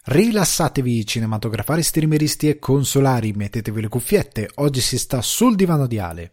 Rilassatevi cinematografari, streameristi e consolari, mettetevi le cuffiette, oggi si sta sul divano di Ale.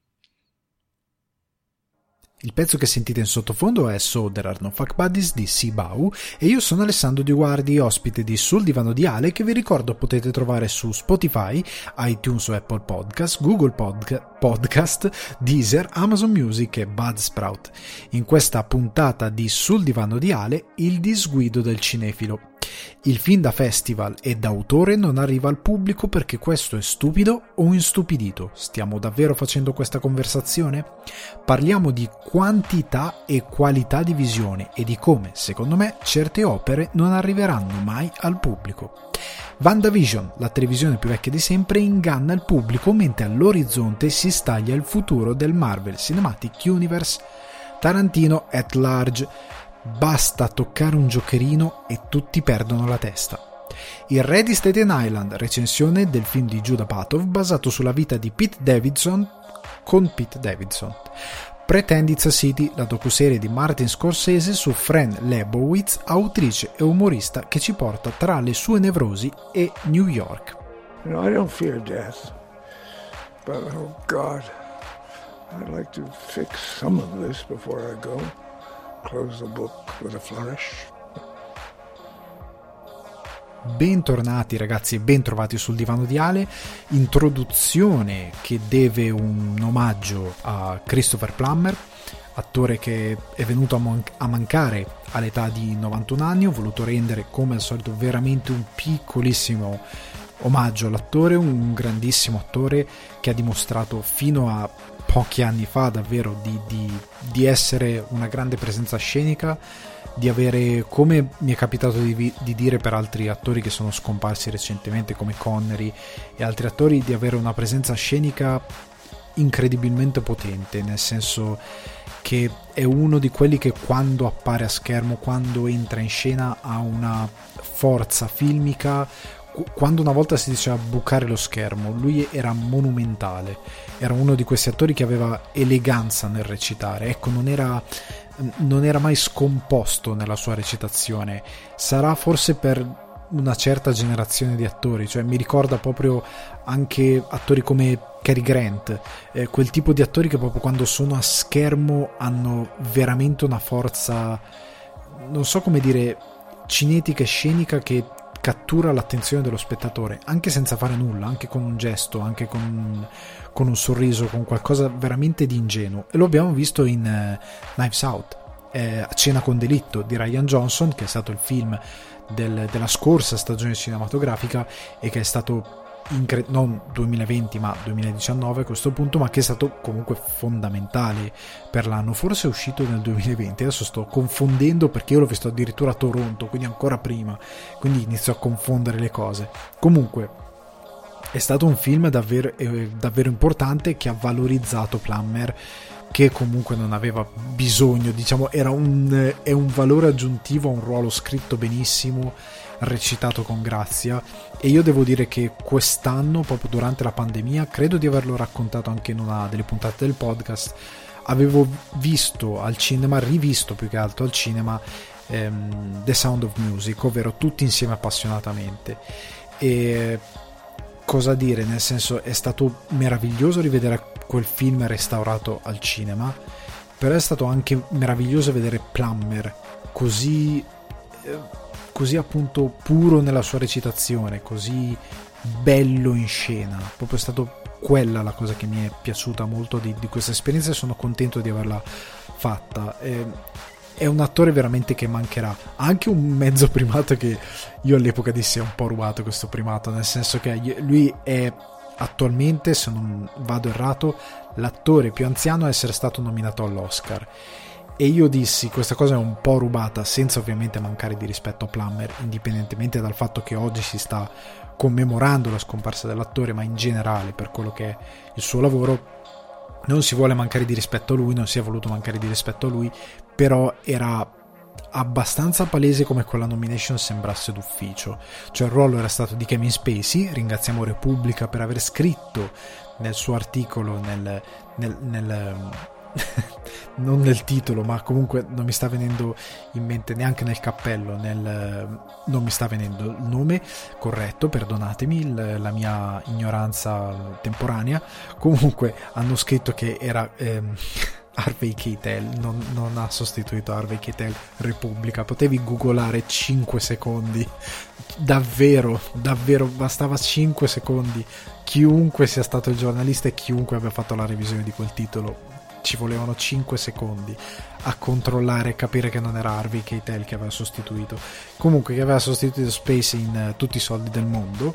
Il pezzo che sentite in sottofondo è So There Are No Fuck Buddies di Sibau e io sono Alessandro Di Guardi, ospite di Sul Divano di Ale, che vi ricordo potete trovare su Spotify, iTunes o Apple Podcast, Google Podcast, Deezer, Amazon Music e Buzzsprout. In questa puntata di Sul Divano di Ale, il disguido del cinefilo. Il film da festival e da autore non arriva al pubblico perché questo è stupido o instupidito. Stiamo davvero facendo questa conversazione? Parliamo di quantità e qualità di visione e di come, secondo me, certe opere non arriveranno mai al pubblico. WandaVision, la televisione più vecchia di sempre, inganna il pubblico mentre all'orizzonte si staglia il futuro del Marvel Cinematic Universe. Tarantino at large. Basta toccare un giocherino e tutti perdono la testa. Il re di Staten Island, recensione del film di Judah Apatow basato sulla vita di Pete Davidson con Pete Davidson. Pretend It's a City, la docuserie di Martin Scorsese su Fran Lebowitz, autrice e umorista che ci porta tra le sue nevrosi e New York. You know, I don't fear death, but oh God, I'd like to fix some of this before I go. Close the book with a flourish. Bentornati ragazzi e bentrovati sul divano di Ale. Introduzione che deve un omaggio a Christopher Plummer, attore che è venuto a mancare all'età di 91 anni. Ho voluto rendere come al solito veramente un piccolissimo omaggio all'attore, un grandissimo attore che ha dimostrato fino a pochi anni fa davvero di essere una grande presenza scenica, di avere, come mi è capitato di dire per altri attori che sono scomparsi recentemente come Connery e altri attori, di avere una presenza scenica incredibilmente potente, nel senso che è uno di quelli che quando appare a schermo, quando entra in scena, ha una forza filmica. Quando una volta si diceva bucare lo schermo, lui era monumentale, era uno di questi attori che aveva eleganza nel recitare, ecco, non era mai scomposto nella sua recitazione. Sarà forse per una certa generazione di attori, cioè mi ricorda proprio anche attori come Cary Grant, quel tipo di attori che proprio quando sono a schermo hanno veramente una forza, non so come dire, cinetica e scenica che cattura l'attenzione dello spettatore anche senza fare nulla, anche con un gesto, anche con un sorriso, con qualcosa veramente di ingenuo, e lo abbiamo visto in Knives Out, A cena con delitto di Rian Johnson, che è stato il film della scorsa stagione cinematografica e che è stato non 2020 ma 2019 a questo punto, ma che è stato comunque fondamentale per l'anno. Forse è uscito nel 2020, adesso sto confondendo perché io l'ho visto addirittura a Toronto, quindi ancora prima, quindi inizio a confondere le cose. Comunque è stato un film davvero importante, che ha valorizzato Plummer, che comunque non aveva bisogno, diciamo, è un valore aggiuntivo a un ruolo scritto benissimo, recitato con grazia. E io devo dire che quest'anno, proprio durante la pandemia, credo di averlo raccontato anche in una delle puntate del podcast, avevo visto al cinema, rivisto più che altro al cinema, The Sound of Music, ovvero tutti insieme appassionatamente. E cosa dire, nel senso, è stato meraviglioso rivedere quel film restaurato al cinema, però è stato anche meraviglioso vedere Plummer così appunto puro nella sua recitazione, così bello in scena. Proprio è stato quella la cosa che mi è piaciuta molto di questa esperienza, e sono contento di averla fatta. È un attore veramente che mancherà. Anche un mezzo primato che io all'epoca dissi è un po' rubato questo primato, nel senso che lui è attualmente, se non vado errato, l'attore più anziano a essere stato nominato all'Oscar. E io dissi questa cosa è un po' rubata, senza ovviamente mancare di rispetto a Plummer, indipendentemente dal fatto che oggi si sta commemorando la scomparsa dell'attore, ma in generale per quello che è il suo lavoro non si vuole mancare di rispetto a lui, non si è voluto mancare di rispetto a lui, però era abbastanza palese come quella nomination sembrasse d'ufficio. Cioè il ruolo era stato di Kevin Spacey, ringraziamo Repubblica per aver scritto nel suo articolo nel non nel titolo, ma comunque non mi sta venendo in mente neanche nel cappello, non mi sta venendo il nome corretto, perdonatemi la mia ignoranza temporanea. Comunque hanno scritto che era Harvey Keitel, non ha sostituito Harvey Keitel Repubblica. Potevi googolare 5 secondi, davvero bastava 5 secondi, chiunque sia stato il giornalista e chiunque abbia fatto la revisione di quel titolo, ci volevano 5 secondi a controllare e capire che non era Harvey Keitel che aveva sostituito, comunque che aveva sostituito Spacey in Tutti i soldi del mondo,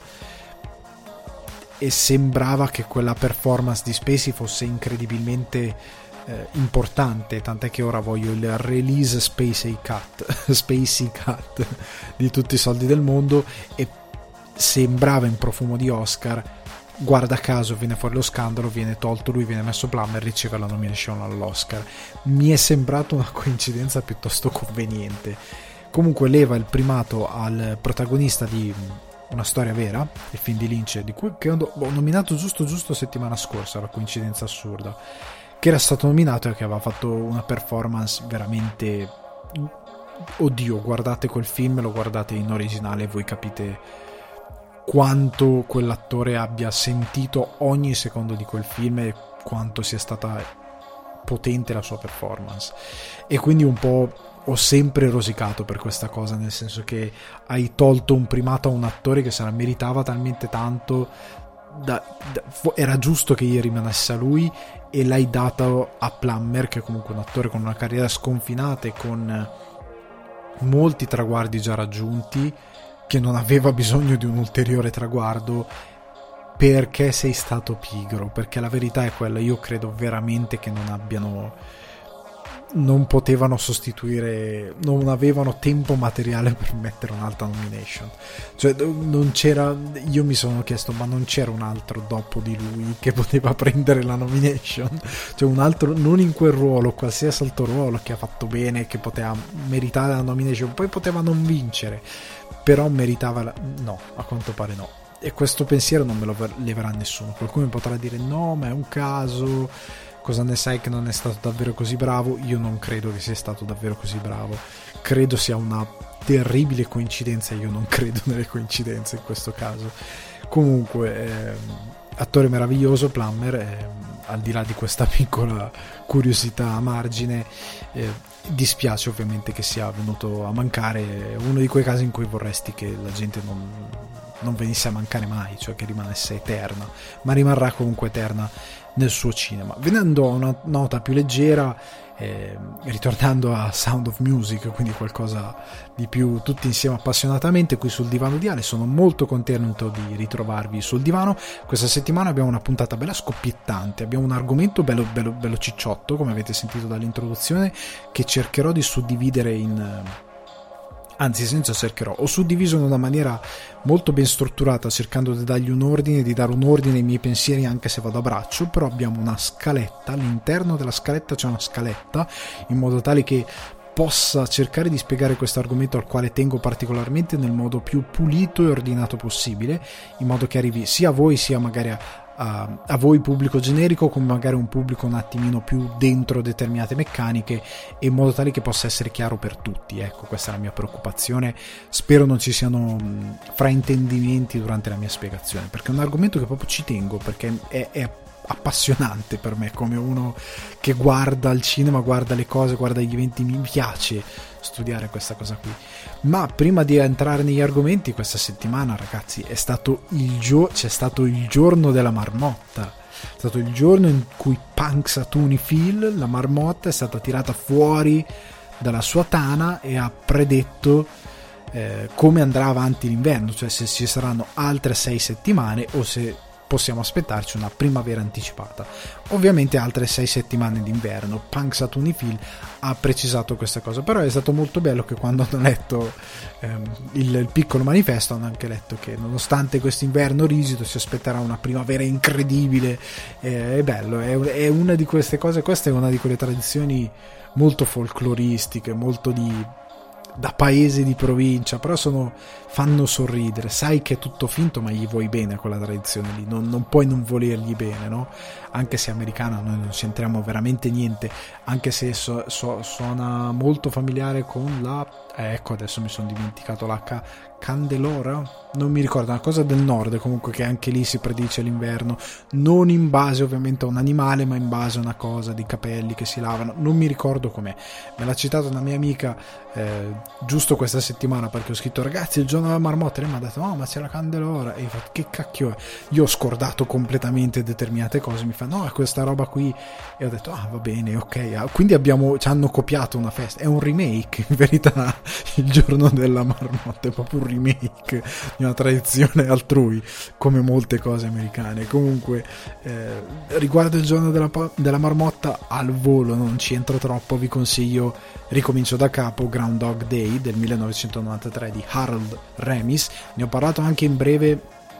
e sembrava che quella performance di Spacey fosse incredibilmente importante, tant'è che ora voglio il release Spacey Cut di Tutti i soldi del mondo, e sembrava in profumo di Oscar. Guarda caso viene fuori lo scandalo, viene tolto lui, viene messo Plummer, riceve la nomination all'Oscar. Mi è sembrato una coincidenza piuttosto conveniente. Comunque leva il primato al protagonista di Una storia vera, il film di Lynch, di cui che ho nominato giusto settimana scorsa, la coincidenza assurda, che era stato nominato e che aveva fatto una performance veramente, oddio, guardate quel film, lo guardate in originale e voi capite quanto quell'attore abbia sentito ogni secondo di quel film e quanto sia stata potente la sua performance. E quindi un po' ho sempre rosicato per questa cosa, nel senso che hai tolto un primato a un attore che se la meritava talmente tanto, era giusto che rimanesse a lui, e l'hai dato a Plummer, che è comunque un attore con una carriera sconfinata e con molti traguardi già raggiunti, che non aveva bisogno di un ulteriore traguardo perché sei stato pigro, perché la verità è quella. Io credo veramente che non potevano sostituire, non avevano tempo materiale per mettere un'altra nomination, cioè non c'era, io mi sono chiesto, ma non c'era un altro dopo di lui che poteva prendere la nomination, cioè un altro, non in quel ruolo, qualsiasi altro ruolo che ha fatto bene, che poteva meritare la nomination, poi poteva non vincere, però meritava no, a quanto pare no. E questo pensiero non me lo leverà nessuno. Qualcuno mi potrà dire no, ma è un caso, cosa ne sai che non è stato davvero così bravo? Io non credo che sia stato davvero così bravo, credo sia una terribile coincidenza. Io non credo nelle coincidenze in questo caso. Comunque attore meraviglioso Plummer, al di là di questa piccola curiosità a margine, dispiace ovviamente che sia venuto a mancare. Uno di quei casi in cui vorresti che la gente non venisse a mancare mai, cioè che rimanesse eterna, ma rimarrà comunque eterna nel suo cinema. Venendo a una nota più leggera, ritornando a Sound of Music, quindi qualcosa di più tutti insieme appassionatamente qui sul divano di Ale. Sono molto contento di ritrovarvi sul divano. Questa settimana abbiamo una puntata bella scoppiettante, abbiamo un argomento bello cicciotto, come avete sentito dall'introduzione, che cercherò di suddividere ho suddiviso in una maniera molto ben strutturata, cercando di dargli un ordine, di dare un ordine ai miei pensieri anche se vado a braccio. Però abbiamo una scaletta, all'interno della scaletta c'è una scaletta, in modo tale che possa cercare di spiegare questo argomento, al quale tengo particolarmente, nel modo più pulito e ordinato possibile, in modo che arrivi sia a voi sia magari a voi pubblico generico, come magari un pubblico un attimino più dentro determinate meccaniche, e in modo tale che possa essere chiaro per tutti. Ecco, questa è la mia preoccupazione. Spero non ci siano fraintendimenti durante la mia spiegazione, perché è un argomento che proprio ci tengo, perché è appassionante per me, come uno che guarda il cinema, guarda le cose, guarda gli eventi. Mi piace studiare questa cosa qui. Ma prima di entrare negli argomenti, questa settimana, ragazzi, c'è stato il giorno della marmotta. È stato il giorno in cui Punxsutawney Phil, la marmotta, è stata tirata fuori dalla sua tana e ha predetto come andrà avanti l'inverno, cioè se ci saranno altre 6 settimane o se possiamo aspettarci una primavera anticipata. Ovviamente altre 6 settimane d'inverno. Punxsutawney Phil ha precisato questa cosa, però è stato molto bello che quando hanno letto il piccolo manifesto hanno anche letto che nonostante questo inverno rigido si aspetterà una primavera incredibile. È bello, è una di queste cose, questa è una di quelle tradizioni molto folcloristiche, molto di da paese di provincia, però fanno sorridere, sai che è tutto finto ma gli vuoi bene a quella tradizione lì, non puoi non volergli bene, no? Anche se americana noi non c'entriamo veramente niente, anche se suona molto familiare con la ecco adesso mi sono dimenticato la Candelora, non mi ricordo, una cosa del nord comunque, che anche lì si predice l'inverno, non in base ovviamente a un animale ma in base a una cosa di capelli che si lavano, non mi ricordo com'è, me l'ha citato una mia amica giusto questa settimana, perché ho scritto ragazzi il giorno della marmotta, e lei mi ha detto no ma c'è la Candelora, e io ho fatto che cacchio è, io ho scordato completamente determinate cose, mi fa no è questa roba qui, e ho detto va bene, ok, quindi ci hanno copiato una festa, è un remake in verità il giorno della marmotta, è proprio un remake di una tradizione altrui, come molte cose americane. Comunque riguardo il giorno della marmotta, al volo non ci entro troppo, vi consiglio Ricomincio da capo, Groundhog Day del 1993 di Harold Ramis, ne ho parlato anche in breve,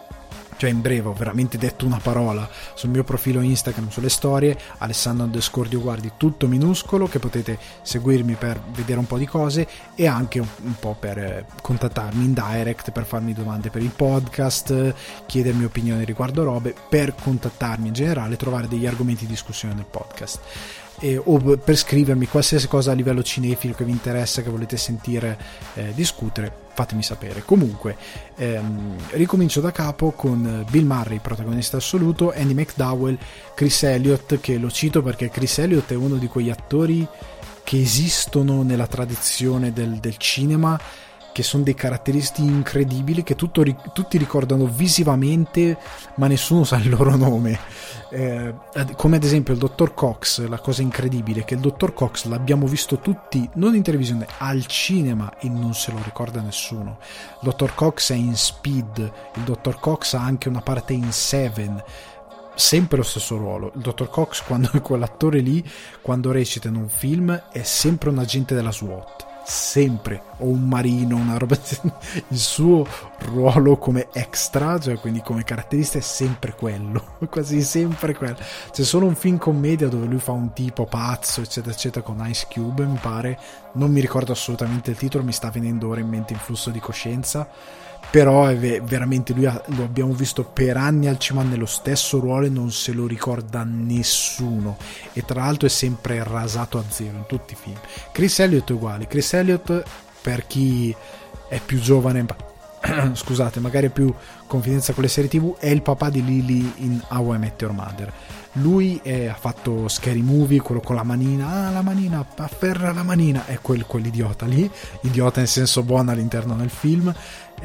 ho veramente detto una parola sul mio profilo Instagram sulle storie, Alessandro_, guardi tutto minuscolo, che potete seguirmi per vedere un po' di cose e anche un po' per contattarmi in direct, per farmi domande per il podcast, chiedermi opinioni riguardo robe, per contattarmi in generale, trovare degli argomenti di discussione nel podcast. O per scrivermi qualsiasi cosa a livello cinefilo che vi interessa, che volete sentire discutere, fatemi sapere. Comunque ricomincio da capo con Bill Murray protagonista assoluto, Andy McDowell, Chris Elliott, che lo cito perché Chris Elliott è uno di quegli attori che esistono nella tradizione del cinema, che sono dei caratteristi incredibili che tutti ricordano visivamente ma nessuno sa il loro nome, come ad esempio il dottor Cox. La cosa incredibile è che il dottor Cox l'abbiamo visto tutti non in televisione, al cinema, e non se lo ricorda nessuno. Il dottor Cox è in Speed, il dottor Cox ha anche una parte in Seven, sempre lo stesso ruolo. Il dottor Cox, quando è quell'attore lì, quando recita in un film, è sempre un agente della SWAT, sempre, o un marino, una roba. Il suo ruolo come extra, cioè quindi come caratterista, è sempre quello, quasi sempre quello. C'è solo un film commedia dove lui fa un tipo pazzo eccetera eccetera con Ice Cube, mi pare, non mi ricordo assolutamente il titolo, mi sta venendo ora in mente in flusso di coscienza, però è veramente lui, lo abbiamo visto per anni al cinema nello stesso ruolo e non se lo ricorda nessuno, e tra l'altro è sempre rasato a zero in tutti i film. Chris Elliott è uguale. Chris Elliott, per chi è più giovane scusate, magari ha più confidenza con le serie TV, è il papà di Lily in How I Met Your Mother. Lui ha fatto Scary Movie, quello con la manina, la manina, afferra la manina, è quell'idiota lì, idiota nel senso buono all'interno del film.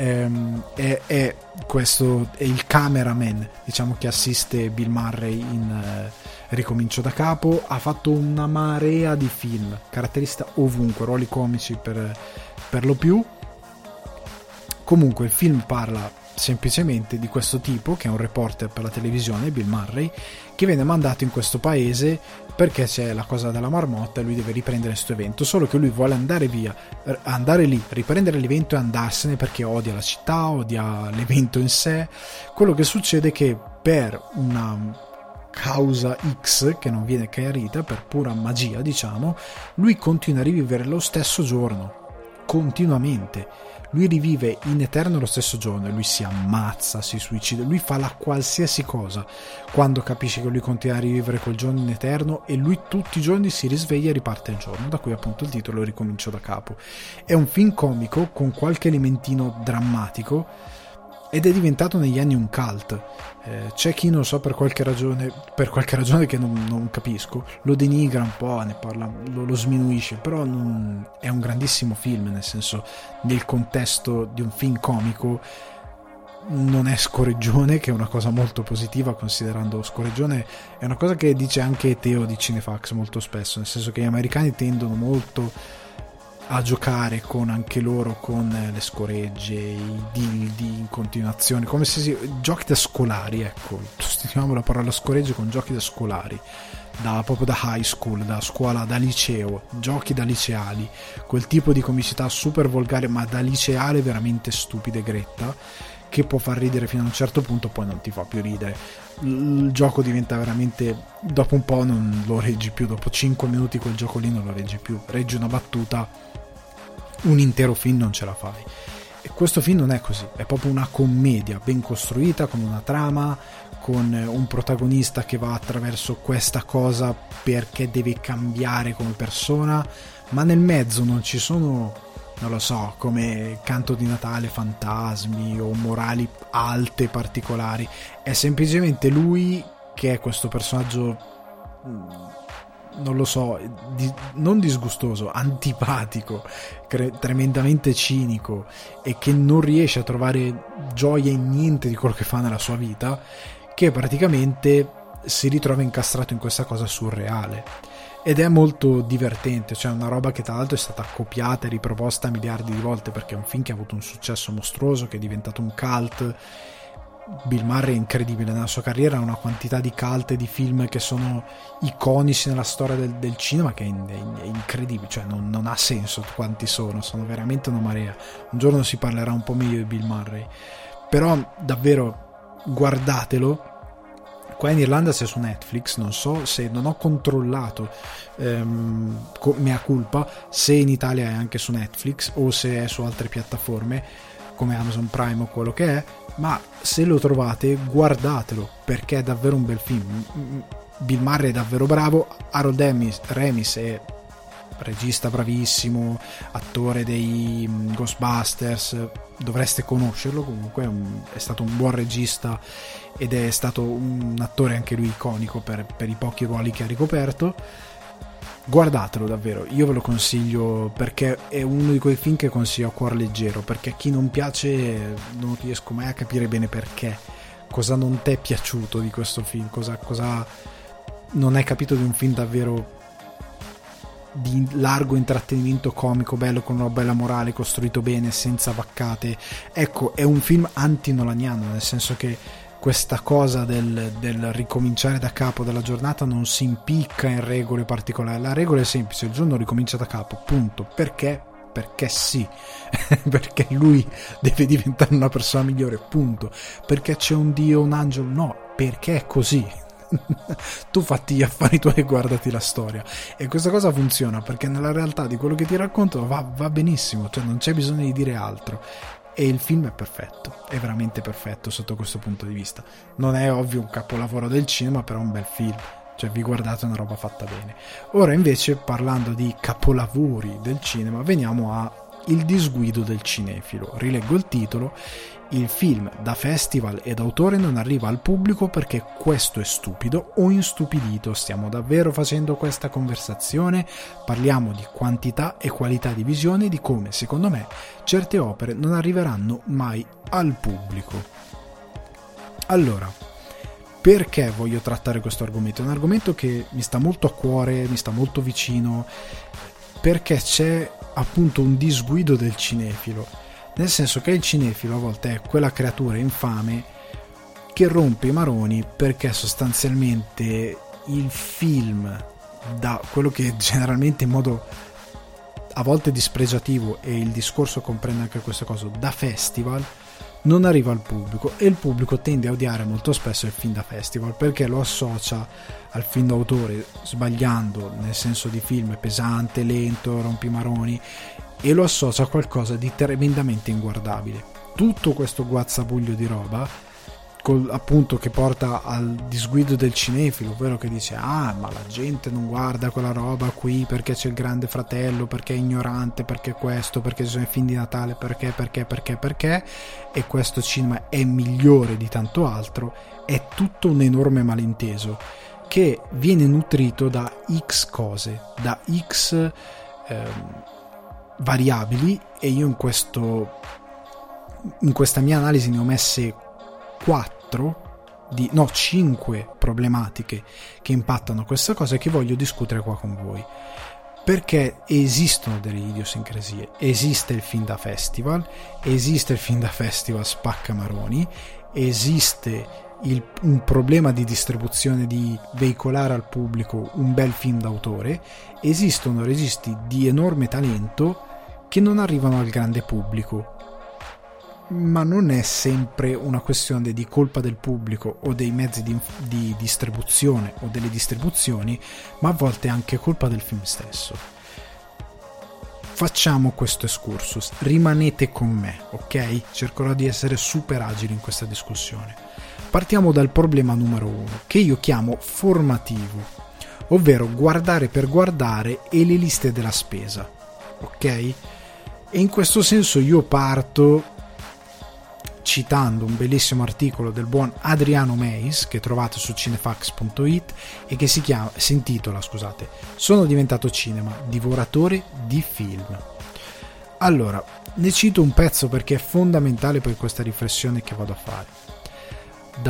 Questo è il cameraman, diciamo, che assiste Bill Murray in Ricomincio da capo. Ha fatto una marea di film, caratterista ovunque, ruoli comici per lo più. Comunque il film parla semplicemente di questo tipo che è un reporter per la televisione, Bill Murray, che viene mandato in questo paese perché c'è la cosa della marmotta e lui deve riprendere questo evento, solo che lui vuole andare lì, riprendere l'evento e andarsene perché odia la città, odia l'evento in sé. Quello che succede è che per una causa X che non viene chiarita, per pura magia diciamo, lui continua a rivivere lo stesso giorno continuamente. Lui rivive in eterno lo stesso giorno e lui si ammazza, si suicida, lui fa la qualsiasi cosa quando capisce che lui continua a rivivere quel giorno in eterno, e lui tutti i giorni si risveglia e riparte il giorno, da cui appunto il titolo Ricomincio da capo. È un film comico con qualche elementino drammatico ed è diventato negli anni un cult. C'è chi, non so, per qualche ragione che non capisco, lo denigra un po', ne parla, lo sminuisce, però è un grandissimo film, nel senso, nel contesto di un film comico non è scorreggione, che è una cosa molto positiva, considerando scorreggione è una cosa che dice anche Teo di Cinefax molto spesso, nel senso che gli americani tendono molto a giocare con anche loro con le scoregge, i dildi in continuazione, come se giochi da scolari, ecco, sostituiamo la parola scoregge con giochi da scolari, proprio da high school, da scuola, da liceo, giochi da liceali, quel tipo di comicità super volgare ma da liceale, veramente stupida e gretta, che può far ridere fino a un certo punto, poi non ti fa più ridere. Il gioco diventa veramente, dopo un po' non lo reggi più, dopo 5 minuti quel gioco lì non lo reggi più, reggi una battuta un intero film non ce la fai. E questo film non è così, è proprio una commedia ben costruita, con una trama, con un protagonista che va attraverso questa cosa perché deve cambiare come persona, ma nel mezzo non ci sono, non lo so, come Canto di Natale, fantasmi o morali alte particolari. È semplicemente lui che è questo personaggio, non lo so, non disgustoso, antipatico, tremendamente cinico, e che non riesce a trovare gioia in niente di quello che fa nella sua vita, che praticamente si ritrova incastrato in questa cosa surreale. Ed è molto divertente, cioè una roba che tra l'altro è stata copiata e riproposta miliardi di volte, perché è un film che ha avuto un successo mostruoso, che è diventato un cult. Bill Murray è incredibile, nella sua carriera ha una quantità di cult e di film che sono iconici nella storia del cinema, che è incredibile, cioè non ha senso quanti sono veramente una marea. Un giorno si parlerà un po' meglio di Bill Murray, però davvero guardatelo. Qua in Irlanda c'è su Netflix, non so se, non ho controllato, mea culpa, se in Italia è anche su Netflix o se è su altre piattaforme come Amazon Prime o quello che è, ma se lo trovate guardatelo, perché è davvero un bel film. Bill Murray è davvero bravo, Harold Ramis è regista bravissimo, attore dei Ghostbusters, dovreste conoscerlo, comunque è stato un buon regista ed è stato un attore anche lui iconico per i pochi ruoli che ha ricoperto. Guardatelo davvero, io ve lo consiglio, perché è uno di quei film che consiglio a cuor leggero, perché a chi non piace non riesco mai a capire bene perché, cosa non ti è piaciuto di questo film, cosa non hai capito di un film davvero di largo intrattenimento comico, bello, con una bella morale, costruito bene, senza vaccate. Ecco, è un film anti-nolaniano, nel senso che questa cosa del ricominciare da capo della giornata non si impicca in regole particolari. La regola è semplice: il giorno ricomincia da capo, punto. Perché sì perché lui deve diventare una persona migliore, punto. Perché c'è un dio, un angelo, no, perché è così. Tu fatti gli affari tuoi e guardati la storia, e questa cosa funziona perché nella realtà di quello che ti racconto va benissimo, cioè non c'è bisogno di dire altro. E il film è perfetto, è veramente perfetto sotto questo punto di vista. Non è ovvio un capolavoro del cinema, però è un bel film, cioè vi guardate una roba fatta bene. Ora invece, parlando di capolavori del cinema, veniamo a Il disguido del cinefilo. Rileggo il titolo: il film da festival ed autore non arriva al pubblico perché questo è stupido o instupidito. Stiamo davvero facendo questa conversazione? Parliamo di quantità e qualità di visione, di come, secondo me, certe opere non arriveranno mai al pubblico. Allora, perché voglio trattare questo argomento? È un argomento che mi sta molto a cuore, mi sta molto vicino, perché c'è appunto un disguido del cinefilo, nel senso che il cinefilo a volte è quella creatura infame che rompe i maroni, perché sostanzialmente il film, da quello che generalmente in modo a volte dispregiativo, e il discorso comprende anche questa cosa, da festival non arriva al pubblico, e il pubblico tende a odiare molto spesso il film da festival perché lo associa al film d'autore, sbagliando, nel senso di film pesante, lento, rompimaroni, e lo associa a qualcosa di tremendamente inguardabile. Tutto questo guazzabuglio di roba appunto che porta al disguido del cinefilo, ovvero che dice: ah, ma la gente non guarda quella roba qui perché c'è il Grande Fratello, perché è ignorante, perché questo, perché ci sono i film di Natale, perché, e questo cinema è migliore di tanto altro. È tutto un enorme malinteso che viene nutrito da X cose, da X variabili, e io in questa mia analisi ne ho messe 5 problematiche che impattano questa cosa e che voglio discutere qua con voi, perché esistono delle idiosincrasie. Esiste il film da festival spaccamaroni, esiste un problema di distribuzione, di veicolare al pubblico un bel film d'autore, esistono registi di enorme talento che non arrivano al grande pubblico. Ma non è sempre una questione di colpa del pubblico o dei mezzi di distribuzione o delle distribuzioni, ma a volte è anche colpa del film stesso. facciamo questo excursus, rimanete con me, ok? Cercherò di essere super agile in questa discussione. Partiamo dal problema numero 1, che io chiamo formativo, ovvero guardare per guardare e le liste della spesa, ok? E in questo senso io parto citando un bellissimo articolo del buon Adriano Meis che trovate su cinefax.it e che si intitola Sono diventato cinema, divoratore di film. Allora, ne cito un pezzo perché è fondamentale per questa riflessione che vado a fare. Da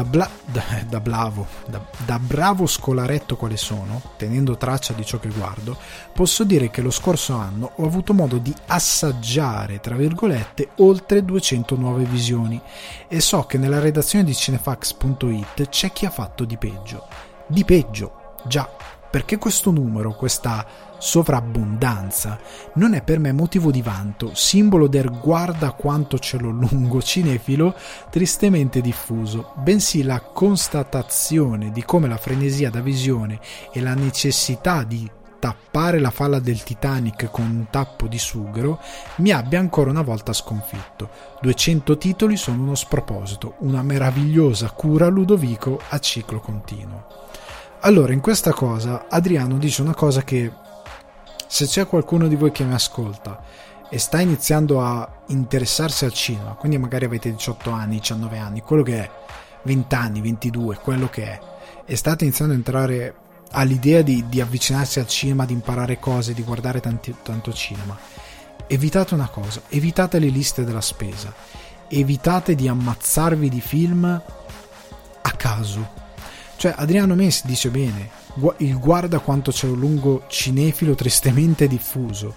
bravo scolaretto quale sono, tenendo traccia di ciò che guardo, posso dire che lo scorso anno ho avuto modo di assaggiare, tra virgolette, oltre 200 nuove visioni e so che nella redazione di cinefax.it c'è chi ha fatto di peggio. Di peggio, già, perché questo numero, questa sovrabbondanza, non è per me motivo di vanto, simbolo del guarda quanto cielo lungo cinefilo tristemente diffuso, bensì la constatazione di come la frenesia da visione e la necessità di tappare la falla del Titanic con un tappo di sughero mi abbia ancora una volta sconfitto. 200 titoli sono uno sproposito, una meravigliosa cura Ludovico a ciclo continuo. Allora, in questa cosa Adriano dice una cosa che, se c'è qualcuno di voi che mi ascolta e sta iniziando a interessarsi al cinema, quindi magari avete 18 anni, 19 anni, quello che è, 20 anni, 22, quello che è, e state iniziando a entrare all'idea di avvicinarsi al cinema, di imparare cose, di guardare tanto cinema, evitate una cosa, evitate le liste della spesa, evitate di ammazzarvi di film a caso. Cioè, Adriano Messi dice bene, il guarda quanto c'è un lungo cinefilo tristemente diffuso,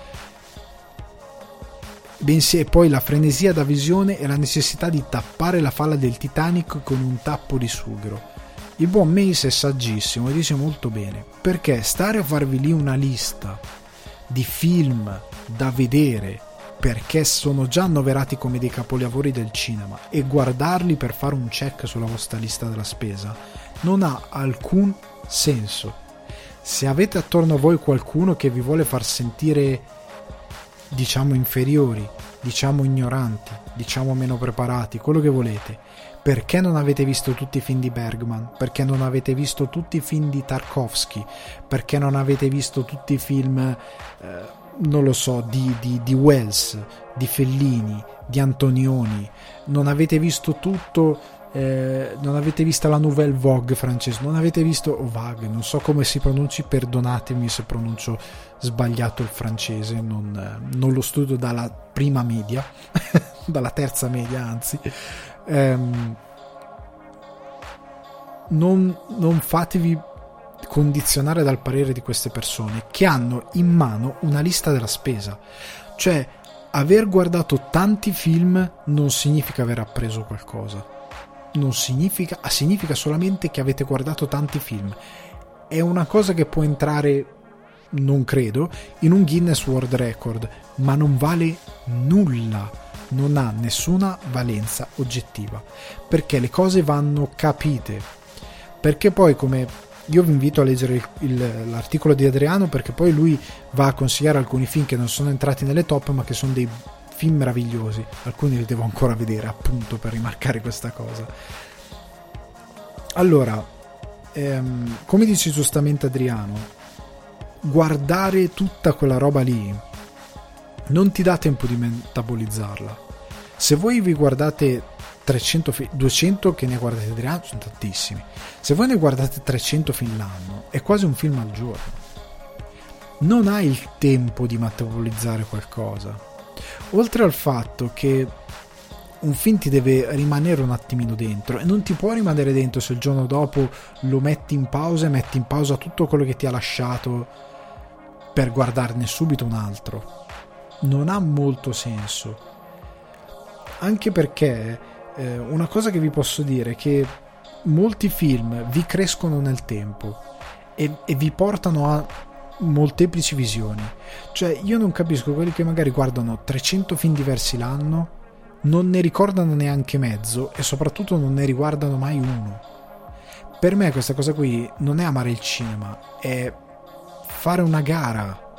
bensì e poi la frenesia da visione e la necessità di tappare la falla del Titanic con un tappo di sughero. Il buon Mace è saggissimo e dice molto bene, perché stare a farvi lì una lista di film da vedere perché sono già annoverati come dei capolavori del cinema e guardarli per fare un check sulla vostra lista della spesa non ha alcun senso. Se avete attorno a voi qualcuno che vi vuole far sentire, diciamo, inferiori, diciamo ignoranti, diciamo meno preparati, quello che volete, perché non avete visto tutti i film di Bergman, perché non avete visto tutti i film di Tarkovsky, perché non avete visto tutti i film non lo so, di Wells, di Fellini, di Antonioni, non avete visto tutto, non avete visto la Nouvelle Vogue francese, non avete visto Vogue, non so come si pronunci, perdonatemi se pronuncio sbagliato il francese, non lo studio dalla prima media dalla terza media anzi, non fatevi condizionare dal parere di queste persone che hanno in mano una lista della spesa. Cioè, aver guardato tanti film non significa aver appreso qualcosa, non significa solamente che avete guardato tanti film. È una cosa che può entrare, non credo, in un Guinness World Record, ma non vale nulla, non ha nessuna valenza oggettiva, perché le cose vanno capite. Perché poi, come io vi invito a leggere l'articolo di Adriano, perché poi lui va a consigliare alcuni film che non sono entrati nelle top ma che sono dei film meravigliosi, alcuni li devo ancora vedere appunto per rimarcare questa cosa. Allora, come dice giustamente Adriano, guardare tutta quella roba lì non ti dà tempo di metabolizzarla. Se voi vi guardate 200 che ne guardate Adriano sono tantissimi, se voi ne guardate 300 film l'anno è quasi un film al giorno, non hai il tempo di metabolizzare qualcosa, oltre al fatto che un film ti deve rimanere un attimino dentro e non ti può rimanere dentro se il giorno dopo lo metti in pausa e metti in pausa tutto quello che ti ha lasciato per guardarne subito un altro. Non ha molto senso, anche perché una cosa che vi posso dire è che molti film vi crescono nel tempo e vi portano a molteplici visioni. Cioè, io non capisco quelli che magari guardano 300 film diversi l'anno, non ne ricordano neanche mezzo e soprattutto non ne riguardano mai uno. Per me questa cosa qui non è amare il cinema, è fare una gara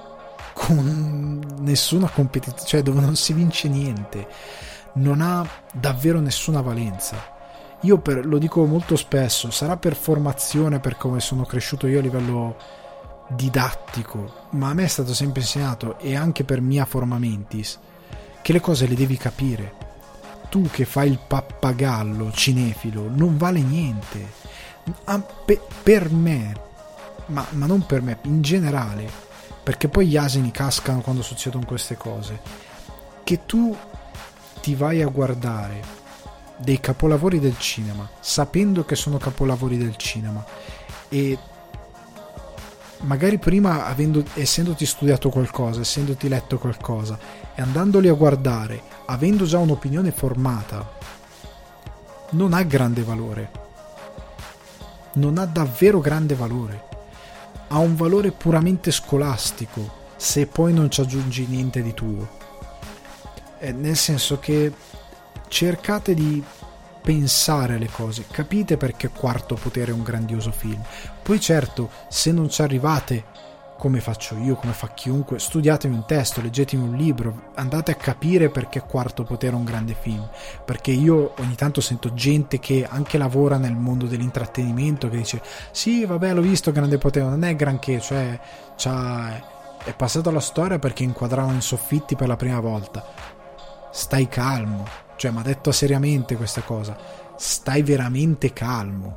con nessuna competizione, cioè dove non si vince niente, non ha davvero nessuna valenza. Io lo dico molto spesso, sarà per formazione, per come sono cresciuto io a livello didattico, ma a me è stato sempre insegnato, e anche per mia forma mentis, che le cose le devi capire. Tu che fai il pappagallo cinefilo non vale niente. Per me, ma non per me, in generale, perché poi gli asini cascano quando succedono queste cose, che tu ti vai a guardare dei capolavori del cinema sapendo che sono capolavori del cinema, e magari prima essendoti studiato qualcosa, essendoti letto qualcosa, e andandoli a guardare avendo già un'opinione formata, non ha grande valore, non ha davvero grande valore, ha un valore puramente scolastico se poi non ci aggiungi niente di tuo. Nel senso che cercate di pensare le cose, capite perché Quarto Potere è un grandioso film. Poi certo, se non ci arrivate, come faccio io, come fa chiunque, studiatevi un testo, leggetevi un libro, andate a capire perché Quarto Potere è un grande film. Perché io ogni tanto sento gente che anche lavora nel mondo dell'intrattenimento che dice sì vabbè, l'ho visto Grande Potere, non è granché, cioè è passato alla storia perché inquadravano in soffitti per la prima volta. Stai calmo, cioè mi ha detto seriamente questa cosa, stai veramente calmo,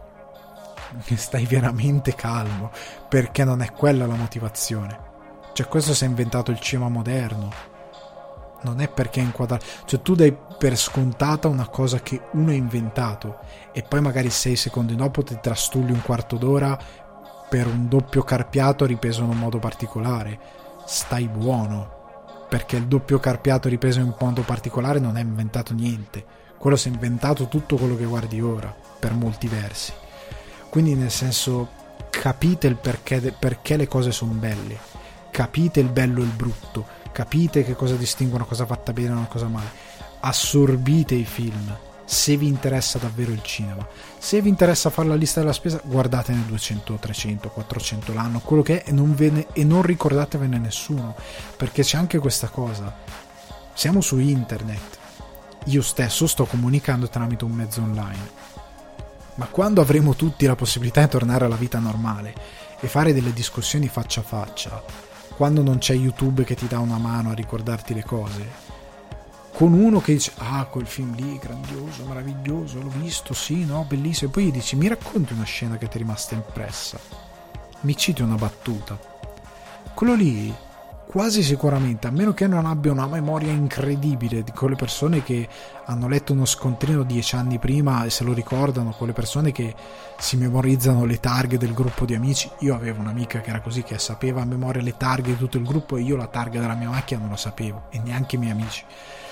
perché non è quella la motivazione. Cioè questo si è inventato il cinema moderno, non è perché è inquadrato, cioè tu dai per scontata una cosa che uno ha inventato e poi magari 6 secondi dopo ti trastulli un quarto d'ora per un doppio carpiato ripreso in un modo particolare. Stai buono, perché il doppio carpiato ripreso in un modo particolare non è inventato niente, quello si è inventato tutto quello che guardi ora per molti versi. Quindi nel senso, capite il perché le cose sono belle, capite il bello e il brutto, capite che cosa distingue una cosa fatta bene da una cosa male, assorbite i film se vi interessa davvero il cinema. Se vi interessa fare la lista della spesa, guardatene 200, 300, 400 l'anno, quello che è, e non ricordatevene nessuno, perché c'è anche questa cosa, siamo su internet, io stesso sto comunicando tramite un mezzo online, ma quando avremo tutti la possibilità di tornare alla vita normale e fare delle discussioni faccia a faccia, quando non c'è YouTube che ti dà una mano a ricordarti le cose, con uno che dice quel film lì grandioso, meraviglioso, l'ho visto, sì, no, bellissimo, e poi gli dici mi racconti una scena che ti è rimasta impressa, mi citi una battuta, quello lì quasi sicuramente, a meno che non abbia una memoria incredibile di quelle persone che hanno letto uno scontrino 10 anni prima e se lo ricordano, quelle persone che si memorizzano le targhe del gruppo di amici. Io avevo un'amica che era così, che sapeva a memoria le targhe di tutto il gruppo, e io la targa della mia macchina non la sapevo, e neanche i miei amici.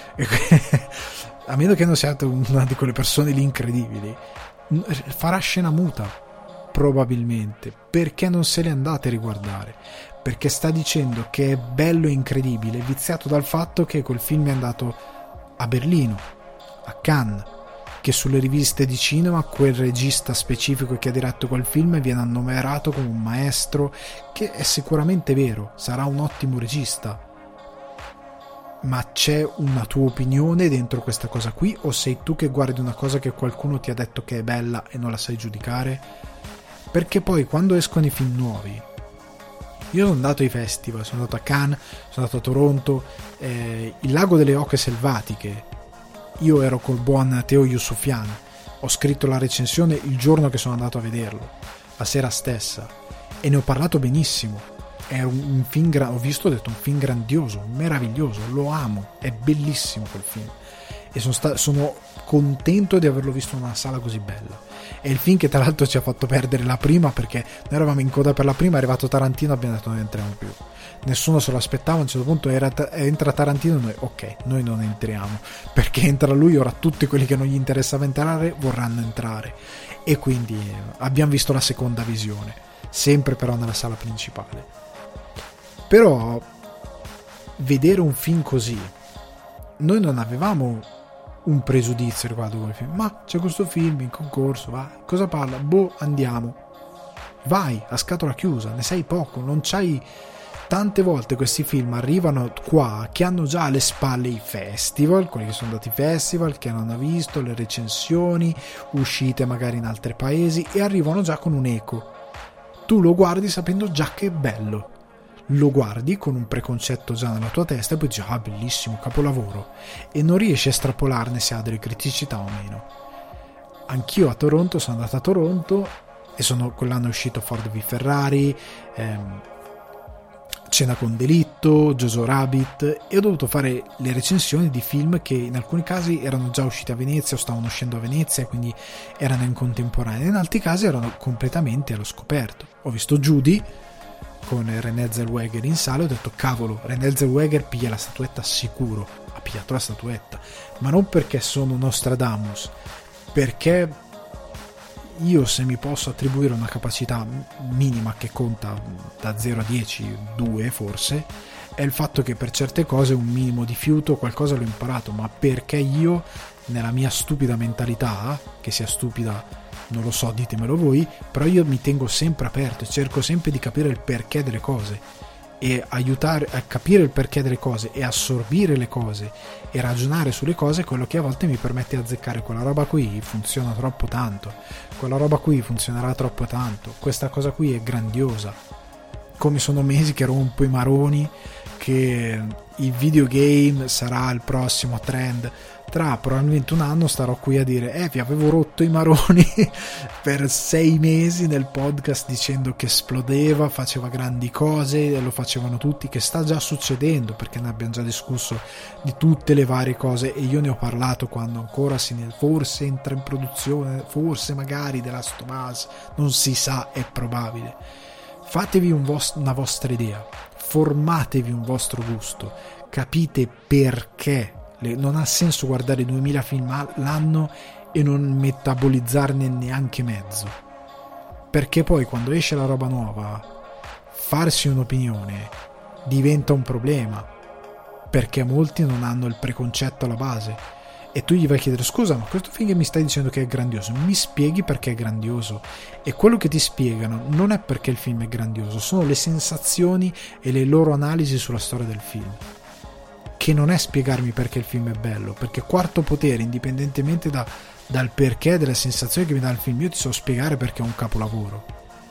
A meno che non siate una di quelle persone lì incredibili, farà scena muta probabilmente, perché non se le andate a riguardare, perché sta dicendo che è bello e incredibile, viziato dal fatto che quel film è andato a Berlino, a Cannes, che sulle riviste di cinema quel regista specifico che ha diretto quel film viene annoverato come un maestro, che è sicuramente vero, sarà un ottimo regista, ma c'è una tua opinione dentro questa cosa qui, o sei tu che guardi una cosa che qualcuno ti ha detto che è bella e non la sai giudicare? Perché poi quando escono i film nuovi, io sono andato ai festival, sono andato a Cannes, sono andato a Toronto, il Lago delle Oche Selvatiche, io ero col buon Teo Yusufian, ho scritto la recensione il giorno che sono andato a vederlo, la sera stessa, e ne ho parlato benissimo. È un film, ho visto, ho detto un film grandioso, meraviglioso, lo amo, è bellissimo quel film, e sono contento di averlo visto in una sala così bella. È il film che tra l'altro ci ha fatto perdere la prima, perché noi eravamo in coda per la prima, è arrivato Tarantino, abbiamo detto non entriamo più, nessuno se lo aspettava, a un certo punto entra Tarantino e noi ok, noi non entriamo, perché entra lui, ora tutti quelli che non gli interessava entrare vorranno entrare, e quindi abbiamo visto la seconda visione, sempre però nella sala principale. Però vedere un film così, noi non avevamo un pregiudizio riguardo quel film, ma c'è questo film in concorso, va, cosa parla? Boh, andiamo, vai a scatola chiusa, ne sai poco, non c'hai tante volte questi film arrivano qua che hanno già alle spalle i festival, quelli che sono andati ai festival, che non hanno visto le recensioni uscite magari in altri paesi, e arrivano già con un eco. Tu lo guardi sapendo già che è bello, lo guardi con un preconcetto già nella tua testa e poi dici bellissimo, capolavoro, e non riesci a estrapolarne se ha delle criticità o meno. Anch'io a Toronto sono andato a Toronto e quell'anno è uscito Ford v Ferrari, Cena con delitto, Jojo Rabbit, e ho dovuto fare le recensioni di film che in alcuni casi erano già usciti a Venezia o stavano uscendo a Venezia, quindi erano in contemporanea, in altri casi erano completamente allo scoperto. Ho visto Judy con René Zellweger in sala e ho detto cavolo, René Zellweger piglia la statuetta sicuro, ha pigliato la statuetta, ma non perché sono Nostradamus, perché io, se mi posso attribuire una capacità minima che conta da 0 a 10, 2 forse, è il fatto che per certe cose un minimo di fiuto, qualcosa l'ho imparato, ma perché io, nella mia stupida mentalità, che sia stupida non lo so, ditemelo voi, però io mi tengo sempre aperto e cerco sempre di capire il perché delle cose, e aiutare a capire il perché delle cose e assorbire le cose e ragionare sulle cose, quello che a volte mi permette di azzeccare quella roba qui funziona troppo tanto, quella roba qui funzionerà troppo tanto, questa cosa qui è grandiosa. Come sono mesi che rompo i maroni che il videogame sarà il prossimo trend, tra probabilmente un anno starò qui a dire vi avevo rotto i maroni per 6 mesi nel podcast dicendo che esplodeva, faceva grandi cose e lo facevano tutti, che sta già succedendo perché ne abbiamo già discusso di tutte le varie cose e io ne ho parlato quando ancora forse entra in produzione, forse magari The Last of Us, non si sa, è probabile. Fatevi una vostra idea, formatevi un vostro gusto, capite perché. Non ha senso guardare 2000 film l'anno e non metabolizzarne neanche mezzo, perché poi quando esce la roba nuova farsi un'opinione diventa un problema, perché molti non hanno il preconcetto alla base e tu gli vai a chiedere scusa, ma questo film che mi stai dicendo che è grandioso, mi spieghi perché è grandioso? E quello che ti spiegano non è perché il film è grandioso, sono le sensazioni e le loro analisi sulla storia del film, che non è spiegarmi perché il film è bello, perché Quarto Potere, indipendentemente dal perché delle sensazioni che mi dà il film, io ti so spiegare perché è un capolavoro,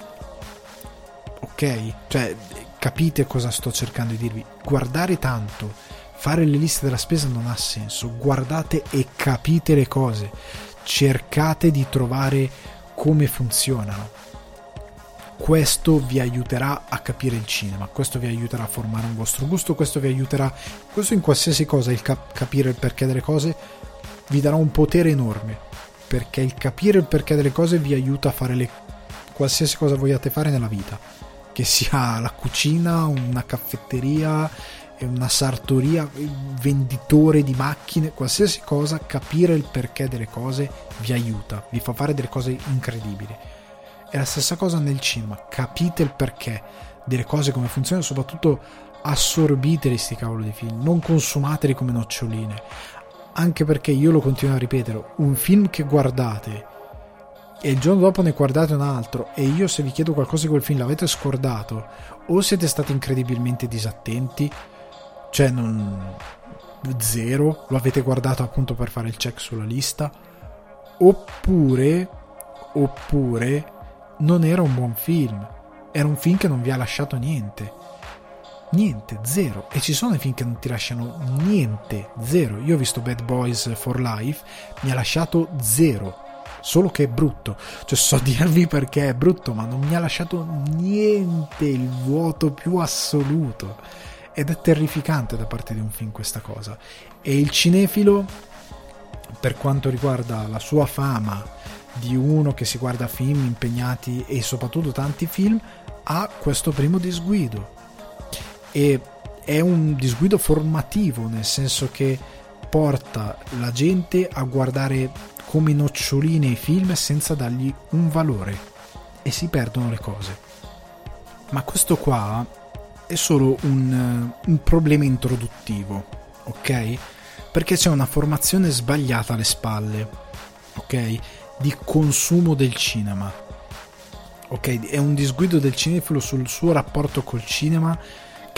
ok? Cioè, capite cosa sto cercando di dirvi? Guardare tanto, fare le liste della spesa non ha senso, guardate e capite le cose, cercate di trovare come funzionano. Questo vi aiuterà a capire il cinema, questo vi aiuterà a formare un vostro gusto, questo vi aiuterà, questo in qualsiasi cosa, il capire il perché delle cose vi darà un potere enorme, perché il capire il perché delle cose vi aiuta a fare qualsiasi cosa vogliate fare nella vita, che sia la cucina, una caffetteria, una sartoria, venditore di macchine, qualsiasi cosa, capire il perché delle cose vi aiuta, vi fa fare delle cose incredibili. È la stessa cosa nel cinema, capite il perché delle cose, come funzionano, soprattutto assorbiteli sti cavolo di film, non consumateli come noccioline, anche perché io lo continuo a ripetere, un film che guardate e il giorno dopo ne guardate un altro e io se vi chiedo qualcosa di quel film l'avete scordato o siete stati incredibilmente disattenti, cioè zero, lo avete guardato appunto per fare il check sulla lista, oppure non era un buon film, era un film che non vi ha lasciato niente, zero. E ci sono i film che non ti lasciano niente, zero. Io ho visto Bad Boys for Life, mi ha lasciato zero, solo che è brutto, cioè so dirvi perché è brutto, ma non mi ha lasciato niente, il vuoto più assoluto, ed è terrificante da parte di un film questa cosa. E il cinefilo, per quanto riguarda la sua fama di uno che si guarda film impegnati e soprattutto tanti film, ha questo primo disguido, e è un disguido formativo, nel senso che porta la gente a guardare come noccioline i film senza dargli un valore e si perdono le cose. Ma questo qua è solo un problema introduttivo, ok? Perché c'è una formazione sbagliata alle spalle, ok? Di consumo del cinema, ok? È un disguido del cinefilo sul suo rapporto col cinema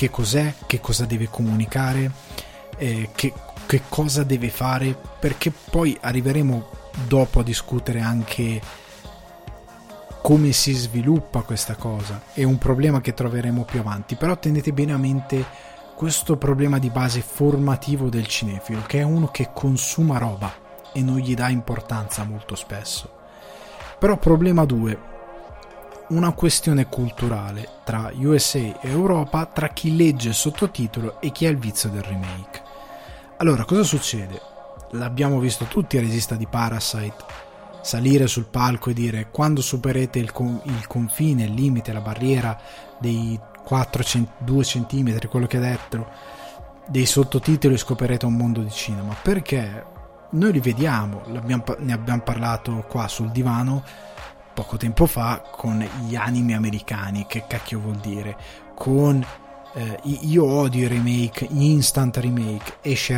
che cos'è, che cosa deve comunicare, che cosa deve fare, perché poi arriveremo dopo a discutere anche come si sviluppa questa cosa. È un problema che troveremo più avanti, però tenete bene a mente questo problema di base formativo del cinefilo, che è uno che consuma roba e non gli dà importanza molto spesso. Però problema 2, una questione culturale tra USA e Europa, tra chi legge il sottotitolo e chi ha il vizio del remake. Allora, cosa succede? L'abbiamo visto tutti il regista di Parasite salire sul palco e dire: quando superete il confine, il limite, la barriera dei 2 centimetri, quello che ha detto, dei sottotitoli, scoprirete un mondo di cinema. Perché noi li vediamo, ne abbiamo parlato qua sul divano poco tempo fa con gli anime americani. Che cacchio vuol dire? Con io odio i remake, gli instant remake. Esce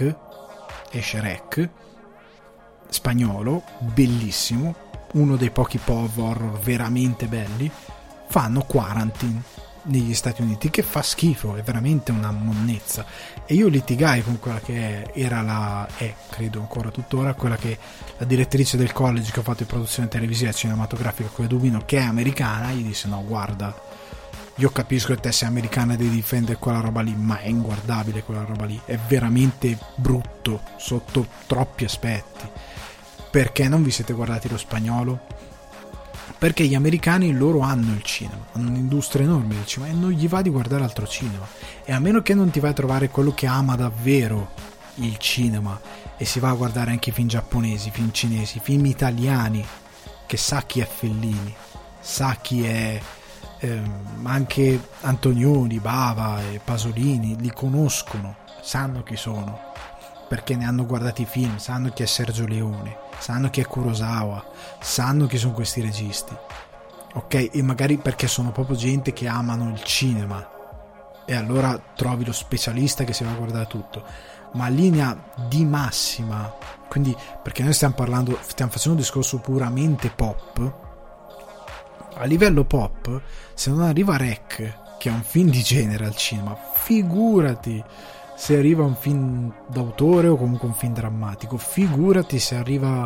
Rec spagnolo, bellissimo, uno dei pochi POV horror veramente belli. Fanno Quarantine negli Stati Uniti, che fa schifo, è veramente una monnezza. E io litigai con quella che credo ancora tuttora, quella che la direttrice del college che ho fatto in produzione televisiva e cinematografica qui a Dublino, che è americana. Gli disse: no, guarda, io capisco che te sei americana e devi difendere quella roba lì, ma è inguardabile quella roba lì, è veramente brutto sotto troppi aspetti. Perché non vi siete guardati lo spagnolo? Perché gli americani, loro hanno il cinema, hanno un'industria enorme del cinema e non gli va di guardare altro cinema. E a meno che non ti vai a trovare quello che ama davvero il cinema e si va a guardare anche i film giapponesi, i film cinesi, i film italiani, che sa chi è Fellini, sa chi è anche Antonioni, Bava e Pasolini, li conoscono, sanno chi sono, perché ne hanno guardati i film, sanno chi è Sergio Leone, sanno chi è Kurosawa, sanno chi sono questi registi, ok? E magari perché sono proprio gente che amano il cinema, e allora trovi lo specialista che si va a guardare tutto. Ma linea di massima, quindi, perché noi stiamo facendo un discorso puramente pop, a livello pop, se non arriva Rec, che è un film di genere al cinema, figurati se arriva un film d'autore o comunque un film drammatico, figurati se arriva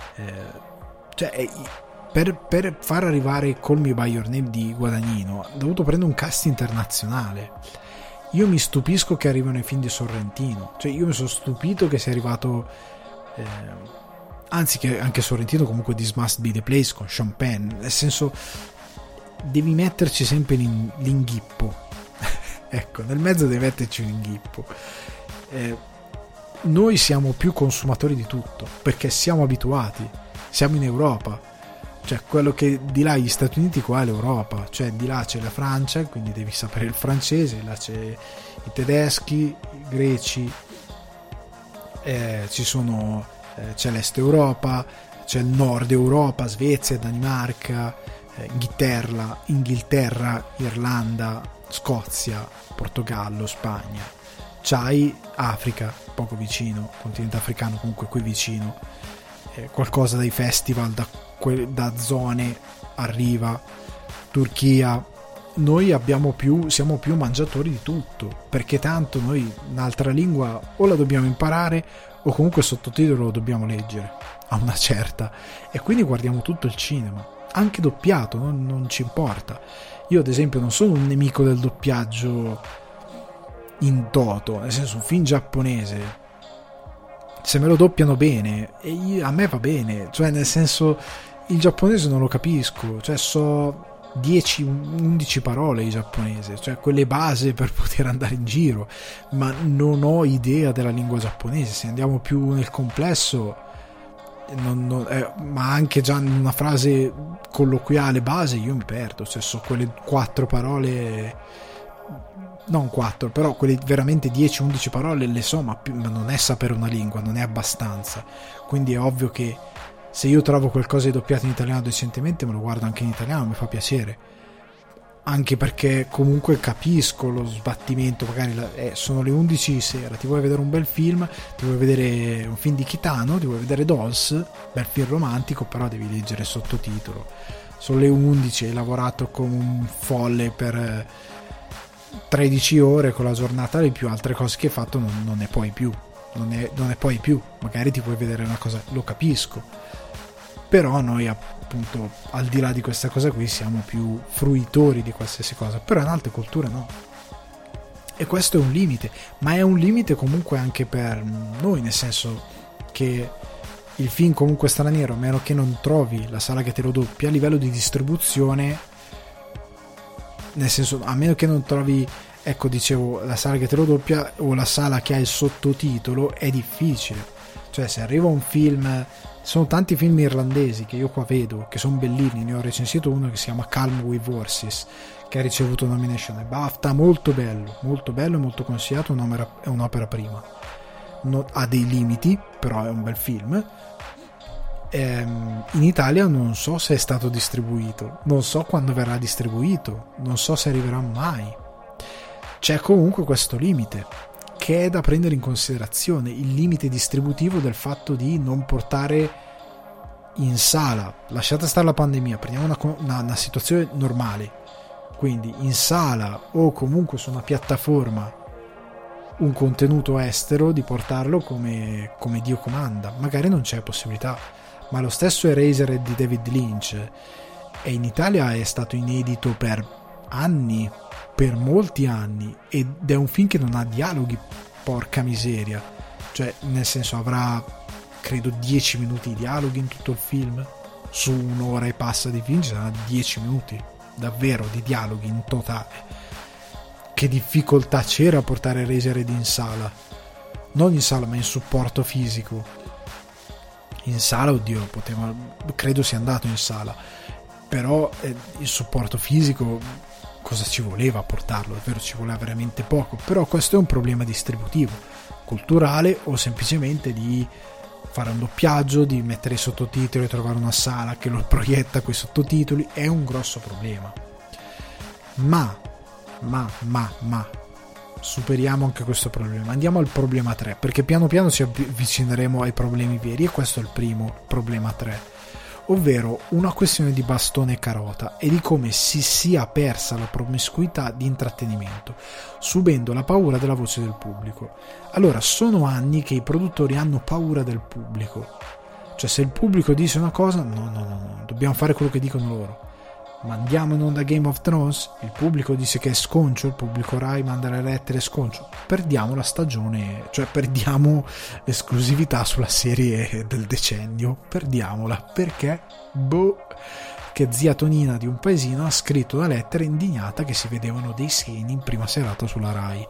per far arrivare Call Me By Your Name di Guadagnino ha dovuto prendere un cast internazionale. Io mi stupisco che arrivano i film di Sorrentino, cioè io mi sono stupito che sia arrivato anzi che anche Sorrentino comunque This Must Be The Place con Sean Penn, nel senso devi metterci sempre l'inghippo ecco, nel mezzo devi metterci un inghippo. Noi siamo più consumatori di tutto perché siamo abituati, siamo in Europa, cioè quello che di là gli Stati Uniti, qua è l'Europa, cioè di là c'è la Francia, quindi devi sapere il francese, là c'è i tedeschi, i greci, c'è l'Est Europa, c'è il Nord Europa, Svezia, Danimarca, Inghilterra, Irlanda, Scozia, Portogallo, Spagna. C'hai Africa, poco vicino, continente africano comunque qui vicino, qualcosa dai festival, da zone arriva, Turchia. Noi siamo più mangiatori di tutto, perché tanto noi un'altra lingua o la dobbiamo imparare o comunque il sottotitolo lo dobbiamo leggere a una certa, e quindi guardiamo tutto il cinema, anche doppiato, non ci importa. Io ad esempio non sono un nemico del doppiaggio in toto, nel senso un film giapponese se me lo doppiano bene a me va bene, cioè nel senso il giapponese non lo capisco, cioè so 10-11 parole in giapponese, cioè quelle base per poter andare in giro, ma non ho idea della lingua giapponese. Se andiamo più nel complesso ma anche già in una frase colloquiale base io mi perdo, cioè so quelle 4 parole, non 4, però quelle veramente 10-11 parole le so, ma non è sapere una lingua, non è abbastanza. Quindi è ovvio che se io trovo qualcosa di doppiato in italiano decentemente me lo guardo anche in italiano, mi fa piacere, anche perché comunque capisco lo sbattimento. Magari sono le 11 di sera, ti vuoi vedere un bel film, ti vuoi vedere un film di Kitano, ti vuoi vedere Dolls, bel film romantico, però devi leggere il sottotitolo. Sono le 11, hai lavorato come un folle per 13 ore con la giornata di più, altre cose che hai fatto non ne puoi più, non ne puoi più, magari ti puoi vedere una cosa, lo capisco, però noi appunto al di là di questa cosa qui siamo più fruitori di qualsiasi cosa, però in altre culture no, e questo è un limite, ma è un limite comunque anche per noi, nel senso che il film comunque straniero, a meno che non trovi la sala che te lo doppia, a livello di distribuzione, nel senso, a meno che non trovi, ecco, dicevo, la sala che te lo doppia o la sala che ha il sottotitolo, è difficile. Cioè, se arriva un film, sono tanti film irlandesi che io qua vedo che sono bellini, ne ho recensito uno che si chiama Calm with Horses, che ha ricevuto nomination ai BAFTA, molto bello e molto consigliato, è un'opera prima, ha dei limiti, però è un bel film. In Italia non so se è stato distribuito, non so quando verrà distribuito, non so se arriverà mai. C'è comunque questo limite che è da prendere in considerazione, il limite distributivo del fatto di non portare in sala, lasciate stare la pandemia, prendiamo una situazione normale, quindi in sala o comunque su una piattaforma un contenuto estero, di portarlo come Dio comanda. Magari non c'è possibilità, ma lo stesso Eraser di David Lynch, e in Italia è stato inedito per anni, per molti anni, ed è un film che non ha dialoghi, porca miseria, cioè nel senso avrà credo 10 minuti di dialoghi in tutto il film, su un'ora e passa di film ci saranno 10 minuti davvero di dialoghi in totale. Che difficoltà c'era a portare Eraserhead in sala, non in sala ma in supporto fisico. In sala, oddio, credo sia andato in sala, però il supporto fisico cosa ci voleva a portarlo? Davvero ci voleva veramente poco. Però questo è un problema distributivo, culturale, o semplicemente di fare un doppiaggio, di mettere i sottotitoli e trovare una sala che lo proietta coi sottotitoli. È un grosso problema, ma superiamo anche questo problema, andiamo al problema 3, perché piano piano ci avvicineremo ai problemi veri, e questo è il primo problema 3, ovvero una questione di bastone e carota e di come si sia persa la promiscuità di intrattenimento, subendo la paura della voce del pubblico. Allora, sono anni che i produttori hanno paura del pubblico, cioè se il pubblico dice una cosa, no, dobbiamo fare quello che dicono loro. Mandiamo in onda Game of Thrones, il pubblico dice che è sconcio, il pubblico Rai manda le lettere sconcio, perdiamo la stagione, cioè perdiamo l'esclusività sulla serie del decennio, perdiamola, perché che zia Tonina di un paesino ha scritto una lettera indignata che si vedevano dei seni in prima serata sulla Rai.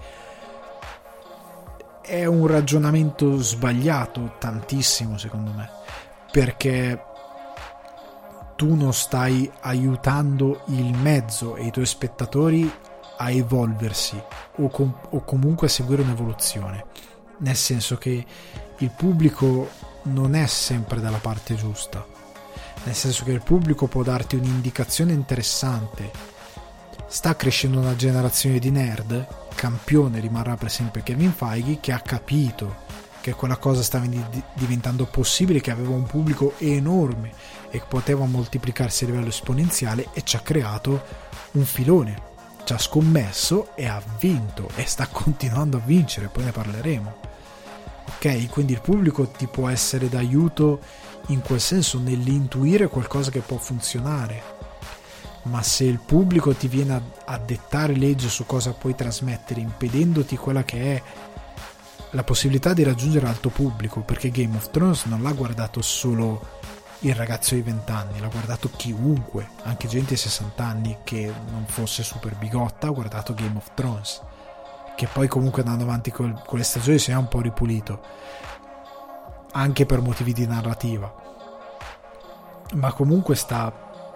È un ragionamento sbagliato tantissimo, secondo me, perché tu non stai aiutando il mezzo e i tuoi spettatori a evolversi o comunque a seguire un'evoluzione, nel senso che il pubblico non è sempre dalla parte giusta, nel senso che il pubblico può darti un'indicazione interessante. Sta crescendo una generazione di nerd, campione rimarrà per sempre Kevin Feige, che ha capito che quella cosa stava diventando possibile, che aveva un pubblico enorme e che poteva moltiplicarsi a livello esponenziale, e ci ha creato un filone, ci ha scommesso e ha vinto e sta continuando a vincere, poi ne parleremo. Ok, quindi il pubblico ti può essere d'aiuto in quel senso, nell'intuire qualcosa che può funzionare, ma se il pubblico ti viene a dettare legge su cosa puoi trasmettere, impedendoti quella che è la possibilità di raggiungere alto pubblico, perché Game of Thrones non l'ha guardato solo il ragazzo di 20 anni, l'ha guardato chiunque, anche gente di 60 anni che non fosse super bigotta ha guardato Game of Thrones, che poi comunque andando avanti con le stagioni si è un po' ripulito anche per motivi di narrativa, ma comunque sta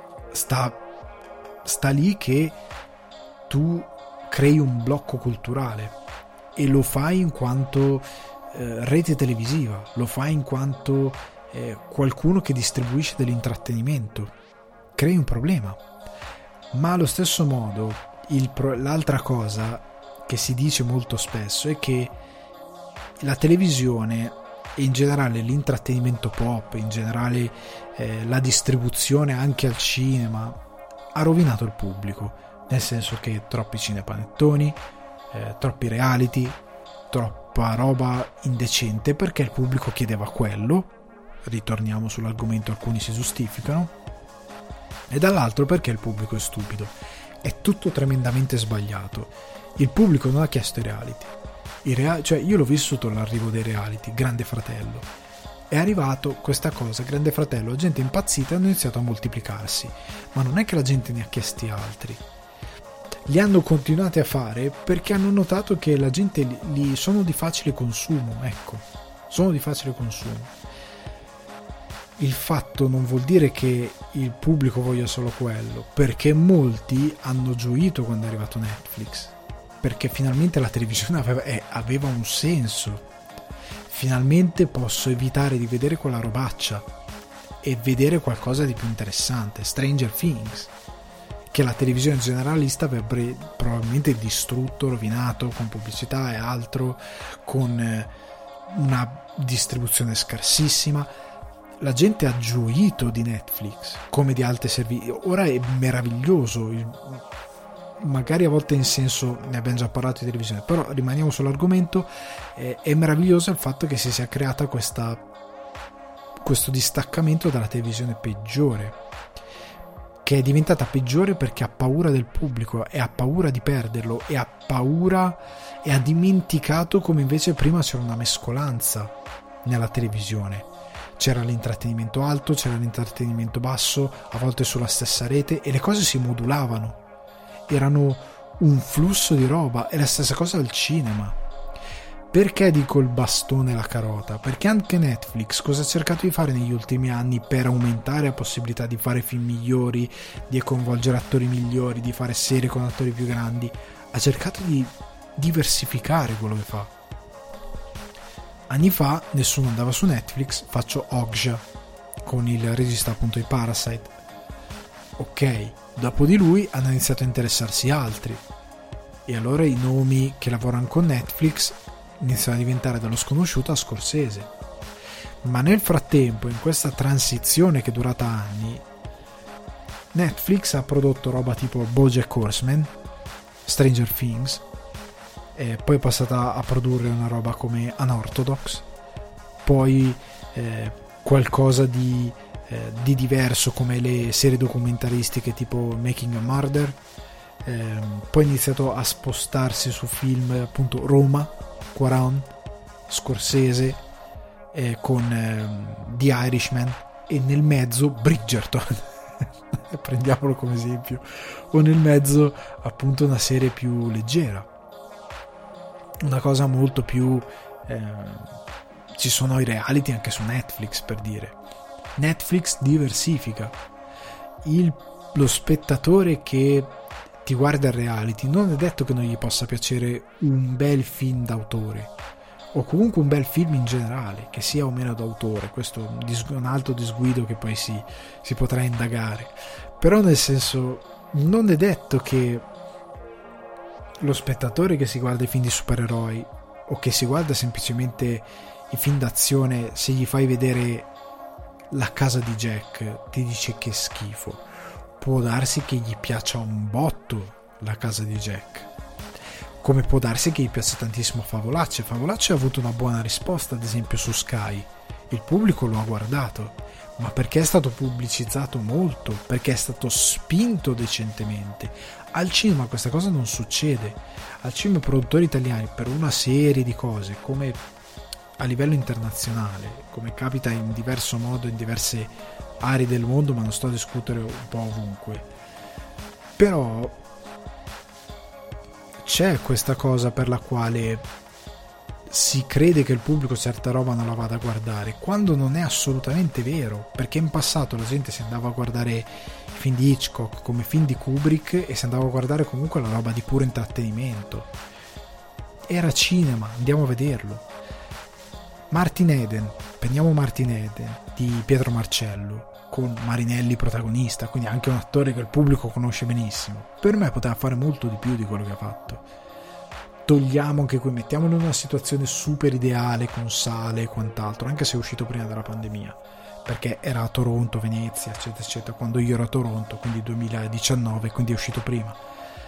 lì che tu crei un blocco culturale, e lo fai in quanto rete televisiva, lo fai in quanto qualcuno che distribuisce dell'intrattenimento, crei un problema. Ma allo stesso modo l'altra cosa che si dice molto spesso è che la televisione e in generale l'intrattenimento pop, in generale la distribuzione anche al cinema, ha rovinato il pubblico, nel senso che troppi cinepanettoni, troppi reality, troppa roba indecente perché il pubblico chiedeva quello, ritorniamo sull'argomento, alcuni si giustificano, e dall'altro perché il pubblico è stupido. È tutto tremendamente sbagliato. Il pubblico non ha chiesto i reality, cioè io l'ho vissuto l'arrivo dei reality, Grande Fratello, è arrivato questa cosa, Grande Fratello, la gente impazzita, hanno iniziato a moltiplicarsi, ma non è che la gente ne ha chiesti altri, li hanno continuati a fare perché hanno notato che la gente li sono di facile consumo, ecco, sono di facile consumo. Il fatto non vuol dire che il pubblico voglia solo quello, perché molti hanno gioito quando è arrivato Netflix, perché finalmente la televisione aveva un senso. Finalmente posso evitare di vedere quella robaccia e vedere qualcosa di più interessante, Stranger Things, che la televisione generalista avrebbe probabilmente distrutto, rovinato, con pubblicità e altro, con una distribuzione scarsissima. La gente ha gioito di Netflix come di altri servizi. Ora è meraviglioso, magari a volte in senso, ne abbiamo già parlato di televisione, però rimaniamo sull'argomento. È meraviglioso il fatto che si sia creata questo distaccamento dalla televisione peggiore, che è diventata peggiore perché ha paura del pubblico e ha paura di perderlo e ha dimenticato come invece prima c'era una mescolanza nella televisione. C'era l'intrattenimento alto, c'era l'intrattenimento basso, a volte sulla stessa rete, e le cose si modulavano, erano un flusso di roba. È la stessa cosa al cinema. Perché dico il bastone e la carota? Perché anche Netflix cosa ha cercato di fare negli ultimi anni per aumentare la possibilità di fare film migliori, di coinvolgere attori migliori, di fare serie con attori più grandi? Ha cercato di diversificare quello che fa. Anni fa nessuno andava su Netflix, faccio Okja con il regista appunto di Parasite. Ok, dopo di lui hanno iniziato a interessarsi altri, e allora i nomi che lavorano con Netflix iniziano a diventare dallo sconosciuto a Scorsese. Ma nel frattempo, in questa transizione che è durata anni, Netflix ha prodotto roba tipo BoJack Horseman, Stranger Things, e poi è passata a produrre una roba come Unorthodox, poi qualcosa di diverso come le serie documentaristiche tipo Making a Murder, poi ha iniziato a spostarsi su film appunto Roma, Quaron, Scorsese, con The Irishman, e nel mezzo Bridgerton prendiamolo come esempio, o nel mezzo appunto una serie più leggera, una cosa molto più ci sono i reality anche su Netflix, per dire. Netflix diversifica. Lo spettatore che ti guarda il reality non è detto che non gli possa piacere un bel film d'autore, o comunque un bel film in generale, che sia o meno d'autore. Questo è un altro disguido che poi si potrà indagare, però nel senso, non è detto che lo spettatore che si guarda i film di supereroi o che si guarda semplicemente i film d'azione, se gli fai vedere La casa di Jack ti dice che schifo. Può darsi che gli piaccia un botto La casa di Jack, come può darsi che gli piaccia tantissimo Favolacce. Favolacce ha avuto una buona risposta ad esempio su Sky, il pubblico lo ha guardato, ma perché è stato pubblicizzato molto, perché è stato spinto decentemente. Al cinema questa cosa non succede. Al cinema i produttori italiani, per una serie di cose, come a livello internazionale, come capita in diverso modo in diverse aree del mondo, ma non sto a discutere un po' ovunque, però c'è questa cosa per la quale si crede che il pubblico certa roba non la vada a guardare, quando non è assolutamente vero, perché in passato la gente si andava a guardare i film di Hitchcock come film di Kubrick e si andava a guardare comunque la roba di puro intrattenimento, era cinema, andiamo a vederlo. Martin Eden, prendiamo Martin Eden di Pietro Marcello con Marinelli protagonista, quindi anche un attore che il pubblico conosce benissimo. Per me poteva fare molto di più di quello che ha fatto. Togliamo anche qui, mettiamolo in una situazione super ideale con sale e quant'altro, anche se è uscito prima della pandemia, perché era a Toronto, Venezia, eccetera eccetera, quando io ero a Toronto, quindi 2019, quindi è uscito prima.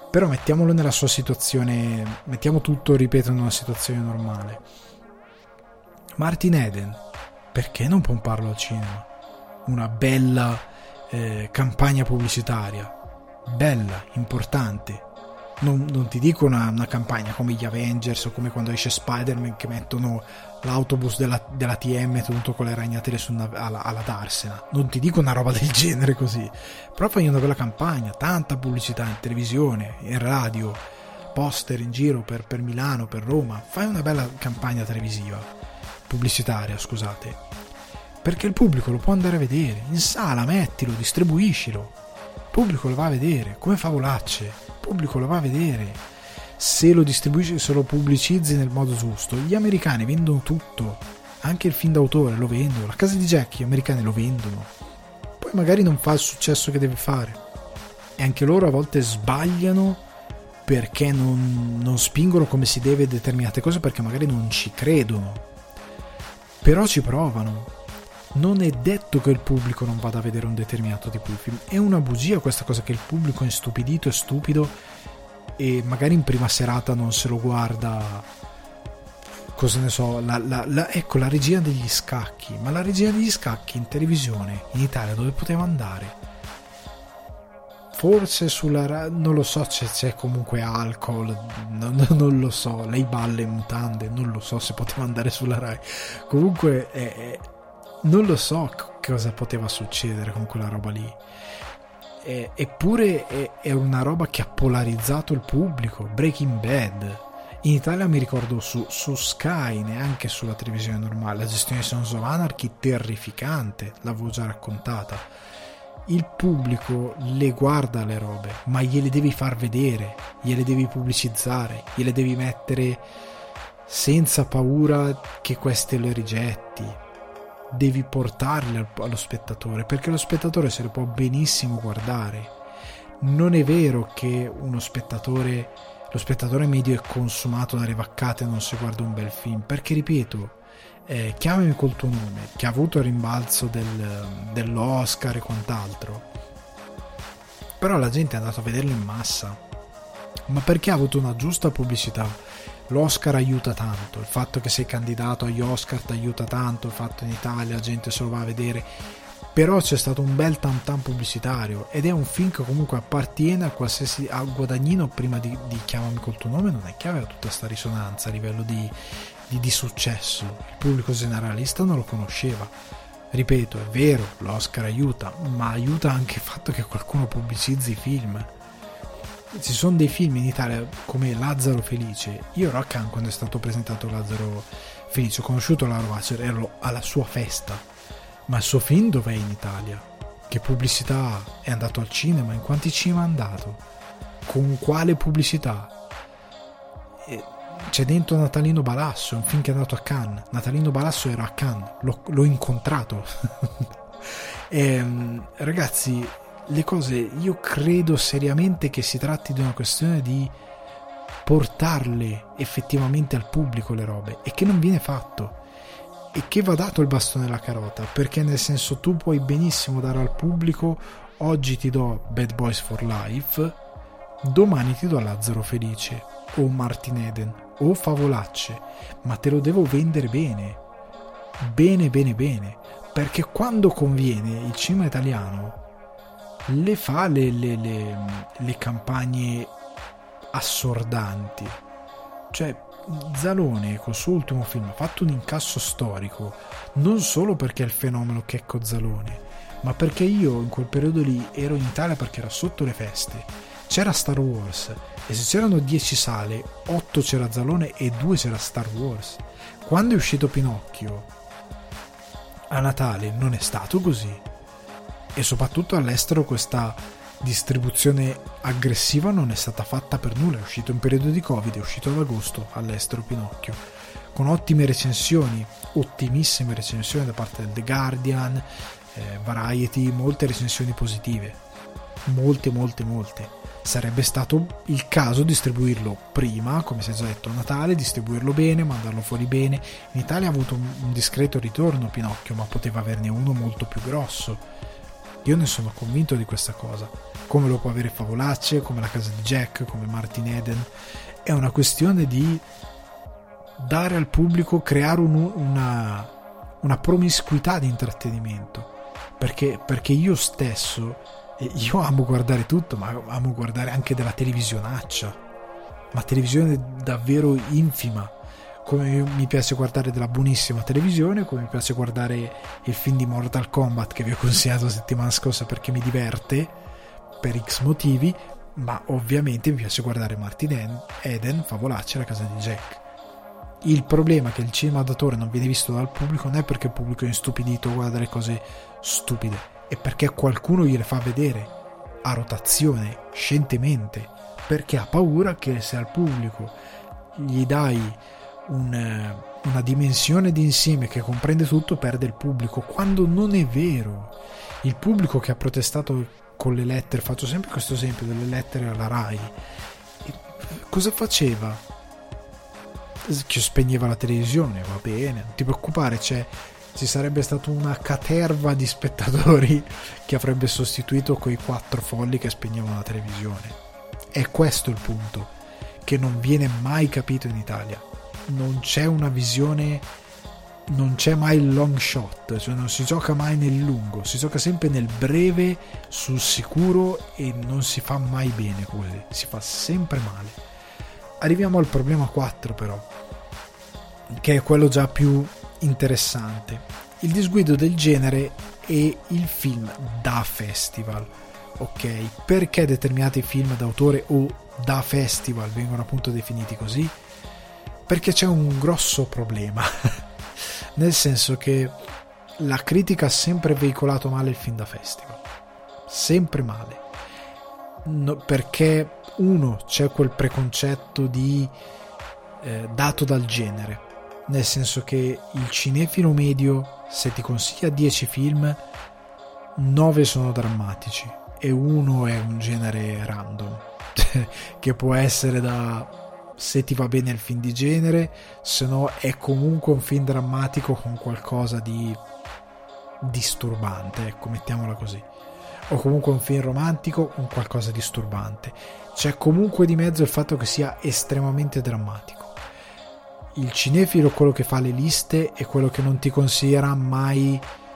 Però mettiamolo nella sua situazione, mettiamo tutto, ripeto, in una situazione normale. Martin Eden, perché non pomparlo al cinema? Una bella campagna pubblicitaria, bella, importante. Non ti dico una campagna come gli Avengers o come quando esce Spider-Man che mettono l'autobus della TM tutto con le ragnatele alla Darsena. Non ti dico una roba del genere così, però fai una bella campagna, tanta pubblicità in televisione, in radio, poster in giro per Milano, per Roma. Fai una bella campagna televisiva, pubblicitaria, scusate, perché il pubblico lo può andare a vedere in sala, mettilo, distribuiscilo, il pubblico lo va a vedere come favolacce. Pubblico lo va a vedere se lo distribuisci, se lo pubblicizzi nel modo giusto. Gli americani vendono tutto, anche il film d'autore lo vendono, la casa di Jack gli americani lo vendono, poi magari non fa il successo che deve fare e anche loro a volte sbagliano perché non spingono come si deve determinate cose, perché magari non ci credono, però ci provano. Non è detto che il pubblico non vada a vedere un determinato tipo di film. È una bugia questa cosa che il pubblico è instupidito e stupido e magari in prima serata non se lo guarda, cosa ne so, ecco la regia degli scacchi. Ma la regia degli scacchi in televisione in Italia dove poteva andare? Forse non lo so, c'è comunque alcol, non lo so, lei balla in mutande, non lo so se poteva andare sulla Rai. Comunque non lo so cosa poteva succedere con quella roba lì, eppure è una roba che ha polarizzato il pubblico. Breaking Bad in Italia, mi ricordo su Sky, neanche sulla televisione normale, la gestione di Sons of Anarchy terrificante, l'avevo già raccontata. Il pubblico le guarda le robe, ma gliele devi far vedere, gliele devi pubblicizzare, gliele devi mettere senza paura che queste le rigetti. Devi portarle allo spettatore, perché lo spettatore se le può benissimo guardare. Non è vero che lo spettatore medio è consumato dalle vaccate e non si guarda un bel film, perché ripeto, Chiamami col tuo nome, che ha avuto il rimbalzo dell'Oscar e quant'altro, però la gente è andata a vederlo in massa, ma perché ha avuto una giusta pubblicità. L'Oscar aiuta tanto, il fatto che sei candidato agli Oscar ti aiuta tanto, il fatto in Italia la gente se lo va a vedere, però c'è stato un bel tam tam pubblicitario ed è un film che comunque appartiene a qualsiasi al guadagnino. Prima di Chiamami col tuo nome non è che aveva tutta sta risonanza a livello di successo, il pubblico generalista non lo conosceva. Ripeto, è vero, l'Oscar aiuta, ma aiuta anche il fatto che qualcuno pubblicizzi i film. Ci sono dei film in Italia come Lazzaro Felice. Io ero a Cannes quando è stato presentato Lazzaro Felice, ho conosciuto Laura Wasser, ero alla sua festa, ma il suo film dov'è in Italia? Che pubblicità ha? È andato al cinema? In quanti cinema è andato? Con quale pubblicità? C'è dentro Natalino Balasso, è un film che è andato a Cannes. Natalino Balasso era a Cannes, l'ho incontrato. Ragazzi, le cose, io credo seriamente che si tratti di una questione di portarle effettivamente al pubblico le robe, e che non viene fatto, e che va dato il bastone alla carota, perché nel senso, tu puoi benissimo dare al pubblico: oggi ti do Bad Boys for Life, domani ti do Lazzaro Felice o Martin Eden o Favolacce, ma te lo devo vendere bene, perché quando conviene il cinema italiano le fa le campagne assordanti. Cioè, Zalone col suo ultimo film ha fatto un incasso storico, non solo perché è il fenomeno Checco Zalone, ma perché io in quel periodo lì ero in Italia, perché era sotto le feste, c'era Star Wars, e se c'erano 10 sale, 8 c'era Zalone e 2 c'era Star Wars. Quando è uscito Pinocchio a Natale non è stato così, e soprattutto all'estero questa distribuzione aggressiva non è stata fatta per nulla. È uscito in periodo di Covid, è uscito ad agosto all'estero Pinocchio, con ottime recensioni, ottimissime recensioni da parte del The Guardian, Variety, molte recensioni positive, molte. Sarebbe stato il caso distribuirlo prima, come si è già detto a Natale, distribuirlo bene, mandarlo fuori bene. In Italia ha avuto un discreto ritorno Pinocchio, ma poteva averne uno molto più grosso. Io ne sono convinto di questa cosa, come lo può avere Favolacce, come La casa di Jack, come Martin Eden. È una questione di dare al pubblico, creare una promiscuità di intrattenimento, perché io stesso, io amo guardare tutto, ma amo guardare anche della televisionaccia, ma televisione davvero infima, come mi piace guardare della buonissima televisione, come mi piace guardare il film di Mortal Kombat che vi ho consigliato la settimana scorsa perché mi diverte per X motivi, ma ovviamente mi piace guardare Martin Eden, Favolacci e La casa di Jack. Il problema è che il cinema d'autore non viene visto dal pubblico non è perché il pubblico è instupidito, guarda delle cose stupide, è perché qualcuno gliele fa vedere a rotazione, scientemente, perché ha paura che se al pubblico gli dai una dimensione d'insieme che comprende tutto, perde il pubblico, quando non è vero. Il pubblico che ha protestato con le lettere, faccio sempre questo esempio delle lettere alla Rai, cosa faceva? Che spegneva la televisione, va bene, non ti preoccupare, ci sarebbe stata una caterva di spettatori che avrebbe sostituito quei 4 folli che spegnevano la televisione. È questo il punto che non viene mai capito in Italia. Non c'è una visione, non c'è mai il long shot, cioè non si gioca mai nel lungo, si gioca sempre nel breve, sul sicuro, e non si fa mai bene così, si fa sempre male. Arriviamo al problema 4 però, che è quello già più interessante: il disguido del genere e il film da festival. Ok, perché determinati film d'autore o da festival vengono appunto definiti così? Perché c'è un grosso problema nel senso che la critica ha sempre veicolato male il film da festival, sempre male, perché c'è quel preconcetto di dato dal genere, nel senso che il cinefilo medio, se ti consiglia 10 film, 9 sono drammatici e 1 è un genere random che può essere se ti va bene il film di genere, se no è comunque un film drammatico con qualcosa di disturbante, ecco, mettiamola così, o comunque un film romantico con qualcosa di disturbante. C'è comunque di mezzo il fatto che sia estremamente drammatico. Il cinefilo, quello che fa le liste, è quello che non ti consiglierà mai: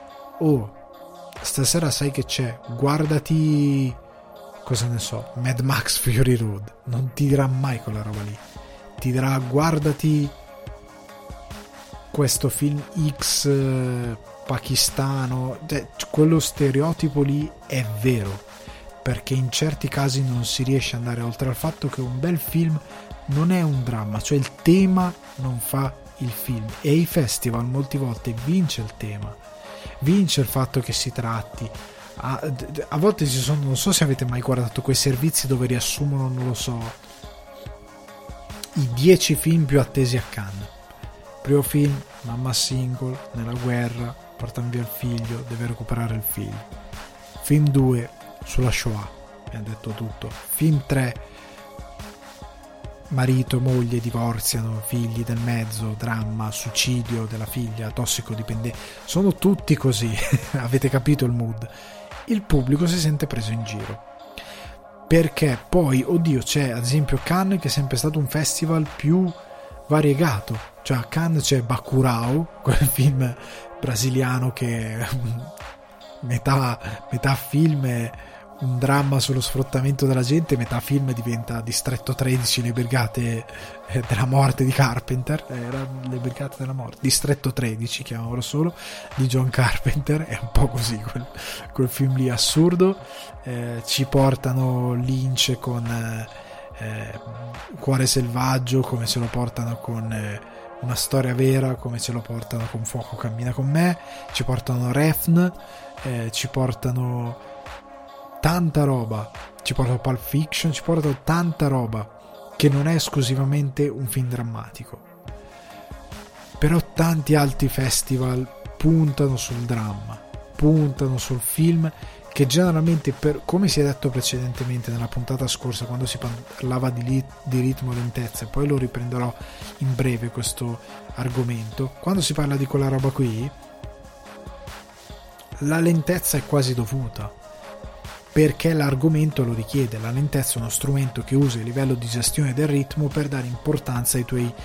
oh, stasera sai che c'è, guardati, cosa ne so, Mad Max Fury Road. Non ti dirà mai quella roba lì, ti dirà guardati questo film X pakistano. Quello stereotipo lì è vero, perché in certi casi non si riesce ad andare oltre al fatto che un bel film non è un dramma, cioè il tema non fa il film, e i festival molte volte vince il tema, vince il fatto che si tratti. A volte ci sono, non so se avete mai guardato quei servizi dove riassumono, non lo so, i 10 film più attesi a Cannes. Primo film, mamma single, nella guerra, portano via il figlio, deve recuperare il figlio. Film 2, sulla Shoah, abbiamo detto tutto. Film 3, marito e moglie divorziano, figli del mezzo, dramma, suicidio della figlia, tossicodipendente, sono tutti così. Avete capito il mood? Il pubblico si sente preso in giro, perché poi, oddio, c'è ad esempio Cannes, che è sempre stato un festival più variegato, cioè a Cannes c'è Bacurau, quel film brasiliano che metà film è un dramma sullo sfruttamento della gente, metà film diventa Distretto 13, le brigate della morte di Carpenter, era le brigate della morte, Distretto 13 chiamavano solo, di John Carpenter. È un po' così quel film lì assurdo. Ci portano Lynch con Cuore selvaggio, come ce lo portano con Una storia vera, come ce lo portano con Fuoco cammina con me, ci portano Refn, ci portano tanta roba, ci portano Pulp Fiction, ci portano tanta roba che non è esclusivamente un film drammatico. Però tanti altri festival puntano sul dramma, puntano sul film che generalmente, come si è detto precedentemente nella puntata scorsa quando si parlava di ritmo e lentezza, e poi lo riprenderò in breve questo argomento, quando si parla di quella roba qui, la lentezza è quasi dovuta, perché l'argomento lo richiede. La lentezza è uno strumento che usi a livello di gestione del ritmo per dare importanza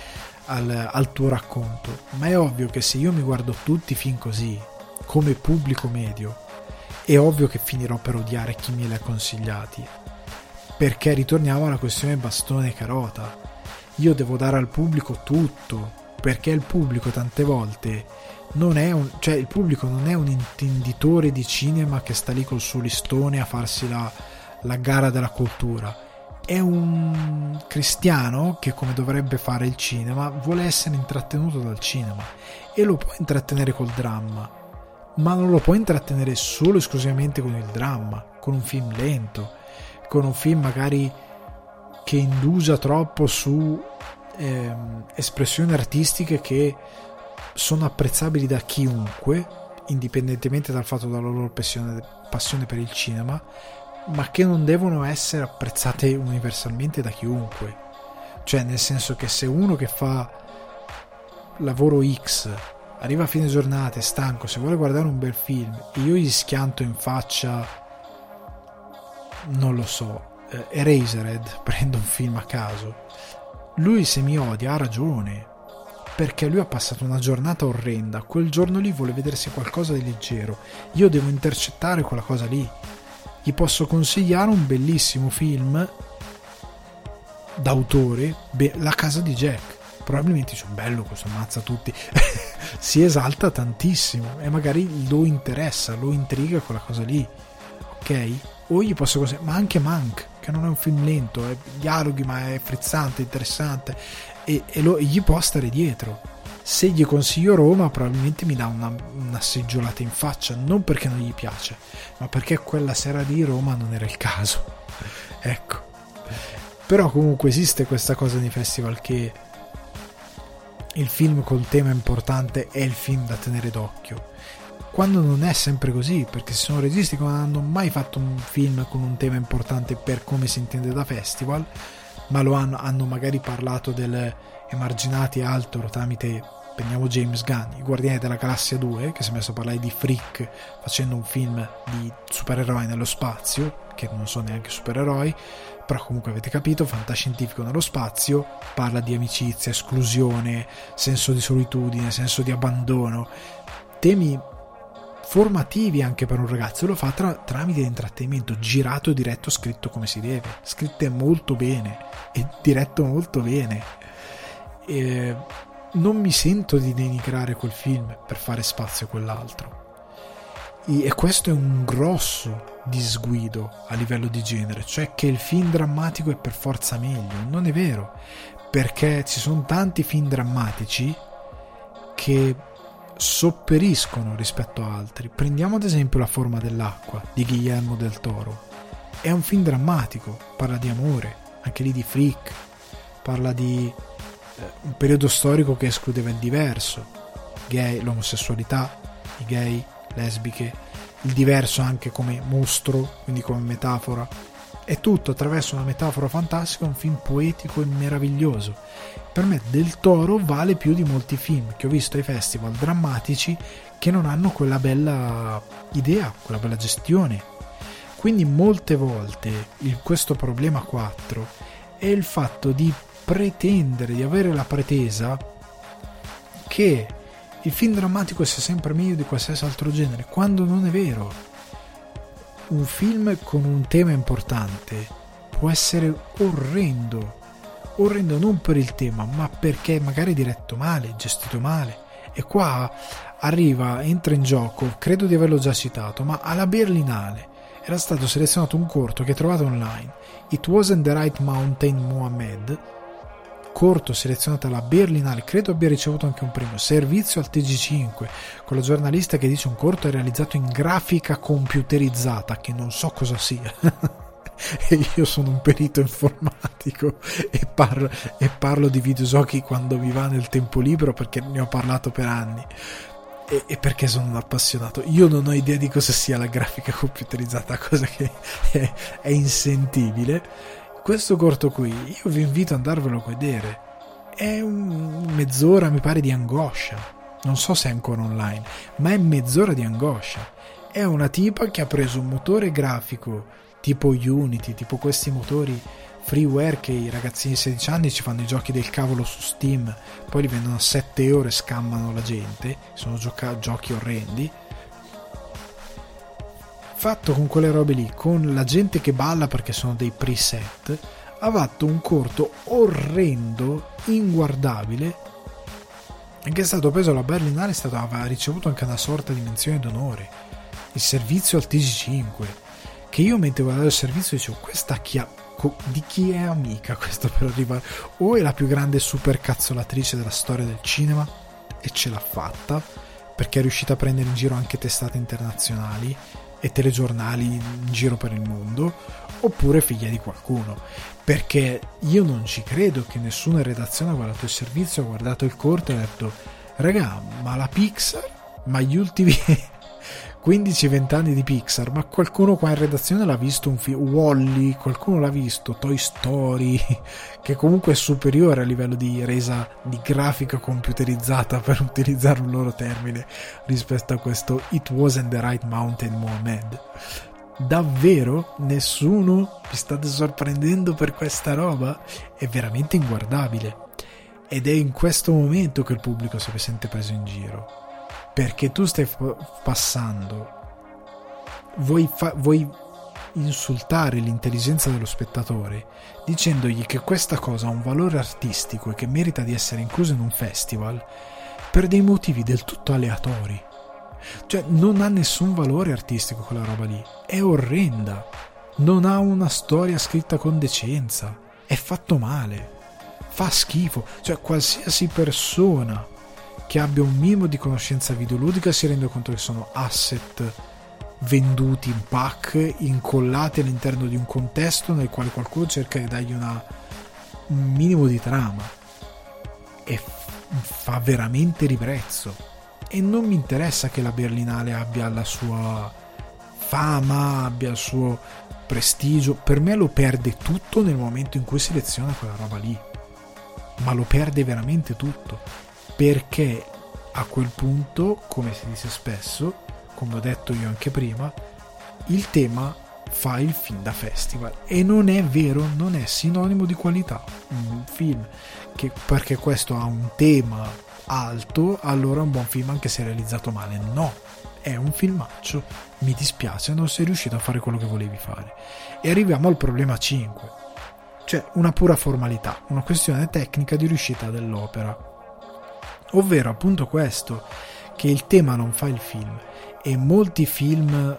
al tuo racconto, ma è ovvio che se io mi guardo tutti i film così come pubblico medio, è ovvio che finirò per odiare chi me li ha consigliati, perché ritorniamo alla questione bastone e carota. Io devo dare al pubblico tutto, perché il pubblico tante volte il pubblico non è un intenditore di cinema che sta lì col suo listone a farsi la gara della cultura. È un cristiano che, come dovrebbe fare il cinema, vuole essere intrattenuto dal cinema, e lo può intrattenere col dramma, ma non lo può intrattenere solo esclusivamente con il dramma, con un film lento, con un film magari che indugia troppo su espressioni artistiche che sono apprezzabili da chiunque, indipendentemente dal fatto della loro passione per il cinema, ma che non devono essere apprezzate universalmente da chiunque. Cioè, nel senso che se uno che fa lavoro X arriva a fine giornata, è stanco, se vuole guardare un bel film e io gli schianto in faccia, non lo so, Eraserhead, prendo un film a caso, lui, se mi odia, ha ragione, perché lui ha passato una giornata orrenda, quel giorno lì vuole vedersi qualcosa di leggero, io devo intercettare quella cosa lì. Gli posso consigliare un bellissimo film d'autore, La casa di Jack, probabilmente dice bello, questo ammazza tutti si esalta tantissimo e magari lo interessa, lo intriga quella cosa lì, ok? O gli posso consigliare, ma anche Mank, che non è un film lento, è dialoghi, ma è frizzante, interessante, e gli può stare dietro. Se gli consiglio Roma, probabilmente mi dà una seggiolata in faccia, non perché non gli piace, ma perché quella sera di Roma non era il caso. Ecco. Però comunque esiste questa cosa nei festival, che il film col tema importante è il film da tenere d'occhio, quando non è sempre così, perché ci sono registi che non hanno mai fatto un film con un tema importante per come si intende da festival, ma hanno magari parlato del emarginati e altro tramite, prendiamo James Gunn, I Guardiani della Galassia 2, che si è messo a parlare di freak facendo un film di supereroi nello spazio, che non sono neanche supereroi, però comunque avete capito, fantascientifico nello spazio, parla di amicizia, esclusione, senso di solitudine, senso di abbandono, temi formativi anche per un ragazzo, lo fa tramite intrattenimento, girato, diretto, scritto come si deve, scritto molto bene e diretto molto bene. Non mi sento di denigrare quel film per fare spazio a quell'altro, e questo è un grosso disguido a livello di genere, cioè che il film drammatico è per forza meglio. Non è vero, perché ci sono tanti film drammatici che sopperiscono rispetto a altri. Prendiamo ad esempio La forma dell'acqua di Guillermo del Toro, è un film drammatico, parla di amore, anche lì di freak, parla di un periodo storico che escludeva il diverso, gay, l'omosessualità, i gay, lesbiche, il diverso anche come mostro, quindi come metafora. È tutto attraverso una metafora fantastica, un film poetico e meraviglioso. Per me Del Toro vale più di molti film che ho visto ai festival drammatici che non hanno quella bella idea, quella bella gestione. Quindi molte volte questo problema 4 è il fatto di pretendere, di avere la pretesa che il film drammatico sia sempre meglio di qualsiasi altro genere, quando non è vero. Un film con un tema importante può essere orrendo non per il tema, ma perché magari diretto male, gestito male. E qua entra in gioco, credo di averlo già citato, ma alla Berlinale era stato selezionato un corto che trovate online, It Wasn't the Right Mountain Mohammed, corto selezionato alla Berlinale, credo abbia ricevuto anche un premio, servizio al TG5, con la giornalista che dice un corto è realizzato in grafica computerizzata, che non so cosa sia e io sono un perito informatico e parlo di videogiochi quando mi va nel tempo libero, perché ne ho parlato per anni e perché sono un appassionato. Io non ho idea di cosa sia la grafica computerizzata, cosa che è insentibile. Questo corto qui io vi invito ad andarvelo a vedere, è mezz'ora mi pare di angoscia, non so se è ancora online, ma è mezz'ora di angoscia, È una tipa che ha preso un motore grafico tipo Unity, tipo questi motori freeware che i ragazzini di 16 anni ci fanno i giochi del cavolo su Steam, poi li vendono a 7 euro e scammano la gente, sono giochi orrendi, fatto con quelle robe lì, con la gente che balla perché sono dei preset. Ha fatto un corto orrendo, inguardabile, che è stato preso alla Berlinale, aveva ricevuto anche una sorta di menzione d'onore, il servizio al TG5, che io mentre guardavo il servizio dicevo, questa di chi è amica questa per arrivare, o è la più grande super cazzolatrice della storia del cinema e ce l'ha fatta perché è riuscita a prendere in giro anche testate internazionali e telegiornali in giro per il mondo, oppure figlia di qualcuno, perché io non ci credo che nessuna in redazione ha guardato il servizio, ha guardato il corto e ha detto, raga, ma la Pixar, ma gli ultimi 15-20 anni di Pixar, ma qualcuno qua in redazione l'ha visto un film, Wall-E, qualcuno l'ha visto, Toy Story, che comunque è superiore a livello di resa di grafica computerizzata, per utilizzare un loro termine, rispetto a questo It Wasn't the Right Mountain Mohamed. Davvero? Nessuno? Vi state sorprendendo per questa roba? È veramente inguardabile, ed è in questo momento che il pubblico si sente preso in giro, perché tu stai passando, vuoi insultare l'intelligenza dello spettatore dicendogli che questa cosa ha un valore artistico e che merita di essere incluso in un festival per dei motivi del tutto aleatori. Cioè, non ha nessun valore artistico quella roba lì, è orrenda, non ha una storia scritta con decenza, è fatto male, fa schifo. Cioè, qualsiasi persona che abbia un minimo di conoscenza videoludica si rende conto che sono asset venduti in pack, incollati all'interno di un contesto nel quale qualcuno cerca di dargli un minimo di trama, e fa veramente ribrezzo. E non mi interessa che la Berlinale abbia la sua fama, abbia il suo prestigio, per me lo perde tutto nel momento in cui seleziona quella roba lì, ma lo perde veramente tutto, perché a quel punto, come si dice spesso, come ho detto io anche prima, il tema fa il film da festival, e non è vero, non è sinonimo di qualità. Un film che, perché questo ha un tema alto, allora è un buon film anche se è realizzato male. No, è un filmaccio, mi dispiace, non sei riuscito a fare quello che volevi fare. E arriviamo al problema 5, cioè una pura formalità, una questione tecnica di riuscita dell'opera, ovvero appunto questo, che il tema non fa il film. E molti film,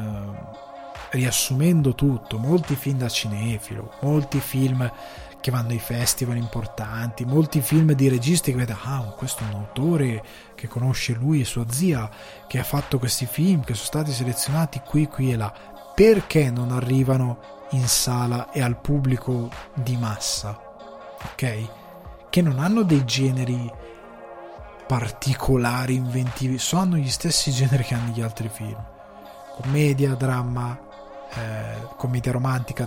riassumendo tutto, molti film da cinefilo, molti film che vanno ai festival importanti, molti film di registi che vede, questo è un autore che conosce lui e sua zia, che ha fatto questi film che sono stati selezionati qui e là, perché non arrivano in sala e al pubblico di massa, ok? Che non hanno dei generi particolari, inventivi, sono gli stessi generi che hanno gli altri film: commedia, dramma, commedia romantica,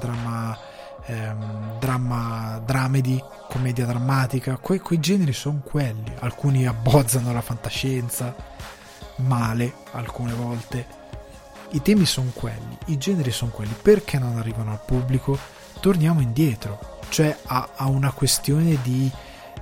dramedy, commedia drammatica, quei generi sono quelli. Alcuni abbozzano la fantascienza male alcune volte, i temi sono quelli, i generi sono quelli. Perché non arrivano al pubblico? Torniamo indietro, cioè a una questione di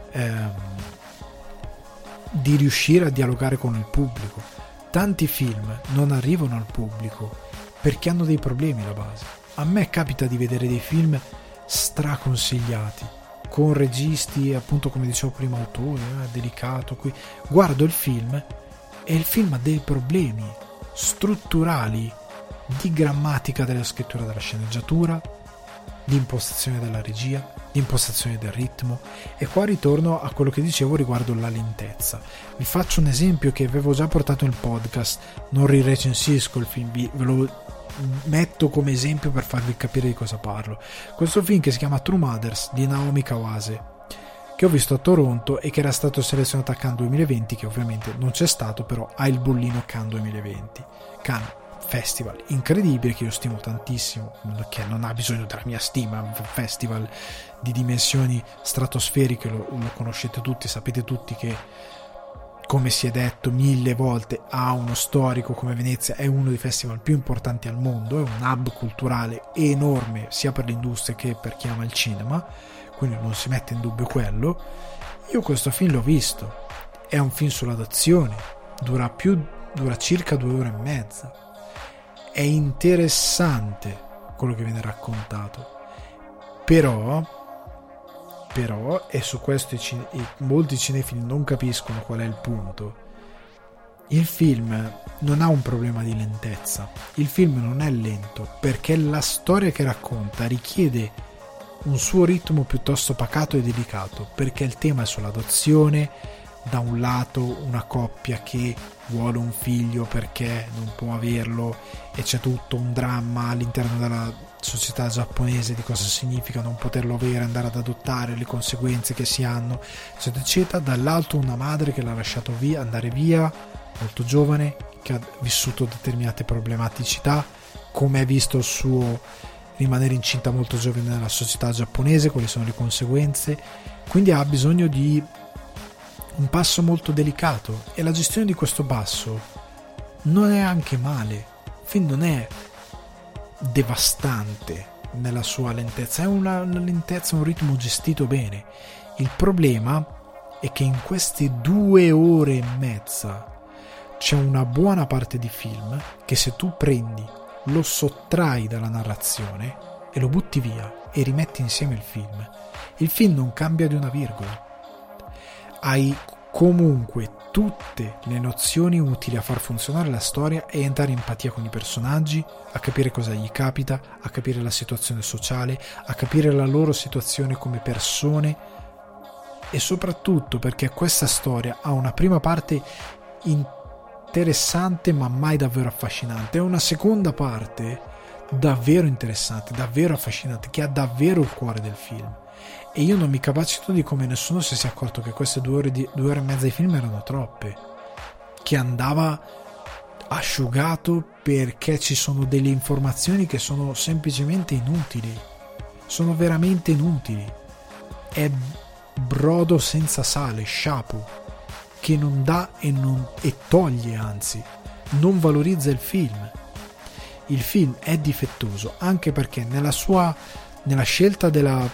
riuscire a dialogare con il pubblico. Tanti film non arrivano al pubblico perché hanno dei problemi alla base. A me capita di vedere dei film straconsigliati con registi, appunto, come dicevo prima, autori, delicato. Qui guardo il film e il film ha dei problemi strutturali di grammatica della scrittura della sceneggiatura, di impostazione della regia, di impostazione del ritmo. E qua ritorno a quello che dicevo riguardo la lentezza. Vi faccio un esempio che avevo già portato nel podcast, non rirecensisco il film, ve lo metto come esempio per farvi capire di cosa parlo. Questo film che si chiama True Mothers di Naomi Kawase, che ho visto a Toronto e che era stato selezionato a Cannes 2020, che ovviamente non c'è stato, però ha il bollino Cannes 2020. Cannes, festival incredibile che io stimo tantissimo, che non ha bisogno della mia stima, un festival di dimensioni stratosferiche, lo conoscete tutti, sapete tutti che come si è detto 1000 volte, ha uno storico come Venezia, è uno dei festival più importanti al mondo, è un hub culturale enorme sia per l'industria che per chi ama il cinema, quindi non si mette in dubbio quello. Io questo film l'ho visto, è un film sull'adozione, dura circa 2 ore e mezza, è interessante quello che viene raccontato, però e su questo molti cinefili non capiscono qual è il punto. Il film non ha un problema di lentezza, il film non è lento perché la storia che racconta richiede un suo ritmo piuttosto pacato e delicato, perché il tema è sull'adozione, da un lato una coppia che vuole un figlio perché non può averlo e c'è tutto un dramma all'interno della società giapponese di cosa significa non poterlo avere, andare ad adottare, le conseguenze che si hanno, eccetera eccetera. Dall'altro una madre che l'ha lasciato andare via molto giovane, che ha vissuto determinate problematicità, come è visto il suo rimanere incinta molto giovane nella società giapponese, quali sono le conseguenze, quindi ha bisogno di un passo molto delicato, e la gestione di questo passo non è anche male. Il film non è devastante nella sua lentezza, è una lentezza, un ritmo gestito bene. Il problema è che in queste 2 ore e mezza c'è una buona parte di film che, se tu prendi, lo sottrai dalla narrazione e lo butti via e rimetti insieme il film non cambia di una virgola. Hai comunque tutte le nozioni utili a far funzionare la storia e entrare in empatia con i personaggi, a capire cosa gli capita, a capire la situazione sociale, a capire la loro situazione come persone, e soprattutto perché questa storia ha una prima parte interessante ma mai davvero affascinante, e una seconda parte davvero interessante, davvero affascinante, che ha davvero il cuore del film. E io non mi capacito di come nessuno si sia accorto che queste 2 ore e mezza di film erano troppe, che andava asciugato perché ci sono delle informazioni che sono semplicemente inutili, sono veramente inutili. È brodo senza sale, sciapo, che non dà e toglie, anzi non valorizza il film. Il film è difettoso anche perché nella scelta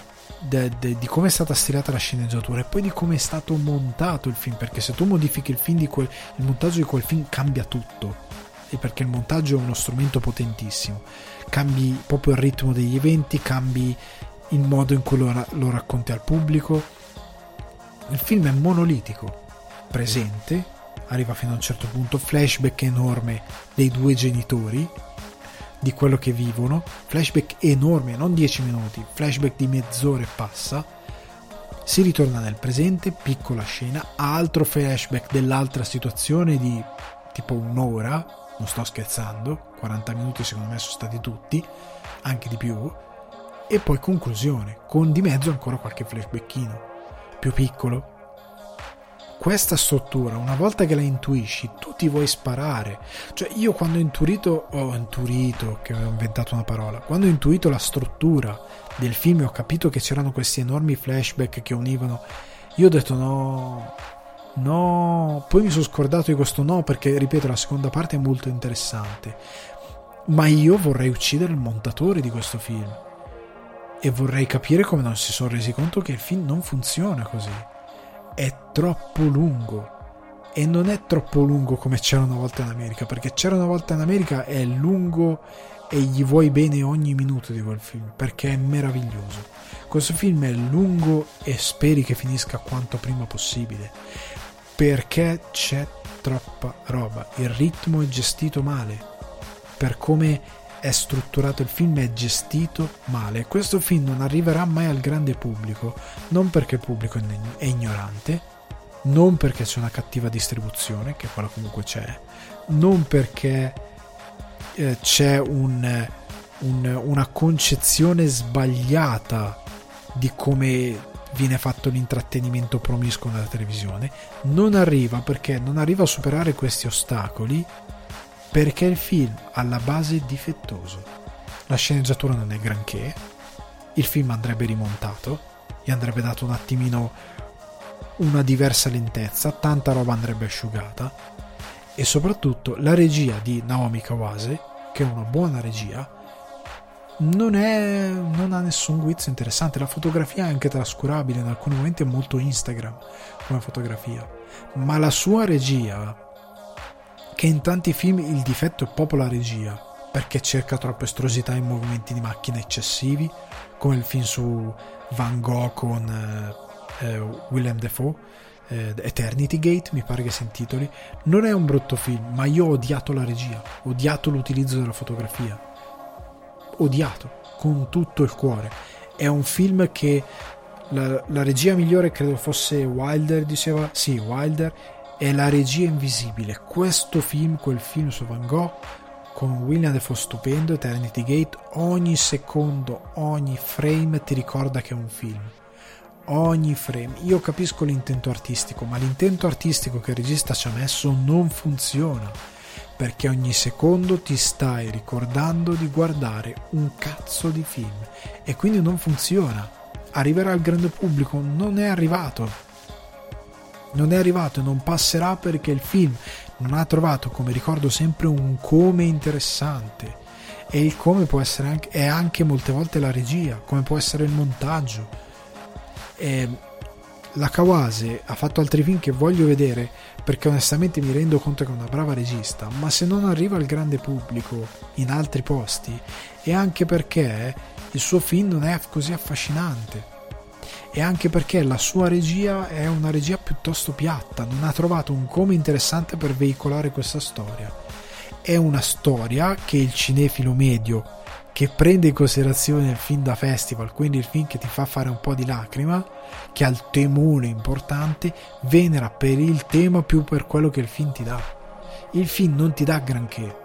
di come è stata stilata la sceneggiatura e poi di come è stato montato il film, perché se tu modifichi il montaggio di quel film cambia tutto, e perché il montaggio è uno strumento potentissimo, cambi proprio il ritmo degli eventi, cambi il modo in cui lo racconti al pubblico. Il film è monolitico, presente, arriva fino a un certo punto, flashback enorme dei 2 genitori, di quello che vivono, flashback enorme, non 10 minuti, flashback di mezz'ora e passa, si ritorna nel presente, piccola scena, altro flashback dell'altra situazione di tipo 1 ora, non sto scherzando, 40 minuti secondo me sono stati tutti, anche di più, e poi conclusione, con di mezzo ancora qualche flashbackino più piccolo. Questa struttura, una volta che la intuisci, tu ti vuoi sparare. Cioè, io quando ho intuito, che ho inventato una parola, quando ho intuito la struttura del film e ho capito che c'erano questi enormi flashback che univano, io ho detto no, poi mi sono scordato di questo no, perché ripeto, la seconda parte è molto interessante, ma io vorrei uccidere il montatore di questo film e vorrei capire come non si sono resi conto che il film non funziona così. È troppo lungo, e non è troppo lungo come C'era una volta in America, perché C'era una volta in America è lungo e gli vuoi bene ogni minuto di quel film perché è meraviglioso. Questo film è lungo e speri che finisca quanto prima possibile perché c'è troppa roba, il ritmo è gestito male, per come è strutturato il film è gestito male. Questo film non arriverà mai al grande pubblico, non perché il pubblico è ignorante, non perché c'è una cattiva distribuzione, che quella comunque c'è, non perché c'è una concezione sbagliata di come viene fatto l'intrattenimento promiscuo nella televisione. Non arriva perché non arriva a superare questi ostacoli, perché il film alla base è difettoso. La sceneggiatura non è granché, il film andrebbe rimontato, gli andrebbe dato un attimino una diversa lentezza, tanta roba andrebbe asciugata, e soprattutto la regia di Naomi Kawase, che è una buona regia, non ha nessun guizzo interessante. La fotografia è anche trascurabile, in alcuni momenti è molto Instagram come fotografia, ma la sua regia, che in tanti film il difetto è proprio la regia, perché cerca troppa estrosità in movimenti di macchina eccessivi, come il film su Van Gogh con Willem Dafoe, Eternity Gate mi pare che si intitoli. Non è un brutto film, ma io ho odiato la regia, ho odiato l'utilizzo della fotografia, odiato con tutto il cuore. È un film che la regia migliore credo fosse Wilder, diceva, sì, Wilder, è la regia invisibile. Questo film, quel film su Van Gogh con William Dafoe stupendo, Eternity Gate, ogni secondo, ogni frame ti ricorda che è un film, ogni frame. Io capisco l'intento artistico, ma l'intento artistico che il regista ci ha messo non funziona, perché ogni secondo ti stai ricordando di guardare un cazzo di film, e quindi non funziona. Arriverà al grande pubblico? Non è arrivato e non passerà, perché il film non ha trovato, come ricordo sempre, un come interessante, e il come può essere anche molte volte la regia, come può essere il montaggio. E la Kawase ha fatto altri film che voglio vedere, perché onestamente mi rendo conto che è una brava regista, ma se non arriva al grande pubblico in altri posti è anche perché il suo film non è così affascinante, e anche perché la sua regia è una regia piuttosto piatta, non ha trovato un come interessante per veicolare questa storia. È una storia che il cinefilo medio, che prende in considerazione il film da festival, quindi il film che ti fa fare un po' di lacrima, che ha il temone importante, venera per il tema più per quello che il film ti dà. Il film non ti dà granché,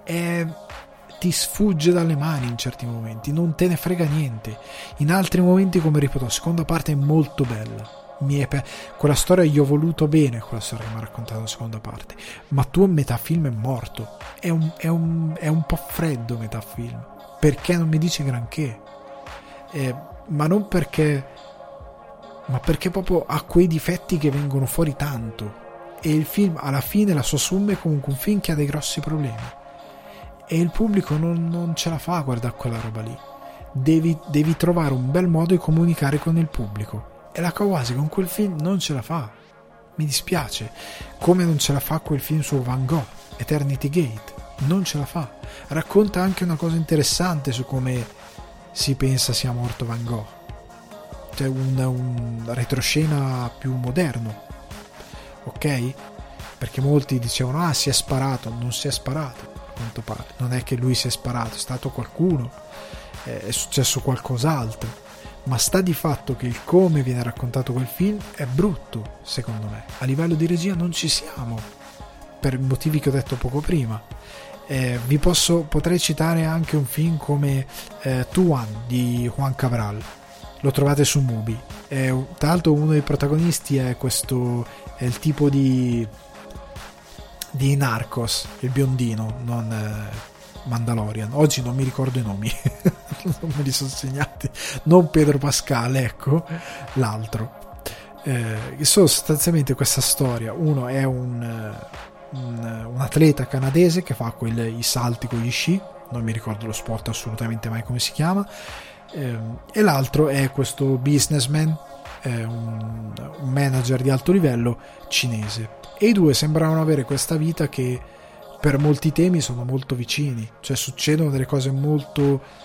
ti sfugge dalle mani in certi momenti, non te ne frega niente. In altri momenti, come ripeto, la seconda parte è molto bella, quella storia gli ho voluto bene, quella storia che mi ha raccontato la seconda parte, ma tu a metà film è morto, è un po' freddo metà film, perché non mi dice granché, ma non perché, ma perché proprio ha quei difetti che vengono fuori tanto, e il film alla fine, la sua somma, è comunque un film che ha dei grossi problemi, e il pubblico non ce la fa a guardare quella roba lì. Devi trovare un bel modo di comunicare con il pubblico, e la Kawase con quel film non ce la fa, mi dispiace, come non ce la fa quel film su Van Gogh, Eternity Gate, non ce la fa. Racconta anche una cosa interessante su come si pensa sia morto Van Gogh, cioè un retroscena più moderno, ok? Perché molti dicevano si è sparato, non si è sparato, a quanto pare non è che lui si è sparato, è stato qualcuno, è successo qualcos'altro, ma sta di fatto che il come viene raccontato quel film è brutto, secondo me. A livello di regia non ci siamo, per motivi che ho detto poco prima. Potrei citare anche un film come Tuan di Juan Cabral, lo trovate su Mubi, tra l'altro uno dei protagonisti è il tipo di Narcos, il biondino, non Mandalorian. Oggi non mi ricordo i nomi non me li sono segnati, non Pedro Pascal, ecco l'altro. Sostanzialmente questa storia, uno è un atleta canadese che fa i salti con gli sci, non mi ricordo lo sport assolutamente mai come si chiama, e l'altro è questo businessman, un manager di alto livello cinese, e i due sembravano avere questa vita che per molti temi sono molto vicini, cioè succedono delle cose molto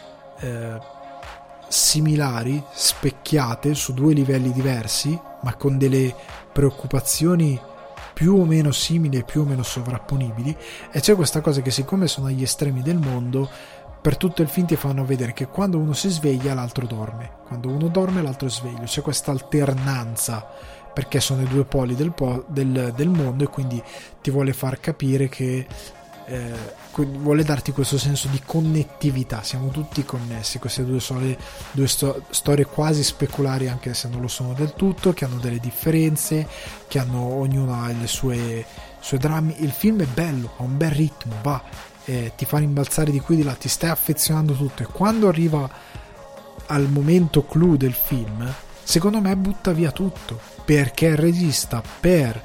similari, specchiate su due livelli diversi, ma con delle preoccupazioni più o meno simili e più o meno sovrapponibili. E c'è questa cosa che, siccome sono agli estremi del mondo, per tutto il film ti fanno vedere che quando uno si sveglia l'altro dorme, quando uno dorme l'altro è sveglio, c'è questa alternanza, perché sono i due poli del mondo, e quindi ti vuole far capire che vuole darti questo senso di connettività, siamo tutti connessi, queste due storie quasi speculari, anche se non lo sono del tutto, che hanno delle differenze, che ognuna ha le sue drammi. Il film è bello, ha un bel ritmo, ti fa rimbalzare di qui di là, ti stai affezionando tutto, e quando arriva al momento clou del film secondo me butta via tutto, perché il regista per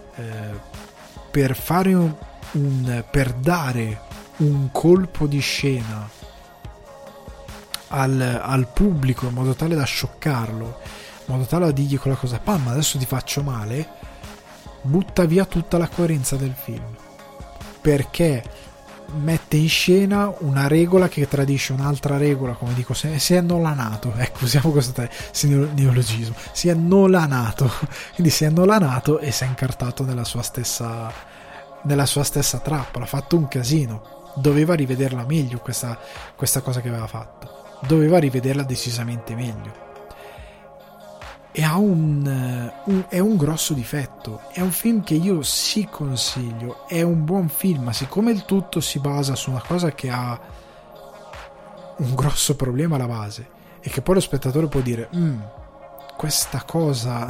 fare per dare un colpo di scena al pubblico in modo tale da scioccarlo, in modo tale da dirgli quella cosa, ma adesso ti faccio male, butta via tutta la coerenza del film, perché mette in scena una regola che tradisce un'altra regola, come dico, si è nolanato, ecco, usiamo questo neologismo, si è nolanato, quindi si è nolanato e si è incartato nella sua stessa trappola, ha fatto un casino, doveva rivederla meglio questa cosa che aveva fatto, doveva rivederla decisamente meglio, e è un grosso difetto. È un film che io sì consiglio, è un buon film, ma siccome il tutto si basa su una cosa che ha un grosso problema alla base, e che poi lo spettatore può dire questa cosa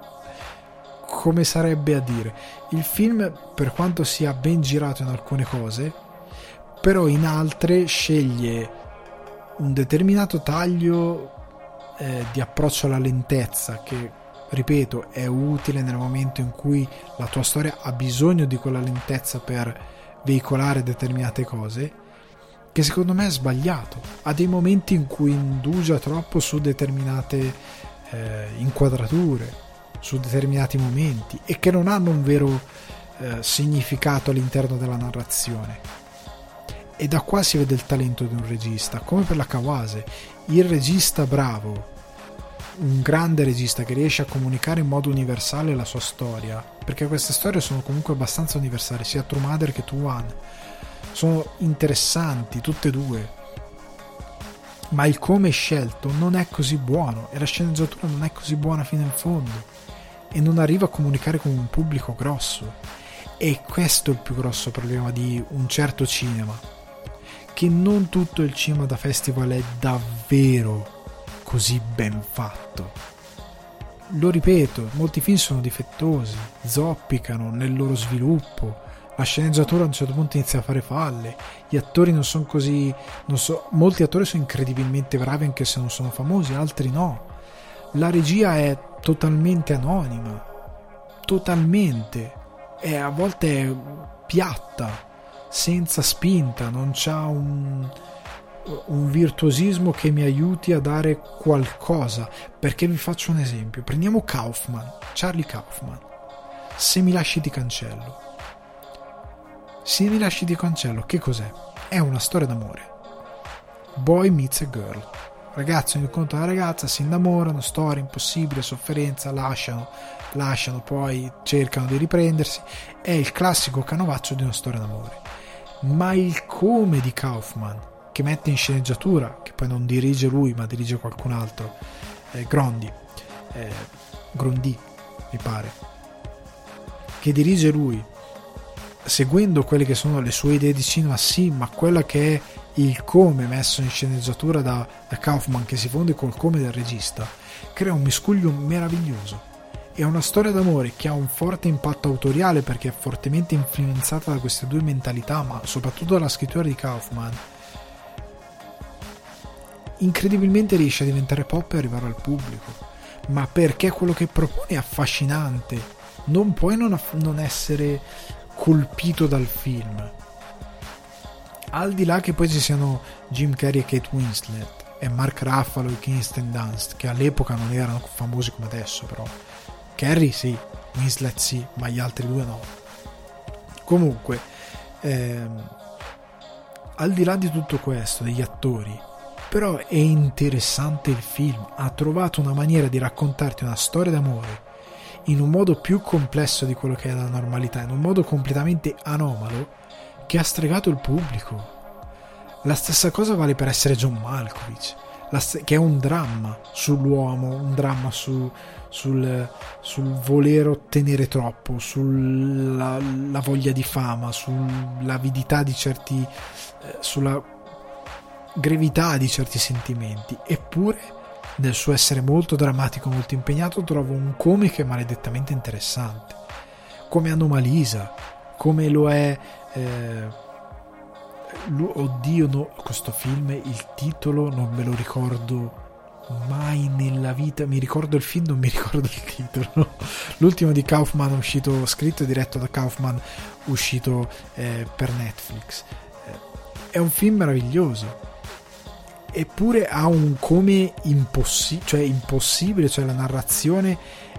come sarebbe a dire, il film, per quanto sia ben girato in alcune cose, però in altre sceglie un determinato taglio di approccio alla lentezza, che ripeto è utile nel momento in cui la tua storia ha bisogno di quella lentezza per veicolare determinate cose, che secondo me è sbagliato. Ha dei momenti in cui indugia troppo su determinate inquadrature, su determinati momenti, e che non hanno un vero significato all'interno della narrazione. E da qua si vede il talento di un regista, come per la Kawase, il regista bravo, un grande regista che riesce a comunicare in modo universale la sua storia, perché queste storie sono comunque abbastanza universali, sia True Mother che True One sono interessanti tutte e due, ma il come è scelto non è così buono, e la sceneggiatura non è così buona fino in fondo, e non arriva a comunicare con un pubblico grosso. E questo è il più grosso problema di un certo cinema, che non tutto il cinema da festival è davvero così ben fatto. Lo ripeto, molti film sono difettosi, zoppicano nel loro sviluppo, la sceneggiatura a un certo punto inizia a fare falle, gli attori non sono così, molti attori sono incredibilmente bravi anche se non sono famosi, altri no. La regia è totalmente anonima, totalmente, e a volte è piatta, senza spinta, non c'ha un virtuosismo che mi aiuti a dare qualcosa. Perché vi faccio un esempio, prendiamo Charlie Kaufman, Se mi lasci ti cancello. Se mi lasci ti cancello, che cos'è? È una storia d'amore, boy meets a girl, ragazzo incontra una ragazza, si innamorano, storia impossibile, sofferenza, lasciano, poi cercano di riprendersi. È il classico canovaccio di una storia d'amore. Ma il come di Kaufman, che mette in sceneggiatura, che poi non dirige lui ma dirige qualcun altro, Grundy mi pare, che dirige lui seguendo quelle che sono le sue idee di cinema, sì, ma quella che è il come messo in sceneggiatura da Kaufman, che si fonde col come del regista, crea un miscuglio meraviglioso. È una storia d'amore che ha un forte impatto autoriale, perché è fortemente influenzata da queste due mentalità, ma soprattutto dalla scrittura di Kaufman. Incredibilmente riesce a diventare pop e arrivare al pubblico, ma perché quello che propone è affascinante, non puoi non essere colpito dal film. Al di là che poi ci siano Jim Carrey e Kate Winslet e Mark Ruffalo e Kirsten Dunst, che all'epoca non erano famosi come adesso, però Carrey sì, Winslet sì, ma gli altri due no. Comunque al di là di tutto questo, degli attori, però è interessante il film, ha trovato una maniera di raccontarti una storia d'amore in un modo più complesso di quello che è la normalità, in un modo completamente anomalo, che ha stregato il pubblico. La stessa cosa vale per essere John Malkovich, che è un dramma sull'uomo, un dramma sul voler ottenere troppo, sulla voglia di fama, sull'avidità di certi, sulla grevità di certi sentimenti. Eppure nel suo essere molto drammatico, molto impegnato, trovo un come che è maledettamente interessante, come Anomalisa, come lo è oddio no, questo film, il titolo non me lo ricordo mai nella vita. Mi ricordo il film, non mi ricordo il titolo. L'ultimo di Kaufman, uscito, scritto e diretto da Kaufman, uscito per Netflix. È un film meraviglioso, eppure ha un come impossibile, cioè la narrazione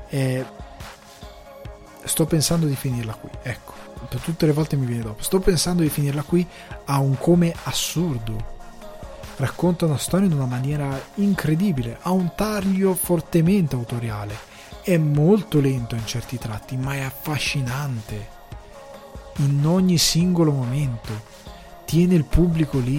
sto pensando di finirla qui, ecco, per tutte le volte mi viene dopo, sto pensando di finirla qui, ha un come assurdo, racconta una storia in una maniera incredibile, ha un taglio fortemente autoriale, è molto lento in certi tratti, ma è affascinante in ogni singolo momento, tiene il pubblico lì.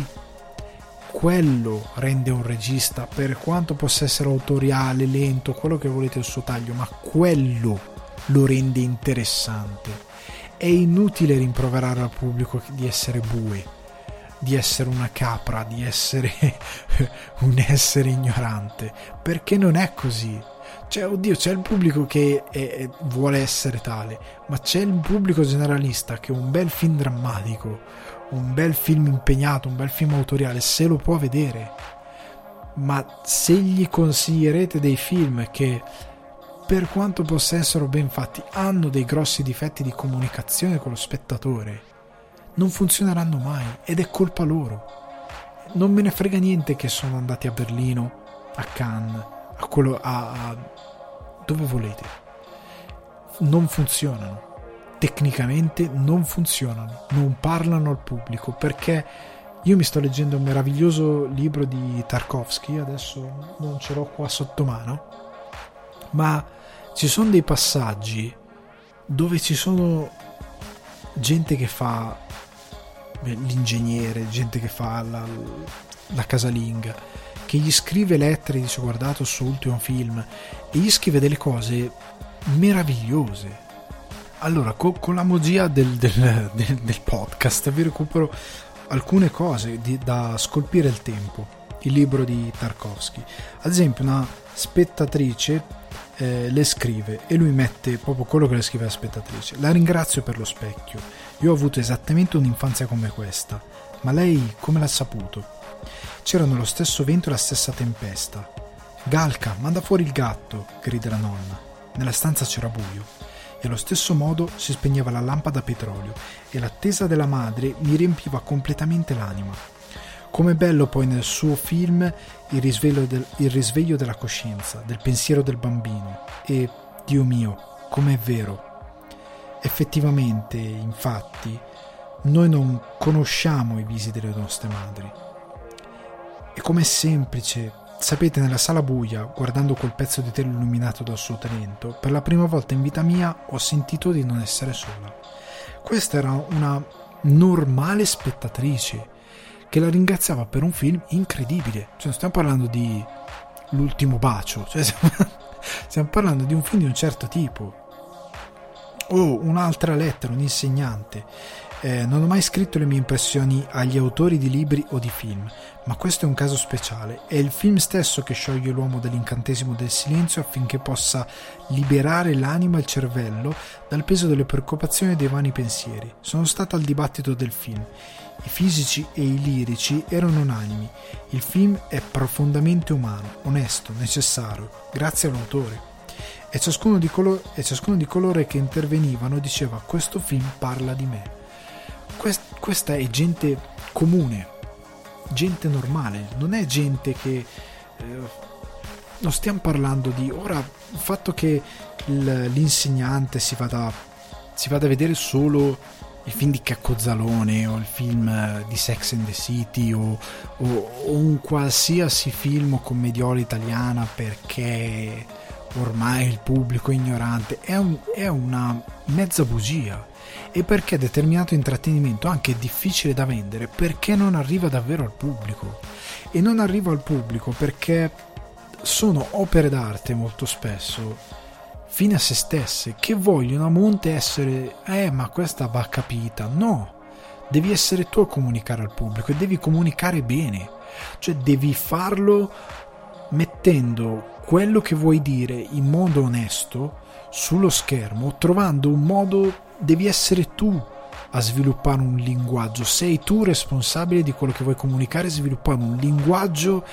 Quello rende un regista, per quanto possa essere autoriale, lento, quello che volete il suo taglio, ma quello lo rende interessante. È inutile rimproverare al pubblico di essere bue, di essere una capra, di essere un essere ignorante, perché non è così. Cioè, oddio, c'è il pubblico che vuole essere tale, ma c'è il pubblico generalista che un bel film drammatico, un bel film impegnato, un bel film autoriale se lo può vedere, ma se gli consiglierete dei film che, per quanto possa essere ben fatti, hanno dei grossi difetti di comunicazione con lo spettatore, non funzioneranno mai, ed è colpa loro. Non me ne frega niente che sono andati a Berlino, a Cannes, a dove volete, non funzionano. Tecnicamente non funzionano, non parlano al pubblico, perché io mi sto leggendo un meraviglioso libro di Tarkovsky, adesso non ce l'ho qua sotto mano, ma ci sono dei passaggi dove ci sono gente che fa l'ingegnere, gente che fa la casalinga, che gli scrive lettere, dice guardate il suo ultimo film, e gli scrive delle cose meravigliose. Allora, con la magia del podcast vi recupero alcune cose da Scolpire il tempo, il libro di Tarkovsky. Ad esempio, una spettatrice le scrive, e lui mette proprio quello che le scrive la spettatrice: la ringrazio per lo specchio, io ho avuto esattamente un'infanzia come questa, ma lei come l'ha saputo? C'erano lo stesso vento e la stessa tempesta. Galka, manda fuori il gatto, grida la nonna. Nella stanza c'era buio, e allo stesso modo si spegneva la lampada a petrolio, e l'attesa della madre mi riempiva completamente l'anima. Com'è bello poi nel suo film il risveglio della coscienza, del pensiero del bambino, e, Dio mio, com'è vero. Effettivamente, infatti, noi non conosciamo i visi delle nostre madri. E com'è semplice. Sapete, nella sala buia, guardando quel pezzo di tela illuminato dal suo talento, per la prima volta in vita mia ho sentito di non essere sola. Questa era una normale spettatrice che la ringraziava per un film incredibile. Cioè, non stiamo parlando di L'ultimo bacio, cioè stiamo parlando di un film di un certo tipo. O un'altra lettera, un insegnante. Non ho mai scritto le mie impressioni agli autori di libri o di film, ma questo è un caso speciale. È il film stesso che scioglie l'uomo dall'incantesimo del silenzio affinché possa liberare l'anima e il cervello dal peso delle preoccupazioni e dei vani pensieri. Sono stato al dibattito del film. I fisici e i lirici erano unanimi. Il film è profondamente umano, onesto, necessario, grazie all'autore. E ciascuno di coloro che intervenivano diceva: questo film parla di me. Questa è gente comune, gente normale, non è gente che non stiamo parlando di ora il fatto che l'insegnante si vada a vedere solo il film di Caccozzalone o il film di Sex and the City o un qualsiasi film o commediola italiana perché ormai il pubblico è ignorante, è una mezza bugia. E perché determinato intrattenimento anche è difficile da vendere, perché non arriva davvero al pubblico. E non arriva al pubblico perché sono opere d'arte molto spesso fine a se stesse, che vogliono a monte essere ma questa va capita. No, devi essere tu a comunicare al pubblico, e devi comunicare bene, cioè devi farlo mettendo quello che vuoi dire in modo onesto sullo schermo, trovando un modo. Devi essere tu a sviluppare un linguaggio, sei tu responsabile di quello che vuoi comunicare, sviluppare un linguaggio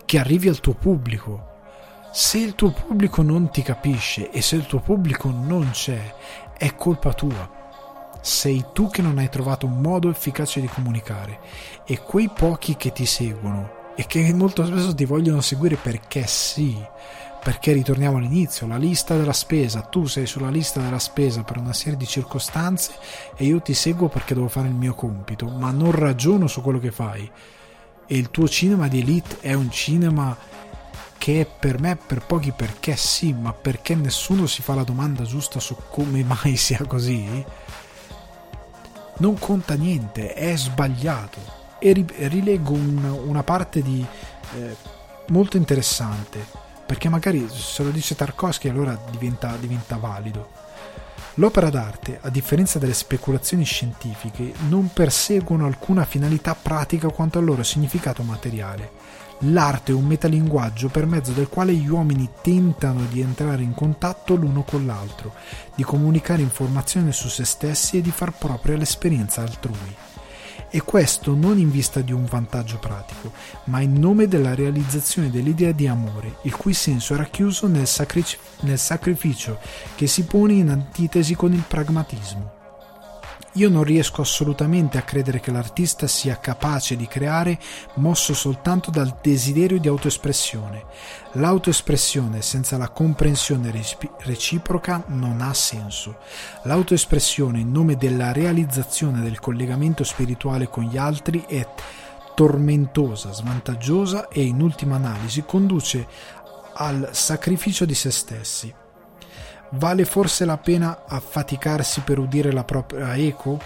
che arrivi al tuo pubblico. Se il tuo pubblico non ti capisce e se il tuo pubblico non c'è, è colpa tua. Sei tu che non hai trovato un modo efficace di comunicare, e quei pochi che ti seguono e che molto spesso ti vogliono seguire perché sì, perché ritorniamo all'inizio, la lista della spesa, tu sei sulla lista della spesa per una serie di circostanze e io ti seguo perché devo fare il mio compito, ma non ragiono su quello che fai. E il tuo cinema di elite è un cinema che è per me per pochi perché sì, ma perché nessuno si fa la domanda giusta su come mai sia così. Non conta niente, è sbagliato. E rileggo una parte di molto interessante, perché magari se lo dice Tarkovsky allora diventa valido. L'opera d'arte, a differenza delle speculazioni scientifiche, non perseguono alcuna finalità pratica quanto al loro significato materiale. L'arte è un metalinguaggio per mezzo del quale gli uomini tentano di entrare in contatto l'uno con l'altro, di comunicare informazioni su se stessi e di far propria l'esperienza altrui. E questo non in vista di un vantaggio pratico, ma in nome della realizzazione dell'idea di amore, il cui senso è racchiuso nel sacrificio che si pone in antitesi con il pragmatismo. Io non riesco assolutamente a credere che l'artista sia capace di creare mosso soltanto dal desiderio di autoespressione. L'autoespressione senza la comprensione reciproca non ha senso. L'autoespressione in nome della realizzazione del collegamento spirituale con gli altri è tormentosa, svantaggiosa e in ultima analisi conduce al sacrificio di se stessi. Vale forse la pena affaticarsi per udire la propria eco?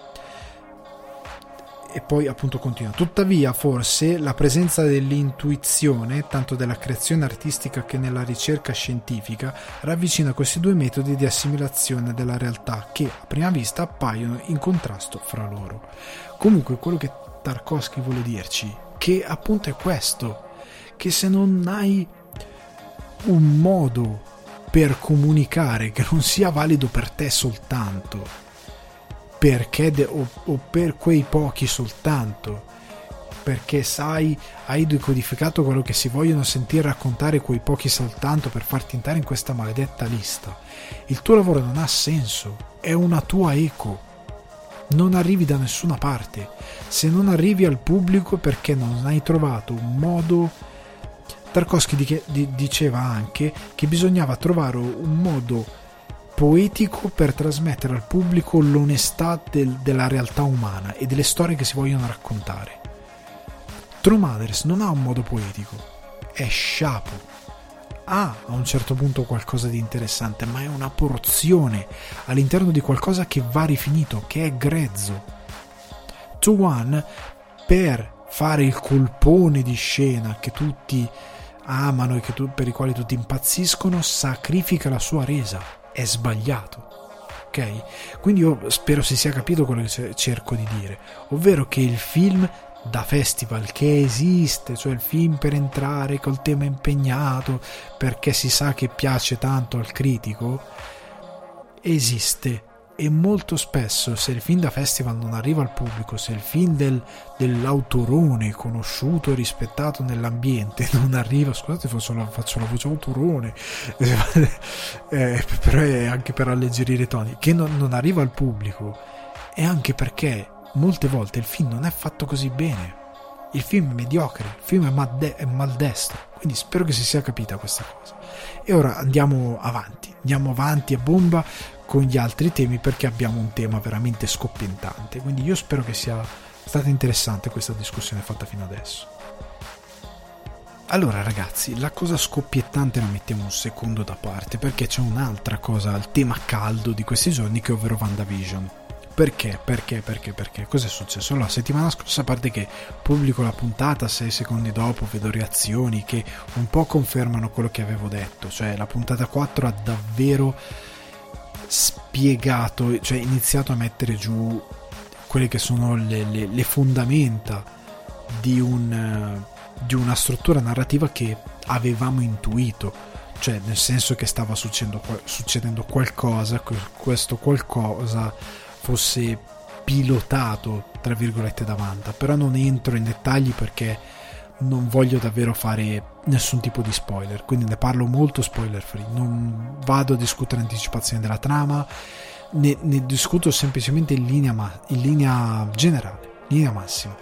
E poi appunto continua. Tuttavia forse la presenza dell'intuizione, tanto della creazione artistica che nella ricerca scientifica, ravvicina questi due metodi di assimilazione della realtà che a prima vista appaiono in contrasto fra loro. Comunque quello che Tarkovsky vuole dirci, che appunto è questo, che se non hai un modo per comunicare che non sia valido per te soltanto, perché o per quei pochi soltanto, perché hai decodificato quello che si vogliono sentire raccontare quei pochi soltanto per farti entrare in questa maledetta lista, il tuo lavoro non ha senso, è una tua eco, non arrivi da nessuna parte. Se non arrivi al pubblico perché non hai trovato un modo. Tarkovsky diceva anche che bisognava trovare un modo poetico per trasmettere al pubblico l'onestà della realtà umana e delle storie che si vogliono raccontare. True Mothers non ha un modo poetico, è sciapo, ha a un certo punto qualcosa di interessante, ma è una porzione all'interno di qualcosa che va rifinito, che è grezzo. 2-1, per fare il colpone di scena che tutti amano e per i quali tutti impazziscono, sacrifica la sua resa. È sbagliato, ok? Quindi io spero si sia capito quello che cerco di dire, ovvero che il film da festival che esiste, cioè il film per entrare col tema impegnato perché si sa che piace tanto al critico, esiste. E molto spesso, se il film da festival non arriva al pubblico, se il film dell'autorone conosciuto e rispettato nell'ambiente non arriva, scusate faccio la voce autorone, però è anche per alleggerire i toni, che non arriva al pubblico, è anche perché molte volte il film non è fatto così bene, il film è mediocre, il film è maldestro, quindi spero che si sia capita questa cosa. E ora andiamo avanti a bomba con gli altri temi, perché abbiamo un tema veramente scoppiettante, quindi io spero che sia stata interessante questa discussione fatta fino adesso. Allora ragazzi, la cosa scoppiettante la mettiamo un secondo da parte, perché c'è un'altra cosa, il tema caldo di questi giorni, che è ovvero WandaVision. Perché? Cos'è successo? La settimana scorsa, a parte che pubblico la puntata, 6 secondi dopo vedo reazioni che un po' confermano quello che avevo detto, cioè la puntata 4 ha davvero spiegato, cioè iniziato a mettere giù quelle che sono le fondamenta di una struttura narrativa che avevamo intuito, cioè nel senso che stava succedendo qualcosa, questo qualcosa fosse pilotato tra virgolette da Wanda, però non entro in dettagli perché non voglio davvero fare nessun tipo di spoiler, quindi ne parlo molto spoiler free, non vado a discutere anticipazioni della trama, ne discuto semplicemente in linea generale, linea massima.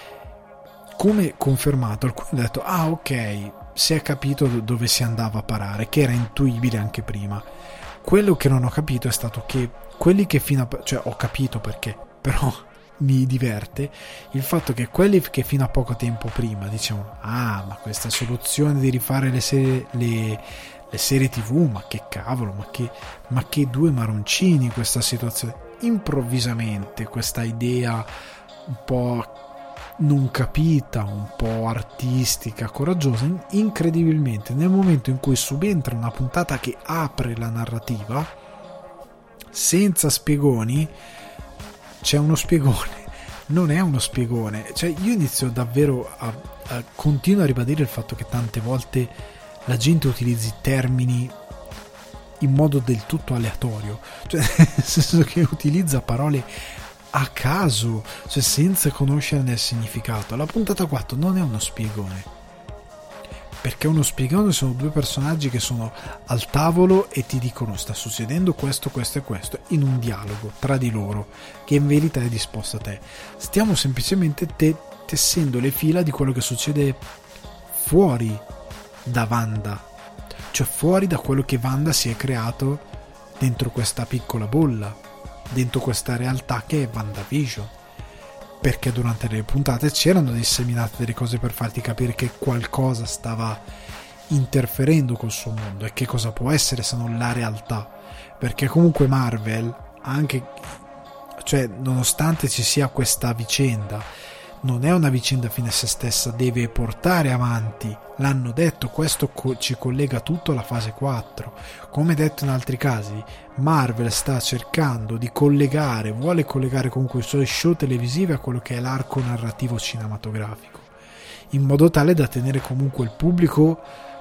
Come confermato, alcuni hanno detto ok, si è capito dove si andava a parare, che era intuibile anche prima. Quello che non ho capito è stato che quelli che ho capito perché, però mi diverte il fatto che quelli che fino a poco tempo prima dicevano ma questa soluzione di rifare le serie TV, ma che cavolo, ma che due maroncini questa situazione, improvvisamente questa idea un po' non capita, un po' artistica, coraggiosa, incredibilmente nel momento in cui subentra una puntata che apre la narrativa senza spiegoni, c'è uno spiegone, non è uno spiegone, cioè io inizio davvero a continuo a ribadire il fatto che tante volte la gente utilizzi termini in modo del tutto aleatorio, cioè nel senso che utilizza parole a caso, cioè senza conoscerne il significato. La puntata 4 non è uno spiegone, perché uno spiegone sono due personaggi che sono al tavolo e ti dicono sta succedendo questo, questo e questo, in un dialogo tra di loro che in verità è disposto a te. Stiamo semplicemente tessendo le fila di quello che succede fuori da Wanda, cioè fuori da quello che Wanda si è creato dentro questa piccola bolla, dentro questa realtà che è WandaVision, perché durante le puntate c'erano disseminate delle cose per farti capire che qualcosa stava interferendo col suo mondo, e che cosa può essere se non la realtà, perché comunque Marvel, anche cioè nonostante ci sia questa vicenda, non è una vicenda fine a se stessa, deve portare avanti, l'hanno detto, questo ci collega tutto alla fase 4. Come detto in altri casi, Marvel sta cercando di vuole collegare comunque i suoi show televisivi a quello che è l'arco narrativo cinematografico, in modo tale da tenere comunque il pubblico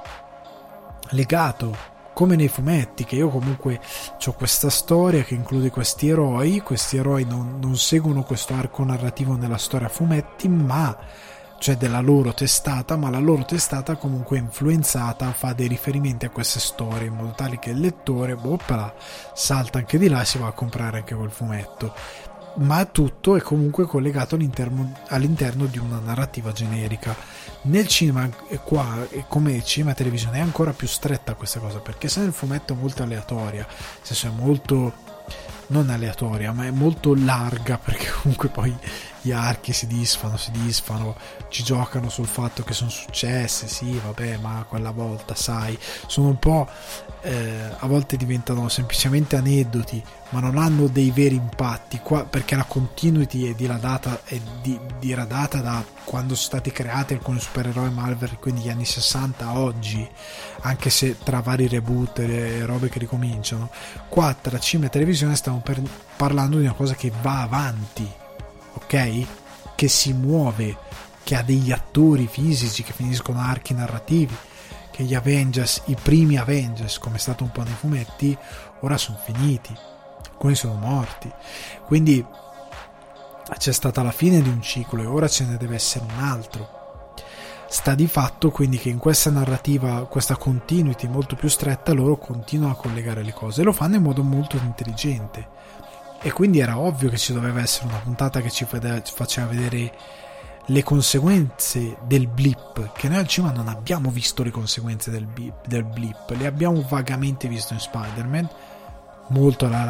legato, come nei fumetti, che io comunque ho questa storia che include questi eroi non seguono questo arco narrativo nella storia fumetti, ma cioè della loro testata, ma la loro testata comunque è influenzata, fa dei riferimenti a queste storie, in modo tale che il lettore salta anche di là e si va a comprare anche quel fumetto, ma tutto è comunque collegato all'interno di una narrativa generica. Nel cinema qua, come cinema e televisione, è ancora più stretta questa cosa, perché se nel fumetto è molto aleatoria, nel senso è molto non aleatoria, ma è molto larga, perché comunque poi gli archi si disfano, ci giocano sul fatto che sono successe, sì vabbè, ma quella volta sai, sono un po' a volte diventano semplicemente aneddoti, ma non hanno dei veri impatti qua, perché la continuity è diradata da quando sono stati creati alcuni supereroi Marvel, quindi gli anni 60 a oggi, anche se tra vari reboot e robe che ricominciano. Qua tra cinema e televisione stiamo parlando di una cosa che va avanti, ok? Che si muove, che ha degli attori fisici che finiscono archi narrativi, che gli Avengers, i primi Avengers, come è stato un po' nei fumetti, ora sono finiti, alcuni sono morti, quindi c'è stata la fine di un ciclo e ora ce ne deve essere un altro. Sta di fatto quindi che in questa narrativa, questa continuity molto più stretta, loro continuano a collegare le cose e lo fanno in modo molto intelligente, e quindi era ovvio che ci doveva essere una puntata che ci faceva vedere le conseguenze del blip, che noi al cinema non abbiamo visto le conseguenze del blip, le abbiamo vagamente visto in Spider-Man, molto alla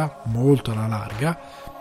larga,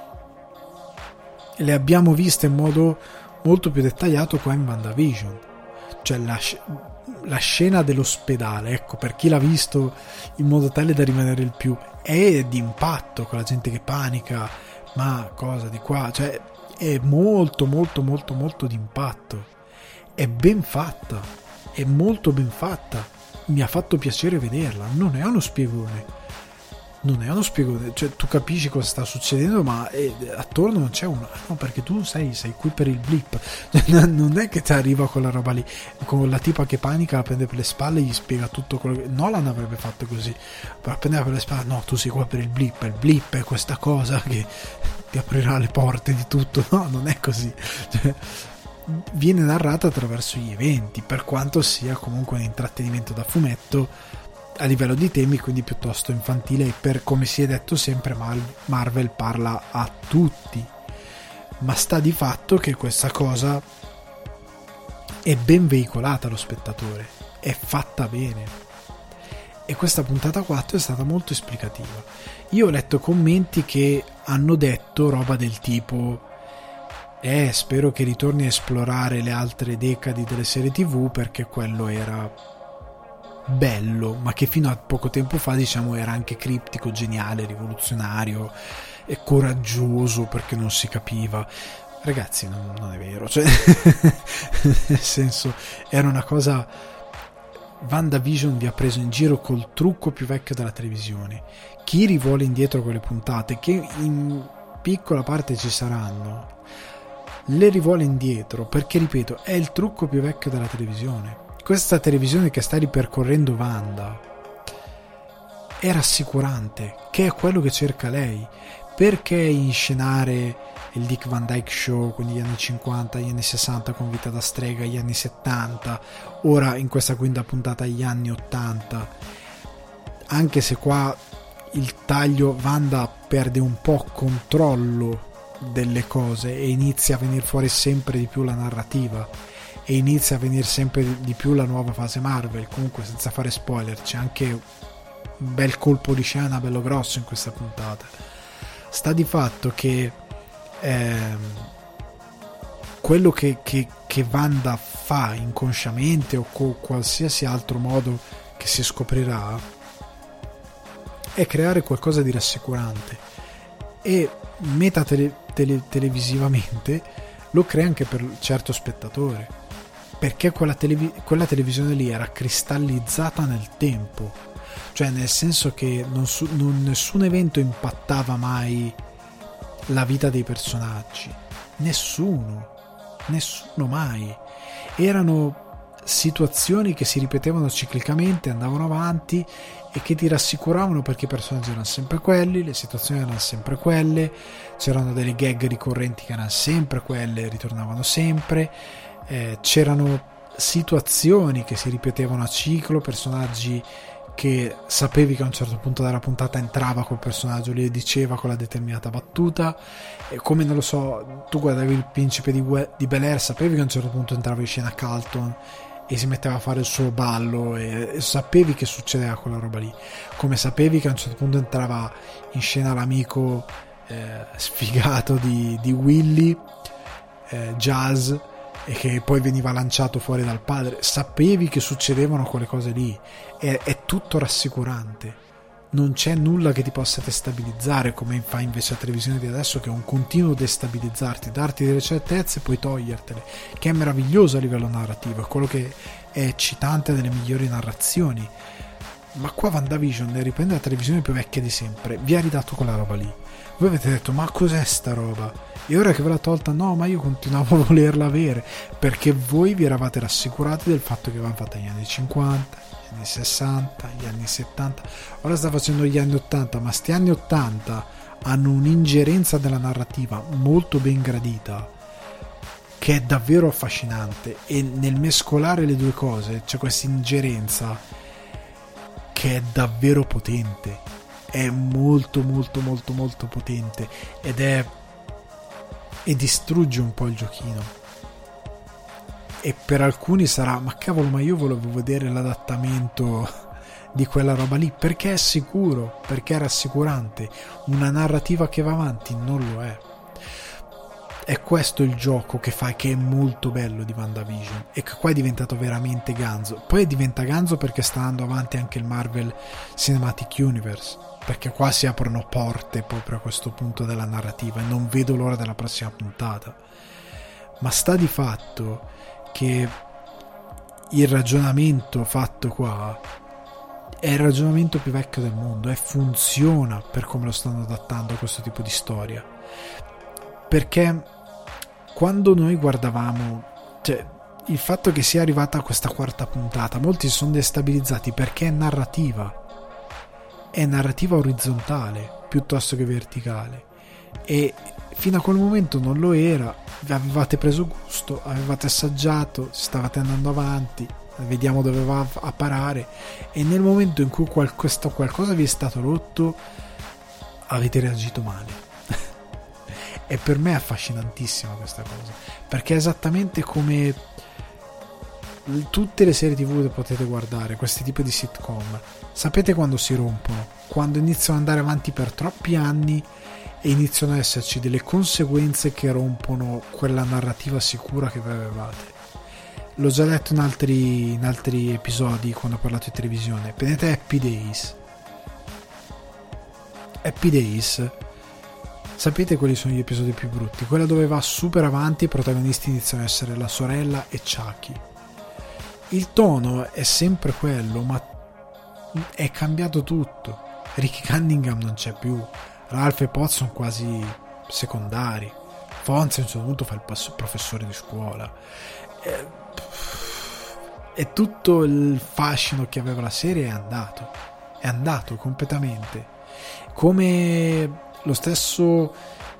le abbiamo viste in modo molto più dettagliato qua in WandaVision, cioè la scena dell'ospedale, ecco, per chi l'ha visto in modo tale da rimanere il più, è di impatto, con la gente che panica, ma cosa di qua, cioè è molto di impatto, è ben fatta, è molto ben fatta, mi ha fatto piacere vederla, non è uno spiegone, cioè tu capisci cosa sta succedendo, ma attorno non c'è no, perché tu sei qui per il blip, non è che ti arriva quella roba lì con la tipa che panica, la prende per le spalle e gli spiega tutto quello che Nolan avrebbe fatto così, però prendeva per le spalle, no, tu sei qua per il blip è questa cosa che ti aprirà le porte di tutto, no, non è così, cioè, viene narrata attraverso gli eventi, per quanto sia comunque un intrattenimento da fumetto a livello di temi, quindi piuttosto infantile, e per come si è detto sempre Marvel parla a tutti, ma sta di fatto che questa cosa è ben veicolata allo spettatore, è fatta bene, e questa puntata 4 è stata molto esplicativa. Io ho letto commenti che hanno detto roba del tipo spero che ritorni a esplorare le altre decadi delle serie TV, perché quello era bello, ma che fino a poco tempo fa, diciamo, era anche criptico, geniale, rivoluzionario e coraggioso, perché non si capiva. Ragazzi, non è vero, cioè nel senso, era una cosa. WandaVision vi ha preso in giro col trucco più vecchio della televisione. Chi rivuole indietro quelle puntate, che in piccola parte ci saranno, le rivuole indietro perché, ripeto, è il trucco più vecchio della televisione. Questa televisione che sta ripercorrendo Wanda è rassicurante, che è quello che cerca lei. Perché inscenare il Dick Van Dyke Show, quindi gli anni 50, gli anni 60 con Vita da strega, gli anni 70, ora in questa quinta puntata gli anni 80, anche se qua il taglio Wanda perde un po' controllo delle cose e inizia a venire fuori sempre di più la narrativa, e inizia a venire sempre di più la nuova fase Marvel. Comunque, senza fare spoiler, c'è anche un bel colpo di scena bello grosso in questa puntata. Sta di fatto che quello che Wanda fa inconsciamente o qualsiasi altro modo che si scoprirà è creare qualcosa di rassicurante, e televisivamente lo crea anche per certo spettatore, perché quella televisione lì era cristallizzata nel tempo, cioè nel senso che nessun evento impattava mai la vita dei personaggi, nessuno mai. Erano situazioni che si ripetevano ciclicamente, andavano avanti e che ti rassicuravano, perché i personaggi erano sempre quelli, le situazioni erano sempre quelle, c'erano delle gag ricorrenti che erano sempre quelle, ritornavano sempre, c'erano situazioni che si ripetevano a ciclo, personaggi che sapevi che a un certo punto della puntata entrava quel personaggio lì e diceva quella determinata battuta, e come, non lo so, tu guardavi il Principe di Bel-Air, sapevi che a un certo punto entrava in scena Carlton e si metteva a fare il suo ballo, e sapevi che succedeva quella roba lì, come sapevi che a un certo punto entrava in scena l'amico sfigato di Willy, Jazz, e che poi veniva lanciato fuori dal padre. Sapevi che succedevano quelle cose lì, è tutto rassicurante, non c'è nulla che ti possa destabilizzare come fa invece la televisione di adesso, che è un continuo destabilizzarti, darti delle certezze e poi togliertele, che è meraviglioso a livello narrativo, è quello che è eccitante delle migliori narrazioni. Ma qua WandaVision riprende la televisione più vecchia di sempre, vi ha ridato quella roba lì, voi avete detto ma cos'è sta roba, e ora che ve l'ha tolta, no, ma io continuavo a volerla avere, perché voi vi eravate rassicurati del fatto che avevano fatto gli anni 50, gli anni 60, gli anni 70, ora sta facendo gli anni 80, ma sti anni 80 hanno un'ingerenza della narrativa molto ben gradita, che è davvero affascinante, e nel mescolare le due cose c'è questa ingerenza che è davvero potente, è molto molto molto molto potente, e distrugge un po' il giochino. E per alcuni sarà, ma cavolo, ma io volevo vedere l'adattamento di quella roba lì, perché è sicuro, perché è rassicurante. Una narrativa che va avanti non lo è. È questo il gioco che fa, che è molto bello di WandaVision, e che qua è diventato veramente ganzo. Poi diventa ganzo perché sta andando avanti anche il Marvel Cinematic Universe, perché qua si aprono porte proprio a questo punto della narrativa, e non vedo l'ora della prossima puntata. Ma sta di fatto che il ragionamento fatto qua è il ragionamento più vecchio del mondo, e funziona per come lo stanno adattando a questo tipo di storia. Perché quando noi guardavamo, cioè, il fatto che sia arrivata a questa quarta puntata, molti si sono destabilizzati perché è narrativa orizzontale piuttosto che verticale, e fino a quel momento non lo era, avevate preso gusto, avevate assaggiato, stavate andando avanti, vediamo dove va a parare, e nel momento in cui questo qualcosa vi è stato rotto avete reagito male. E per me è affascinantissima questa cosa, perché è esattamente come tutte le serie TV che potete guardare, questi tipi di sitcom, sapete quando si rompono? Quando iniziano ad andare avanti per troppi anni e iniziano ad esserci delle conseguenze che rompono quella narrativa sicura che voi avevate. L'ho già detto in altri episodi quando ho parlato di televisione. Prendete Happy Days. Happy Days, sapete quali sono gli episodi più brutti? Quella dove va super avanti e i protagonisti iniziano a essere la sorella e Chucky. Il tono è sempre quello, ma è cambiato tutto. Ricky Cunningham non c'è più, Ralph e Potts sono quasi secondari, Fonzie a un certo punto fa il professore di scuola, e tutto il fascino che aveva la serie è andato completamente. Come lo stesso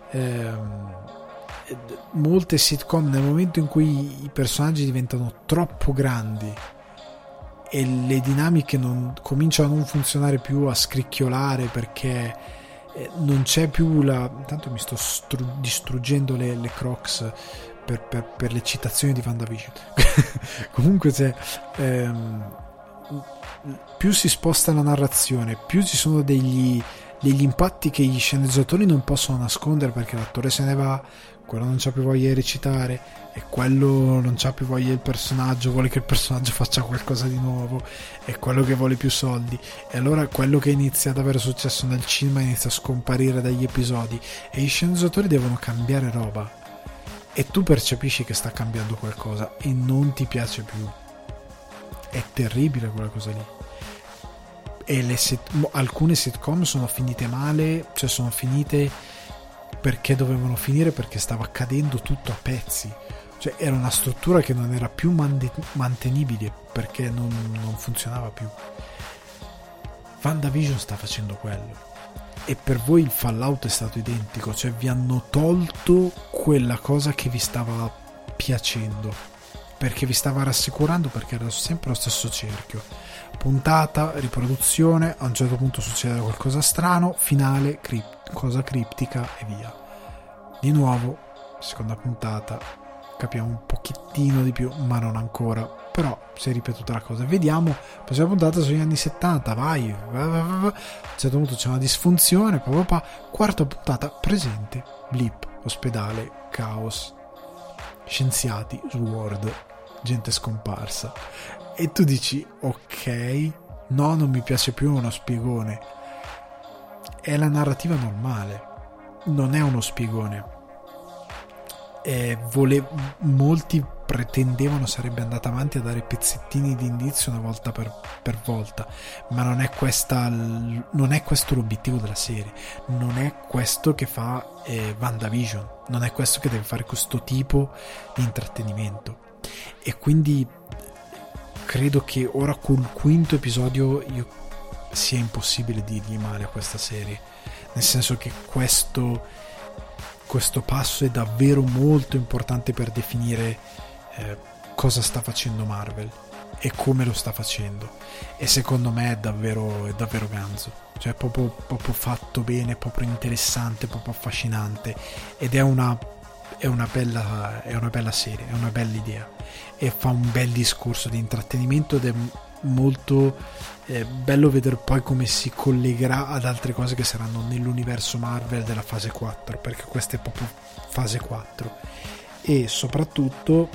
molte sitcom, nel momento in cui i personaggi diventano troppo grandi e le dinamiche cominciano a non funzionare più, a scricchiolare, perché non c'è più intanto mi sto distruggendo le Crocs per le citazioni di WandaVision. Comunque più si sposta la narrazione, più ci sono degli impatti che gli sceneggiatori non possono nascondere, perché l'attore se ne va, quello non c'ha più voglia di recitare, e quello non c'ha più voglia del personaggio, vuole che il personaggio faccia qualcosa di nuovo, e quello che vuole più soldi, e allora quello che inizia ad avere successo nel cinema inizia a scomparire dagli episodi, e gli sceneggiatori devono cambiare roba, e tu percepisci che sta cambiando qualcosa e non ti piace più. È terribile quella cosa lì. E alcune sitcom sono finite male, cioè sono finite perché dovevano finire, perché stava accadendo tutto a pezzi, cioè era una struttura che non era più mantenibile, perché non funzionava più. WandaVision sta facendo quello, e per voi il fallout è stato identico, cioè vi hanno tolto quella cosa che vi stava piacendo, perché vi stava rassicurando, perché era sempre lo stesso cerchio: puntata, riproduzione, a un certo punto succede qualcosa strano, finale, cosa criptica e via. Di nuovo, seconda puntata, capiamo un pochettino di più, ma non ancora, però si è ripetuta la cosa. Vediamo, prossima puntata sugli anni 70, vai, a un certo punto c'è una disfunzione, quarta puntata, presente, blip, ospedale, caos, scienziati, sword, gente scomparsa. E tu dici, ok, no, non mi piace più uno spiegone. È la narrativa normale, non è uno spiegone. Molti pretendevano sarebbe andata avanti a dare pezzettini di indizio una volta per volta, ma non è questo l'obiettivo della serie, non è questo che fa WandaVision, non è questo che deve fare questo tipo di intrattenimento. E quindi credo che ora col quinto episodio sia impossibile dirgli male a questa serie, nel senso che questo passo è davvero molto importante per definire cosa sta facendo Marvel e come lo sta facendo, e secondo me è davvero ganzo, cioè proprio fatto bene, proprio interessante, proprio affascinante, ed è una bella serie, è una bella idea, e fa un bel discorso di intrattenimento, ed è molto bello vedere poi come si collegherà ad altre cose che saranno nell'universo Marvel della fase 4, perché questa è proprio fase 4, e soprattutto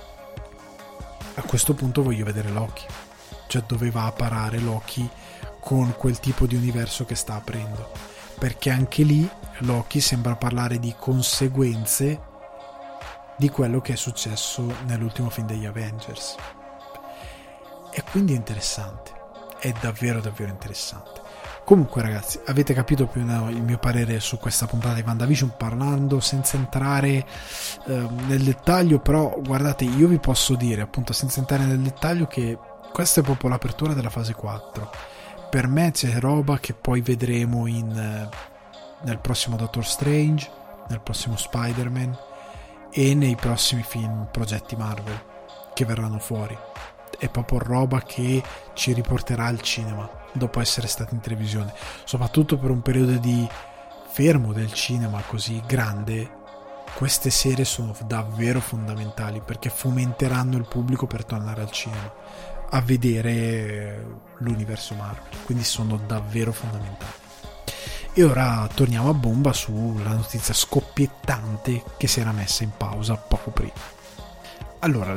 a questo punto voglio vedere Loki, cioè dove va a parare Loki con quel tipo di universo che sta aprendo, perché anche lì Loki sembra parlare di conseguenze di quello che è successo nell'ultimo film degli Avengers, e quindi è interessante, è davvero interessante. Comunque ragazzi, avete capito più o meno il mio parere su questa puntata di WandaVision, parlando senza entrare nel dettaglio, però guardate, io vi posso dire appunto senza entrare nel dettaglio che questa è proprio l'apertura della fase 4. Per me c'è roba che poi vedremo nel prossimo Doctor Strange, nel prossimo Spider-Man e nei prossimi film, progetti Marvel che verranno fuori. È proprio roba che ci riporterà al cinema dopo essere stati in televisione, soprattutto per un periodo di fermo del cinema così grande. Queste serie sono davvero fondamentali perché fomenteranno il pubblico per tornare al cinema a vedere l'universo Marvel, quindi sono davvero fondamentali. E ora torniamo a bomba sulla notizia scoppiettante che si era messa in pausa poco prima. Allora,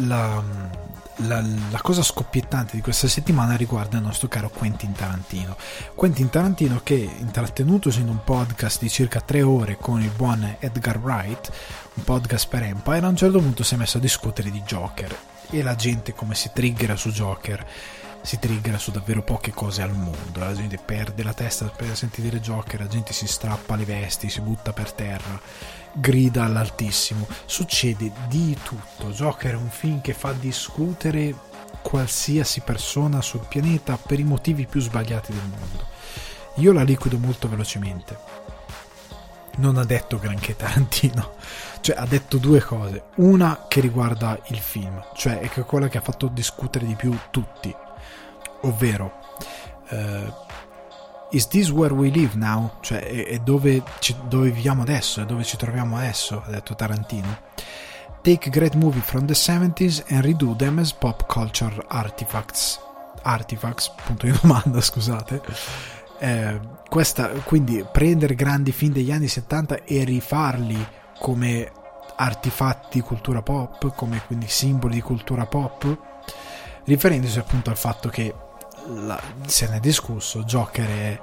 la cosa scoppiettante di questa settimana riguarda il nostro caro Quentin Tarantino che, intrattenutosi in un podcast di circa 3 ore con il buon Edgar Wright, un podcast per Empire, a un certo punto si è messo a discutere di Joker. E la gente, come si triggera su Joker, si triggera su davvero poche cose al mondo. La gente perde la testa per sentire Joker, la gente si strappa le vesti, si butta per terra, grida all'altissimo, succede di tutto. Joker è un film che fa discutere qualsiasi persona sul pianeta per i motivi più sbagliati del mondo. Io la liquido molto velocemente. Non ha detto granché Tarantino, cioè ha detto 2 cose, una che riguarda il film, cioè è quella che ha fatto discutere di più tutti, ovvero is this where we live now? Cioè è dove viviamo adesso, è dove ci troviamo adesso, ha detto Tarantino. Take great movie from the 70s and redo them as pop culture artifacts, punto di domanda, scusate. Quindi prendere grandi film degli anni 70 e rifarli come artefatti di cultura pop, come quindi simboli di cultura pop, riferendosi appunto al fatto che se ne è discusso, Joker è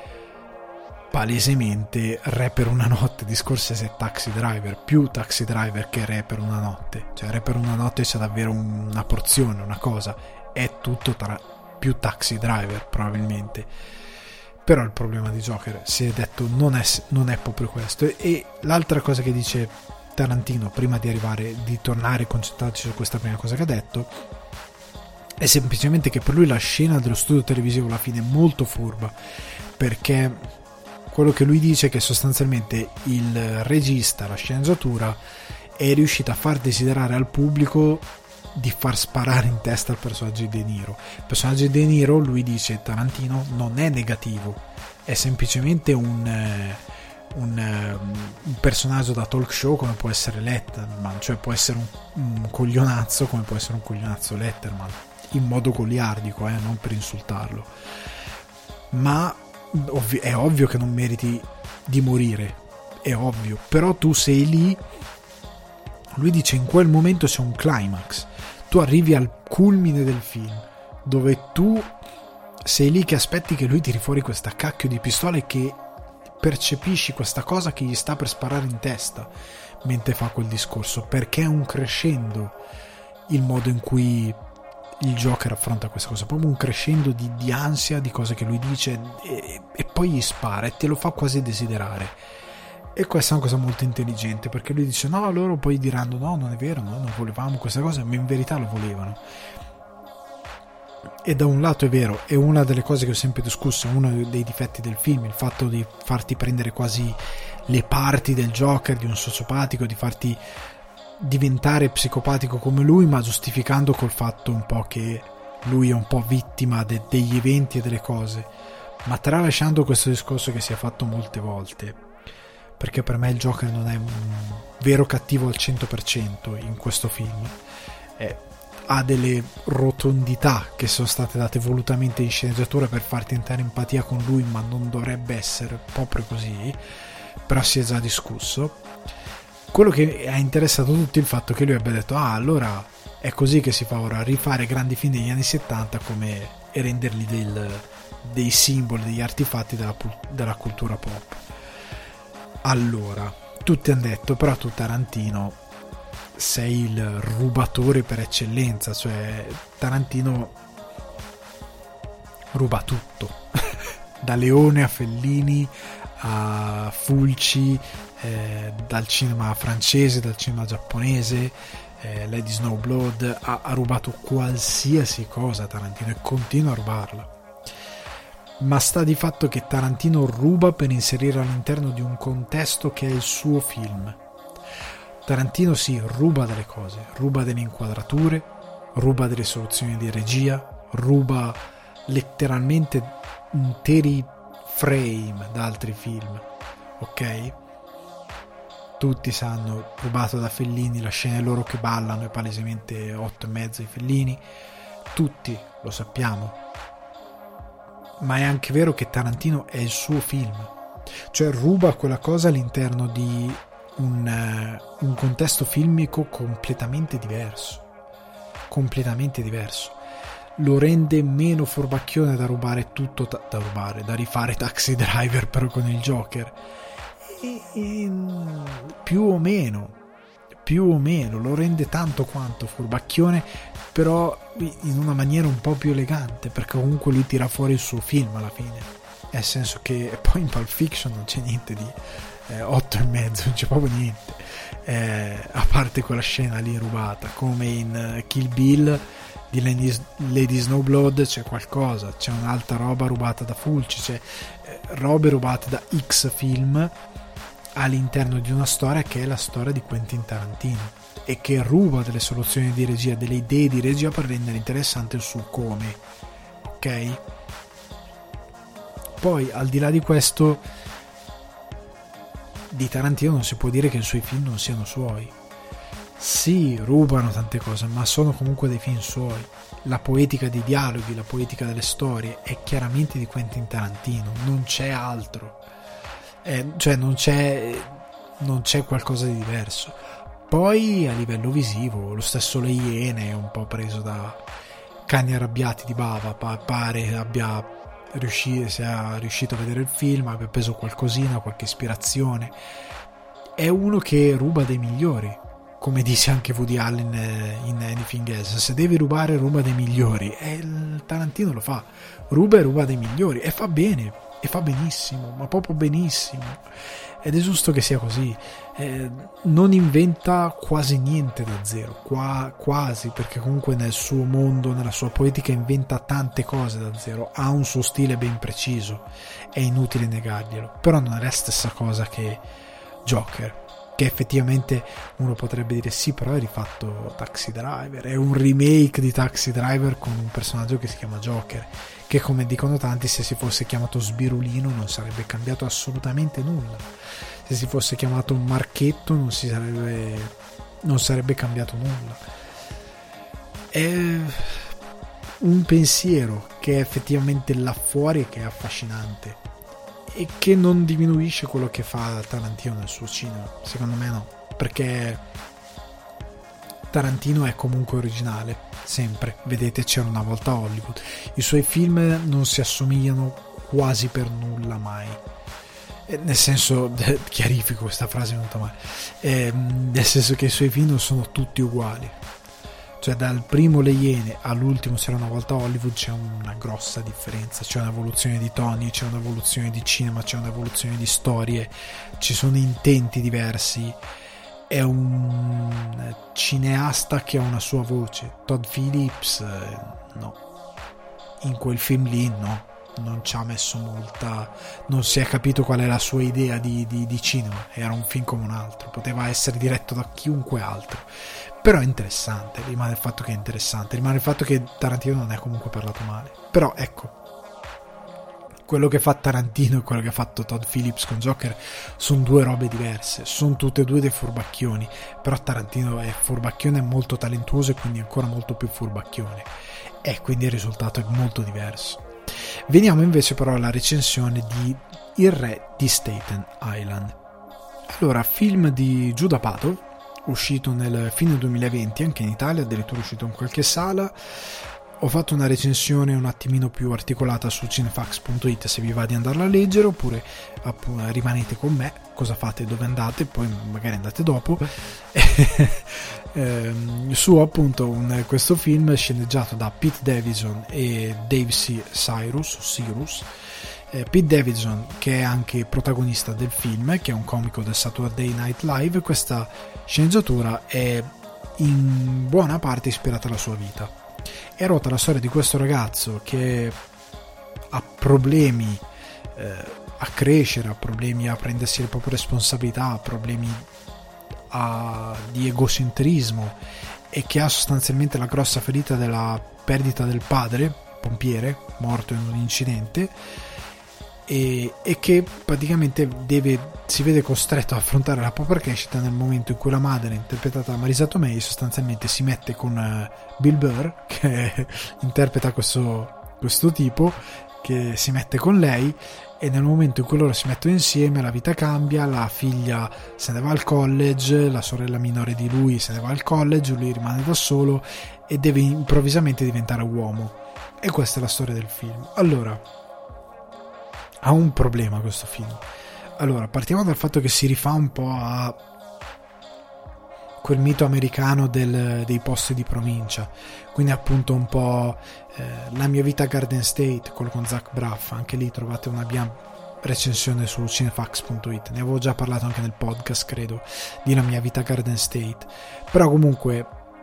palesemente Re per una notte di Scorsese, Taxi Driver, più Taxi Driver che Re per una notte, cioè Re per una notte c'è davvero una porzione, una cosa, è tutto più Taxi Driver probabilmente. Però il problema di Joker, si è detto, non è proprio questo. E l'altra cosa che dice Tarantino, prima di tornare e concentrarci su questa prima cosa che ha detto, è semplicemente che per lui la scena dello studio televisivo alla fine è molto furba, perché quello che lui dice è che sostanzialmente il regista, la sceneggiatura, è riuscita a far desiderare al pubblico di far sparare in testa al personaggio di De Niro. Il personaggio di De Niro, lui dice Tarantino, non è negativo, è semplicemente un personaggio da talk show come può essere Letterman, cioè può essere un coglionazzo come può essere un coglionazzo Letterman, in modo goliardico, non per insultarlo, ma è ovvio che non meriti di morire, è ovvio, però tu sei lì, lui dice in quel momento c'è un climax, tu arrivi al culmine del film dove tu sei lì che aspetti che lui tiri fuori questa cacchio di pistola e che percepisci questa cosa che gli sta per sparare in testa mentre fa quel discorso, perché è un crescendo il modo in cui il Joker affronta questa cosa, proprio un crescendo di ansia di cose che lui dice e poi gli spara e te lo fa quasi desiderare. E questa è una cosa molto intelligente, perché lui dice no, loro poi diranno no, non è vero, no, non volevamo questa cosa, ma in verità lo volevano. E da un lato è vero, è una delle cose che ho sempre discusso, uno dei difetti del film, il fatto di farti prendere quasi le parti del Joker, di un sociopatico, di farti diventare psicopatico come lui, ma giustificando col fatto un po' che lui è un po' vittima degli eventi e delle cose, ma tralasciando questo discorso che si è fatto molte volte, perché per me il Joker non è un vero cattivo al 100% in questo film, ha delle rotondità che sono state date volutamente in sceneggiatura per farti entrare in empatia con lui, ma non dovrebbe essere proprio così, però si è già discusso. Quello che ha interessato tutti è il fatto che lui abbia detto allora è così che si fa ora, rifare grandi film degli anni 70 come e renderli dei simboli, degli artefatti della cultura pop. Allora, tutti hanno detto, però tu Tarantino sei il rubatore per eccellenza, cioè Tarantino ruba tutto, da Leone a Fellini a Fulci, dal cinema francese, dal cinema giapponese, Lady Snowblood, ha rubato qualsiasi cosa Tarantino e continua a rubarla. ma sta di fatto che Tarantino ruba per inserire all'interno di un contesto che è il suo film. Tarantino ruba delle cose, ruba delle inquadrature, ruba delle soluzioni di regia, ruba letteralmente interi frame da altri film, ok? Tutti sanno, rubato da Fellini, la scena è loro che ballano è palesemente 8,5 di Fellini, tutti lo sappiamo, ma è anche vero che Tarantino è il suo film, cioè ruba quella cosa all'interno di un contesto filmico completamente diverso, lo rende meno furbacchione da rubare tutto, da rifare Taxi Driver però con il Joker, e più o meno lo rende tanto quanto furbacchione, però in una maniera un po' più elegante, perché comunque lui tira fuori il suo film alla fine, nel senso che poi in Pulp Fiction non c'è niente di 8,5, non c'è proprio niente, a parte quella scena lì rubata, come in Kill Bill di Lady Snowblood c'è qualcosa, c'è un'altra roba rubata da Fulci, c'è robe rubate da X film all'interno di una storia che è la storia di Quentin Tarantino, e che ruba delle soluzioni di regia, delle idee di regia per rendere interessante il suo come, ok? Poi al di là di questo, di Tarantino non si può dire che i suoi film non siano suoi. Sì, rubano tante cose, ma sono comunque dei film suoi. La poetica dei dialoghi, la poetica delle storie è chiaramente di Quentin Tarantino, non c'è altro, cioè non c'è qualcosa di diverso. Poi a livello visivo lo stesso Le Iene è un po' preso da Cani arrabbiati di Bava, pare sia riuscito a vedere il film, abbia preso qualcosina, qualche ispirazione. È uno che ruba dei migliori, come dice anche Woody Allen in Anything Else: se devi rubare, ruba dei migliori, e il Tarantino lo fa, ruba dei migliori, e fa bene, e fa benissimo, ma proprio benissimo, ed è giusto che sia così. Non inventa quasi niente da zero, quasi, perché comunque nel suo mondo, nella sua poetica, inventa tante cose da zero, ha un suo stile ben preciso, è inutile negarglielo, però non è la stessa cosa che Joker, che effettivamente uno potrebbe dire sì, però è rifatto Taxi Driver, è un remake di Taxi Driver con un personaggio che si chiama Joker, che, come dicono tanti, se si fosse chiamato Sbirulino non sarebbe cambiato assolutamente nulla, se si fosse chiamato Marchetto non sarebbe cambiato nulla. È un pensiero che è effettivamente là fuori e che è affascinante, e che non diminuisce quello che fa Tarantino nel suo cinema, secondo me no, perché Tarantino è comunque originale, sempre. Vedete C'era una volta Hollywood, i suoi film non si assomigliano quasi per nulla mai, nel senso, chiarifico, questa frase è venuta male, nel senso che i suoi film non sono tutti uguali, cioè dal primo Le Iene all'ultimo C'era una volta Hollywood c'è una grossa differenza, c'è un'evoluzione di toni, c'è un'evoluzione di cinema, c'è un'evoluzione di storie, ci sono intenti diversi, è un cineasta che ha una sua voce. Todd Phillips no, in quel film lì no, non ci ha messo molta, non si è capito qual è la sua idea di cinema, era un film come un altro, poteva essere diretto da chiunque altro, però è interessante, rimane il fatto che è interessante, rimane il fatto che Tarantino non è comunque parlato male. Però ecco, quello che fa Tarantino e quello che ha fatto Todd Phillips con Joker sono due robe diverse, sono tutte e due dei furbacchioni, però Tarantino è furbacchione, è molto talentuoso e quindi ancora molto più furbacchione, e quindi il risultato è molto diverso. Veniamo invece però alla recensione di Il Re di Staten Island. Allora, film di Judd Apatow, uscito nel fine 2020 anche in Italia, addirittura uscito in qualche sala. Ho fatto una recensione un attimino più articolata su cinefax.it, se vi va di andarla a leggere, oppure appunto, rimanete con me, cosa fate, dove andate, poi magari andate dopo, su appunto questo film sceneggiato da Pete Davidson e Dave Cyrus. Pete Davidson, che è anche protagonista del film, che è un comico del Saturday Night Live. Questa sceneggiatura è in buona parte ispirata alla sua vita. È rota la storia di questo ragazzo che ha problemi a crescere, ha problemi a prendersi le proprie responsabilità, ha problemi di egocentrismo, e che ha sostanzialmente la grossa ferita della perdita del padre, pompiere, morto in un incidente, e che praticamente si vede costretto ad affrontare la propria crescita nel momento in cui la madre, interpretata da Marisa Tomei, sostanzialmente si mette con Bill Burr, che interpreta questo tipo, che si mette con lei, e nel momento in cui loro si mettono insieme la vita cambia, la figlia se ne va al college, la sorella minore di lui se ne va al college, lui rimane da solo e deve improvvisamente diventare uomo, e questa è la storia del film. Allora, ha un problema questo film. Allora, partiamo dal fatto che si rifà un po' a quel mito americano dei posti di provincia, quindi appunto un po' La mia vita a Garden State, quello con Zach Braff. Anche lì trovate una mia recensione su cinefax.it, ne avevo già parlato anche nel podcast, credo, di La mia vita a Garden State. Però comunque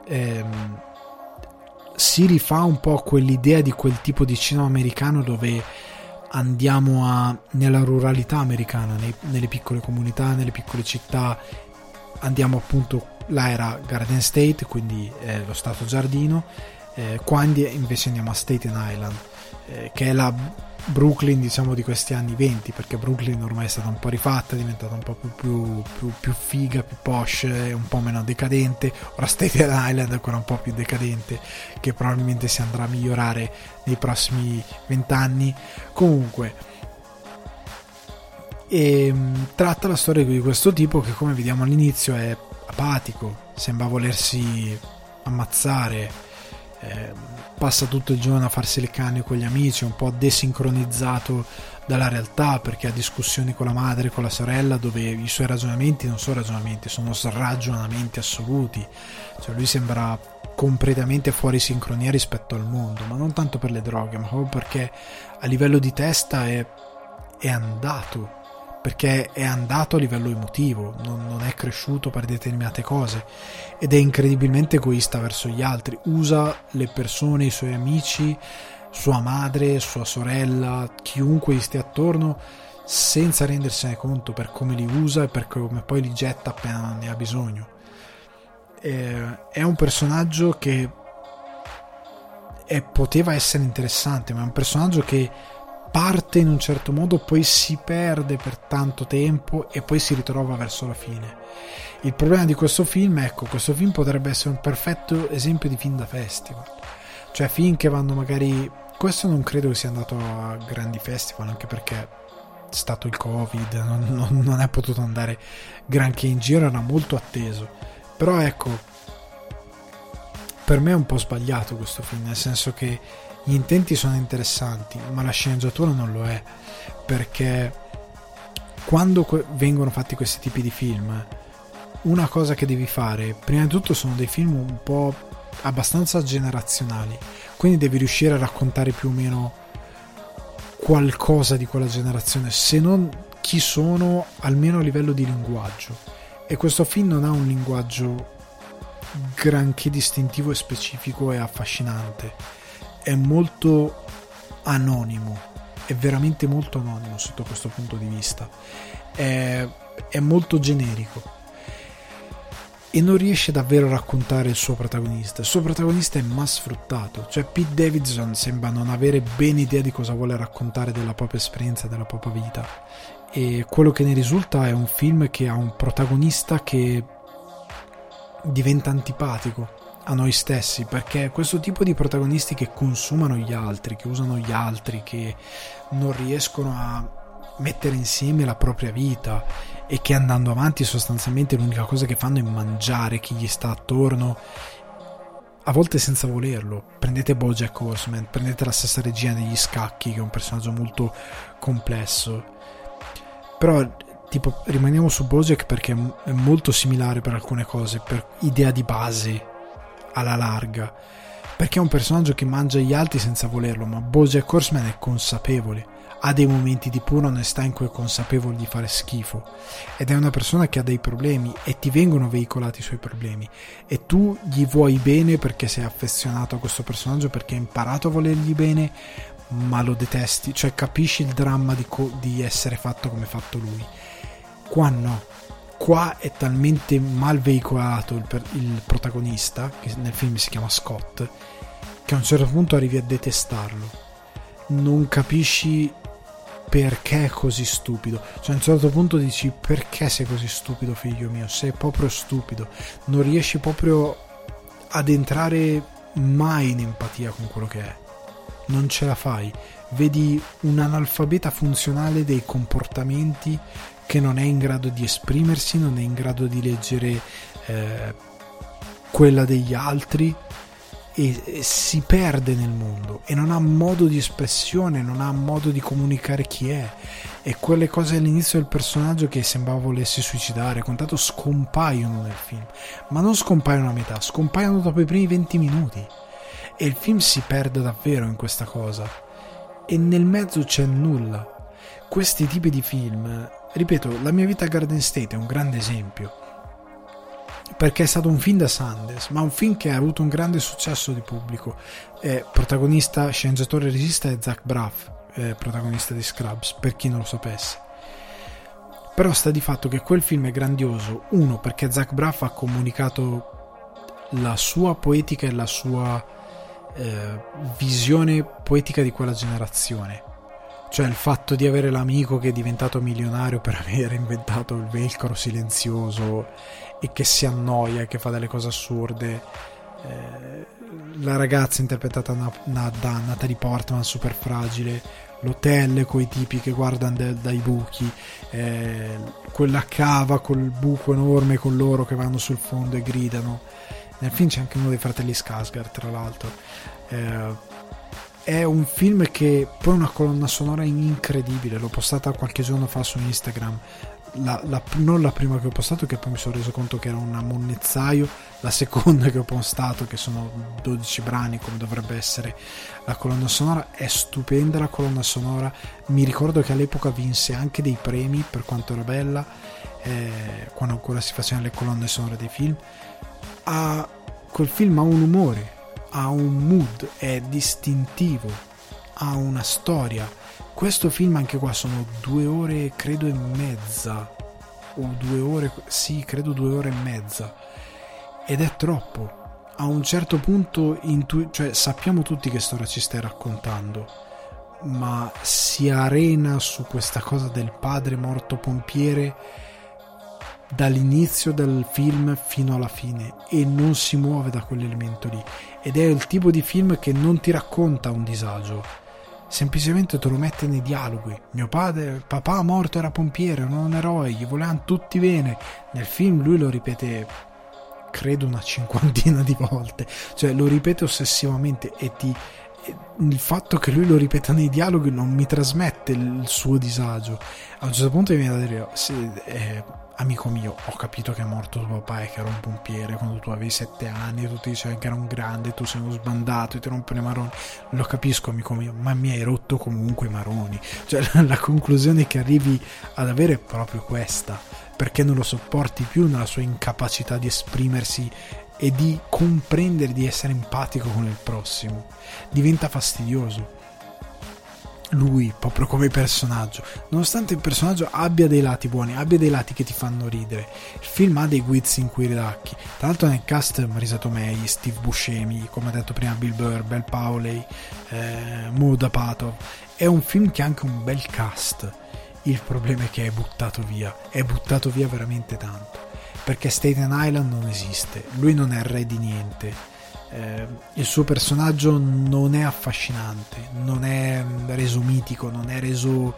si rifà un po' quell'idea di quel tipo di cinema americano dove andiamo nella ruralità americana, nelle piccole comunità, nelle piccole città. Andiamo appunto, là era Garden State, quindi lo stato giardino, qua invece andiamo a Staten Island, che è la Brooklyn, diciamo, di questi anni 20, perché Brooklyn ormai è stata un po' rifatta, è diventata un po' più figa, più posh, un po' meno decadente. Ora Staten Island è ancora un po' più decadente, che probabilmente si andrà a migliorare nei prossimi 20 anni. Comunque, e tratta la storia di questo tipo che, come vediamo all'inizio, è apatico, sembra volersi ammazzare, passa tutto il giorno a farsi le canne con gli amici, un po' desincronizzato dalla realtà, perché ha discussioni con la madre, con la sorella, dove i suoi ragionamenti non sono ragionamenti, sono sragionamenti assoluti. Cioè lui sembra completamente fuori sincronia rispetto al mondo, ma non tanto per le droghe, ma proprio perché a livello di testa è andato, perché è andato a livello emotivo, non è cresciuto per determinate cose, ed è incredibilmente egoista verso gli altri. Usa le persone, i suoi amici, sua madre, sua sorella, chiunque gli stia attorno, senza rendersene conto, per come li usa e per come poi li getta appena ne ha bisogno. È un personaggio che poteva essere interessante, ma è un personaggio che parte in un certo modo, poi si perde per tanto tempo e poi si ritrova verso la fine. Il problema di questo film, ecco, questo film potrebbe essere un perfetto esempio di film da festival, cioè film che vanno magari, questo non credo che sia andato a grandi festival, anche perché è stato il Covid, non è potuto andare granché in giro, era molto atteso. Però ecco, per me è un po' sbagliato questo film, nel senso che gli intenti sono interessanti, ma la sceneggiatura non lo è, perché quando vengono fatti questi tipi di film, una cosa che devi fare, prima di tutto, sono dei film un po' abbastanza generazionali, quindi devi riuscire a raccontare più o meno qualcosa di quella generazione, se non chi sono, almeno a livello di linguaggio. E questo film non ha un linguaggio granché distintivo e specifico e affascinante, è molto anonimo, è veramente molto anonimo sotto questo punto di vista, è molto generico e non riesce davvero a raccontare il suo protagonista. Il suo protagonista è mal sfruttato, cioè Pete Davidson sembra non avere bene idea di cosa vuole raccontare della propria esperienza, della propria vita, e quello che ne risulta è un film che ha un protagonista che diventa antipatico a noi stessi, perché questo tipo di protagonisti che consumano gli altri, che usano gli altri, che non riescono a mettere insieme la propria vita e che andando avanti sostanzialmente l'unica cosa che fanno è mangiare chi gli sta attorno, a volte senza volerlo. Prendete BoJack Horseman, prendete la stessa regina degli scacchi, che è un personaggio molto complesso, però tipo rimaniamo su BoJack perché è molto similare per alcune cose, per idea di base alla larga, perché è un personaggio che mangia gli altri senza volerlo, ma BoJack Horseman è consapevole, ha dei momenti di pura onestà in cui è consapevole di fare schifo, ed è una persona che ha dei problemi e ti vengono veicolati i suoi problemi e tu gli vuoi bene perché sei affezionato a questo personaggio, perché hai imparato a volergli bene, ma lo detesti, cioè capisci il dramma di essere fatto come è fatto lui. Qua no, qua è talmente mal veicolato il protagonista, che nel film si chiama Scott, che a un certo punto arrivi a detestarlo, non capisci perché è così stupido, cioè a un certo punto dici: perché sei così stupido, figlio mio, sei proprio stupido, non riesci proprio ad entrare mai in empatia con quello che è, non ce la fai, vedi un analfabeta funzionale dei comportamenti che non è in grado di esprimersi, non è in grado di leggere quella degli altri, e si perde nel mondo e non ha modo di espressione, non ha modo di comunicare chi è, e quelle cose all'inizio del personaggio che sembrava volesse suicidare, contato, scompaiono nel film, ma non scompaiono a metà, scompaiono dopo i primi 20 minuti, e il film si perde davvero in questa cosa, e nel mezzo c'è nulla. Questi tipi di film, ripeto, La mia vita a Garden State è un grande esempio, perché è stato un film da Sundance, ma un film che ha avuto un grande successo di pubblico. Protagonista, sceneggiatore e regista è Zach Braff, protagonista di Scrubs, per chi non lo sapesse. Però sta di fatto che quel film è grandioso, uno, perché Zach Braff ha comunicato la sua poetica e la sua visione poetica di quella generazione, cioè il fatto di avere l'amico che è diventato milionario per aver inventato il velcro silenzioso e che si annoia, che fa delle cose assurde, la ragazza interpretata da Natalie Portman super fragile, l'hotel coi tipi che guardano dai buchi, quella cava col buco enorme con loro che vanno sul fondo e gridano. Nel film c'è anche uno dei fratelli Skarsgård, tra l'altro. È un film che poi ha una colonna sonora incredibile, l'ho postata qualche giorno fa su Instagram, non la prima che ho postato, che poi mi sono reso conto che era un ammonezzaio, la seconda che ho postato, che sono 12 brani come dovrebbe essere la colonna sonora. È stupenda la colonna sonora, mi ricordo che all'epoca vinse anche dei premi per quanto era bella, quando ancora si facevano le colonne sonore dei film. Quel film ha un umore, ha un mood, è distintivo, ha una storia. Questo film anche qua sono 2 ore credo e mezza, o 2 ore, sì, credo 2 ore e mezza, ed è troppo. A un certo punto cioè sappiamo tutti che storia ci stai raccontando, ma si arena su questa cosa del padre morto pompiere dall'inizio del film fino alla fine, e non si muove da quell'elemento lì, ed è il tipo di film che non ti racconta un disagio, semplicemente te lo mette nei dialoghi. Mio papà morto era pompiere, era un eroe, gli volevano tutti bene. Nel film lui lo ripete credo una 50ina di volte, cioè lo ripete ossessivamente, e il fatto che lui lo ripeta nei dialoghi non mi trasmette il suo disagio. A un certo punto mi viene da dire: amico mio, ho capito che è morto tuo papà e che era un pompiere quando tu avevi 7 anni, e tu ti dicevi che era un grande, tu sei uno sbandato e ti rompono i maroni, lo capisco amico mio, ma mi hai rotto comunque i maroni. Cioè la conclusione che arrivi ad avere è proprio questa, perché non lo sopporti più nella sua incapacità di esprimersi e di comprendere, di essere empatico con il prossimo. Diventa fastidioso lui proprio come personaggio, nonostante il personaggio abbia dei lati buoni, abbia dei lati che ti fanno ridere. Il film ha dei guizzi inquiridacchi, tra l'altro nel cast Marisa Tomei, Steve Buscemi, come ha detto prima Bill Burr, Bel Powley, Muda Patov. È un film che ha anche un bel cast. Il problema è che è buttato via veramente tanto, perché Staten Island non esiste, lui non è il re di niente. Il suo personaggio non è affascinante, non è reso mitico, non è reso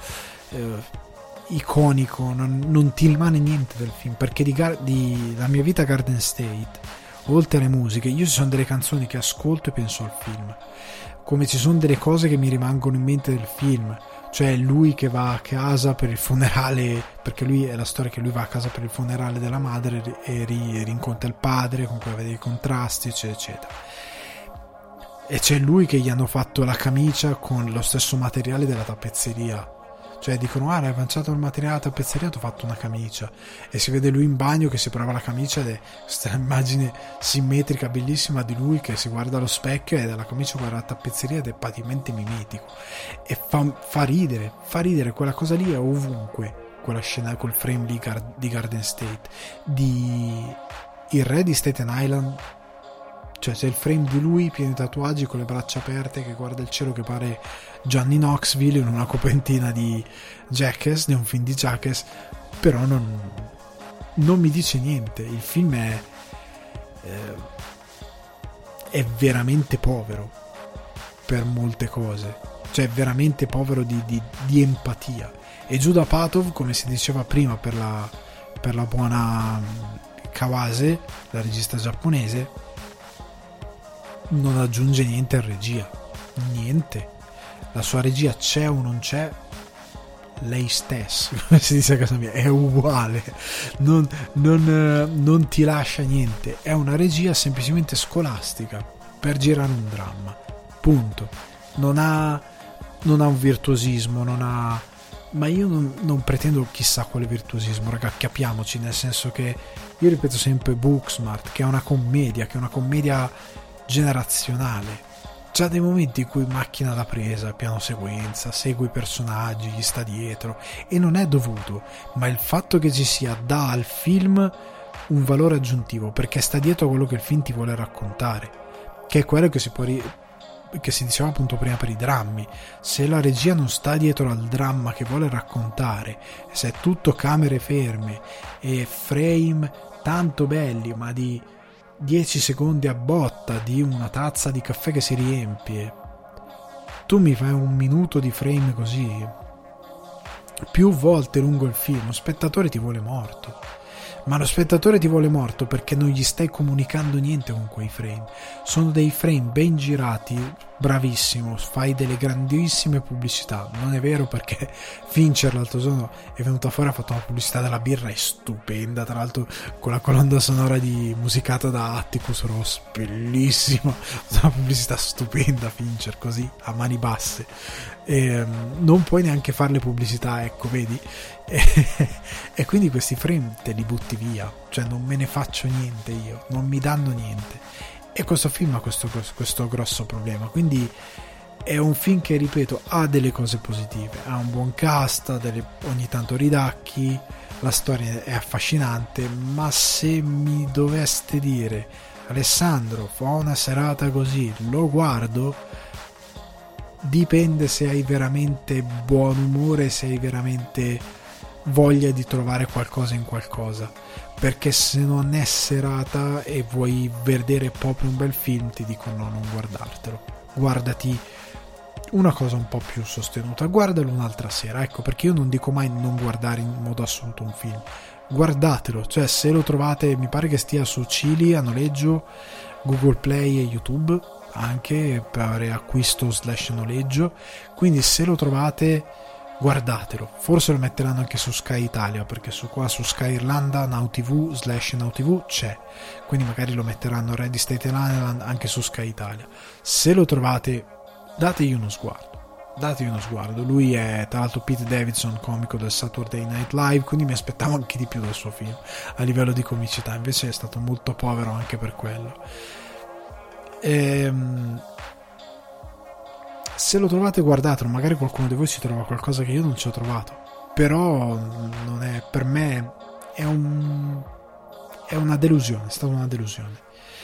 iconico, non ti rimane niente del film, perché di La mia vita a Garden State, oltre alle musiche, io ci sono delle canzoni che ascolto e penso al film, come ci sono delle cose che mi rimangono in mente del film, cioè lui che va a casa per il funerale, perché lui è la storia che lui va a casa per il funerale della madre e rincontra il padre con cui aveva dei contrasti, eccetera eccetera, e c'è lui che gli hanno fatto la camicia con lo stesso materiale della tappezzeria, cioè dicono hai lanciato il materiale a tappezzeria, ti ho fatto una camicia, e si vede lui in bagno che si prova la camicia ed è questa immagine simmetrica bellissima di lui che si guarda allo specchio e dalla camicia guarda la tappezzeria ed è praticamente mimetico, e fa ridere, quella cosa lì è ovunque, quella scena col frame di Garden State, di il re di Staten Island. Cioè c'è il frame di lui pieno di tatuaggi con le braccia aperte che guarda il cielo, che pare Johnny Knoxville in una copertina di Jackass, di un film di Jackass, però non mi dice niente. Il film è veramente povero per molte cose, cioè è veramente povero di empatia. E Judd Apatow, come si diceva prima per la buona Kawase, la regista giapponese, non aggiunge niente a regia, niente. La sua regia c'è o non c'è, lei stessa, come si dice a casa mia, è uguale, non ti lascia niente. È una regia semplicemente scolastica per girare un dramma, punto. Non ha un virtuosismo, ma io non pretendo chissà quale virtuosismo, raga, capiamoci, nel senso che io ripeto sempre Booksmart, che è una commedia generazionale. C'ha dei momenti in cui macchina da presa, piano sequenza, segue i personaggi, gli sta dietro, e non è dovuto, ma il fatto che ci sia dà al film un valore aggiuntivo, perché sta dietro a quello che il film ti vuole raccontare, che è quello che si diceva appunto prima per i drammi. Se la regia non sta dietro al dramma che vuole raccontare, se è tutto camere ferme e frame tanto belli ma di 10 secondi a botta di una tazza di caffè che si riempie, tu mi fai un minuto di frame così più volte lungo il film, lo spettatore ti vuole morto. Ma lo spettatore ti vuole morto perché non gli stai comunicando niente con quei frame. Sono dei frame ben girati, bravissimo, fai delle grandissime pubblicità. Non è vero, perché Fincher l'altro giorno è venuta fuori, ha fatto una pubblicità della birra, è stupenda, tra l'altro con la colonna sonora musicata da Atticus Ross, bellissima, una pubblicità stupenda Fincher, così a mani basse. Non puoi neanche fare le pubblicità, ecco, vedi? E quindi questi frame te li butti via, cioè non me ne faccio niente io, non mi danno niente. E questo film ha questo grosso problema, quindi è un film che, ripeto, ha delle cose positive, ha un buon cast, ha ogni tanto ridacchi, la storia è affascinante, ma se mi doveste dire Alessandro, fa una serata così, lo guardo, dipende se hai veramente buon umore, se hai veramente voglia di trovare qualcosa in qualcosa, perché se non è serata e vuoi vedere proprio un bel film, ti dico no, non guardartelo, guardati una cosa un po' più sostenuta, guardalo un'altra sera, ecco, perché io non dico mai non guardare in modo assoluto un film, guardatelo, cioè se lo trovate, mi pare che stia su Cili a noleggio, Google Play e YouTube anche per acquisto / noleggio, quindi se lo trovate guardatelo. Forse lo metteranno anche su Sky Italia, perché su Sky Irlanda Now TV / Now TV c'è, quindi magari lo metteranno Re di Staten Island anche su Sky Italia. Se lo trovate, dategli uno sguardo. Lui è tra l'altro Pete Davidson, comico del Saturday Night Live, quindi mi aspettavo anche di più dal suo film a livello di comicità, invece è stato molto povero anche per quello. Se lo trovate, guardatelo, magari qualcuno di voi ci trova qualcosa che io non ci ho trovato, però non è, per me è una delusione, è stata una delusione.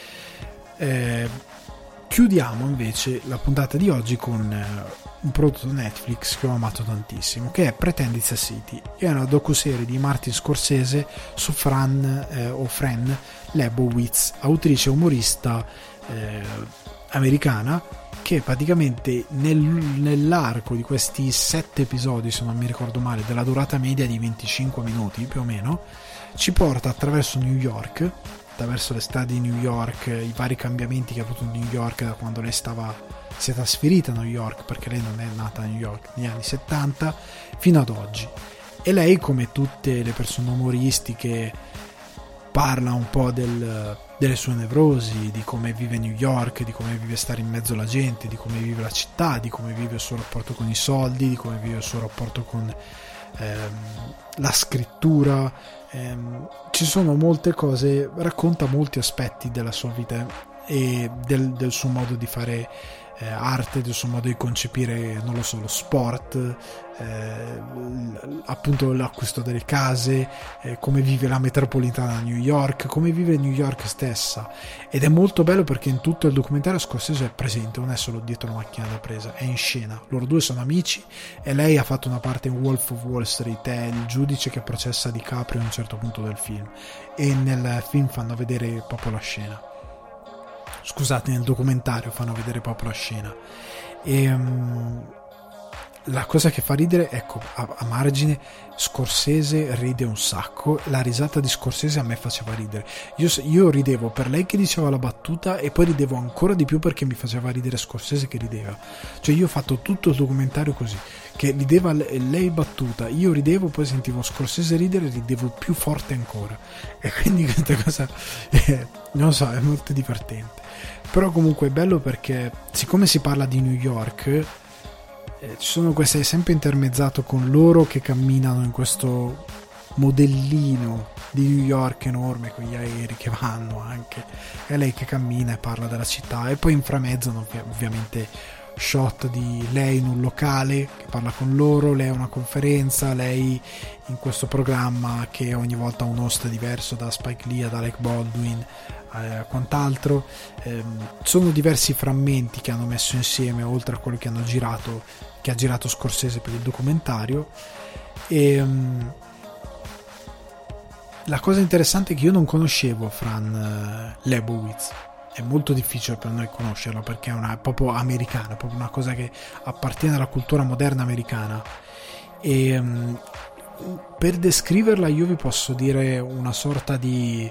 Chiudiamo invece la puntata di oggi con un prodotto Netflix che ho amato tantissimo, che è Pretend It's a City. È una docuserie di Martin Scorsese su Fran Lebowitz, autrice e umorista americana, che praticamente nell'arco di questi 7 episodi, se non mi ricordo male, della durata media di 25 minuti più o meno, ci porta attraverso New York, attraverso le strade di New York, i vari cambiamenti che ha avuto New York da quando lei si è trasferita a New York, perché lei non è nata a New York negli anni 70 fino ad oggi. E lei, come tutte le persone umoristiche, parla un po' del delle sue nevrosi, di come vive New York, di come vive stare in mezzo alla gente, di come vive la città, di come vive il suo rapporto con i soldi, di come vive il suo rapporto con la scrittura. Ci sono molte cose, racconta molti aspetti della sua vita e del suo modo di fare arte, del suo modo di concepire, non lo so, lo sport, appunto l'acquisto delle case, come vive la metropolitana New York, come vive New York stessa. Ed è molto bello perché in tutto il documentario Scorsese è presente, non è solo dietro la macchina da presa, è in scena, loro due sono amici e lei ha fatto una parte in Wolf of Wall Street, è il giudice che processa DiCaprio a un certo punto del film, e nel film fanno vedere proprio la scena. Scusate, nel documentario fanno vedere proprio la scena. E la cosa che fa ridere, ecco, a margine, Scorsese ride un sacco, la risata di Scorsese a me faceva ridere. Io ridevo per lei che diceva la battuta e poi ridevo ancora di più perché mi faceva ridere Scorsese che rideva. Cioè io ho fatto tutto il documentario così, che rideva lei battuta, io ridevo, poi sentivo Scorsese ridere e ridevo più forte ancora. E quindi questa cosa non lo so, è molto divertente. Però comunque è bello perché siccome si parla di New York, ci sono queste, è sempre intermezzato con loro che camminano in questo modellino di New York enorme con gli aerei che vanno anche, e lei che cammina e parla della città, e poi inframezzano ovviamente shot di lei in un locale che parla con loro, lei a una conferenza, lei in questo programma che ogni volta ha un host diverso, da Spike Lee ad Alec Baldwin, quant'altro. Sono diversi frammenti che hanno messo insieme oltre a quello che ha girato Scorsese per il documentario. E la cosa interessante è che io non conoscevo Fran Lebowitz, è molto difficile per noi conoscerla perché è proprio americana, proprio una cosa che appartiene alla cultura moderna americana. E per descriverla io vi posso dire una sorta di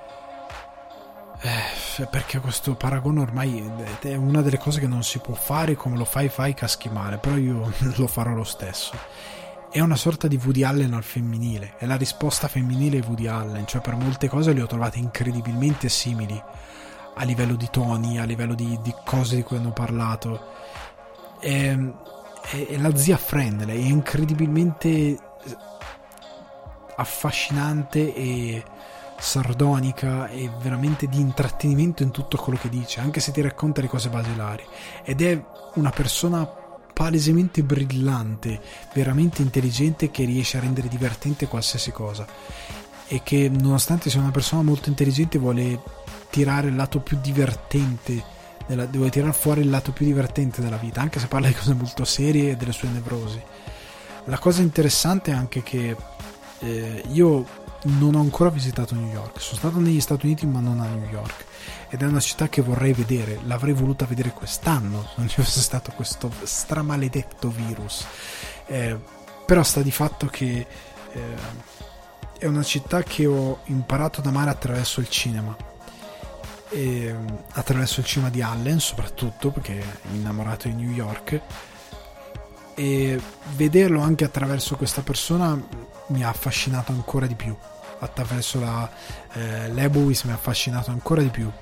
perché questo paragone ormai è una delle cose che non si può fare, come lo fai caschi male, però io lo farò lo stesso. È una sorta di Woody Allen al femminile, è la risposta femminile ai Woody Allen, cioè per molte cose le ho trovate incredibilmente simili a livello di toni, a livello di cose di cui hanno parlato. È la zia friendly, è incredibilmente affascinante e sardonica e veramente di intrattenimento in tutto quello che dice, anche se ti racconta le cose basilari, ed è una persona palesemente brillante, veramente intelligente, che riesce a rendere divertente qualsiasi cosa, e che nonostante sia una persona molto intelligente vuole tirare il lato più divertente vuole tirare fuori il lato più divertente della vita, anche se parla di cose molto serie e delle sue nevrosi. La cosa interessante è anche che io non ho ancora visitato New York, sono stato negli Stati Uniti ma non a New York, ed è una città che vorrei vedere, l'avrei voluta vedere quest'anno se non ci fosse stato questo stramaledetto virus, però sta di fatto che è una città che ho imparato ad amare attraverso il cinema, attraverso il cinema di Allen soprattutto, perché è innamorato di New York, e vederlo anche attraverso questa persona mi ha affascinato ancora di più, attraverso la Lebowitz mi ha affascinato ancora di più,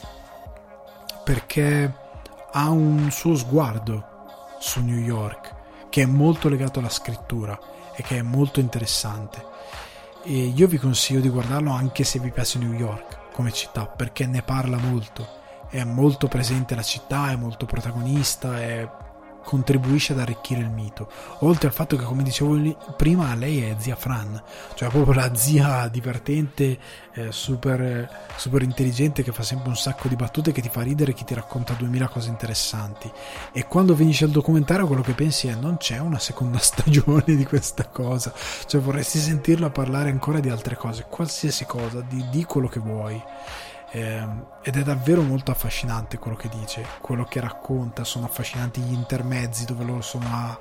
perché ha un suo sguardo su New York che è molto legato alla scrittura e che è molto interessante, e io vi consiglio di guardarlo anche se vi piace New York come città, perché ne parla molto, è molto presente la città, è molto protagonista, contribuisce ad arricchire il mito, oltre al fatto che, come dicevo prima, lei è zia Fran, cioè proprio la zia divertente, super intelligente, che fa sempre un sacco di battute, che ti fa ridere, che ti racconta 2000 cose interessanti, e quando finisce il documentario quello che pensi è: non c'è una seconda stagione di questa cosa, cioè vorresti sentirla parlare ancora di altre cose, qualsiasi cosa, di quello che vuoi. Ed è davvero molto affascinante quello che dice, quello che racconta. Sono affascinanti gli intermezzi dove loro sono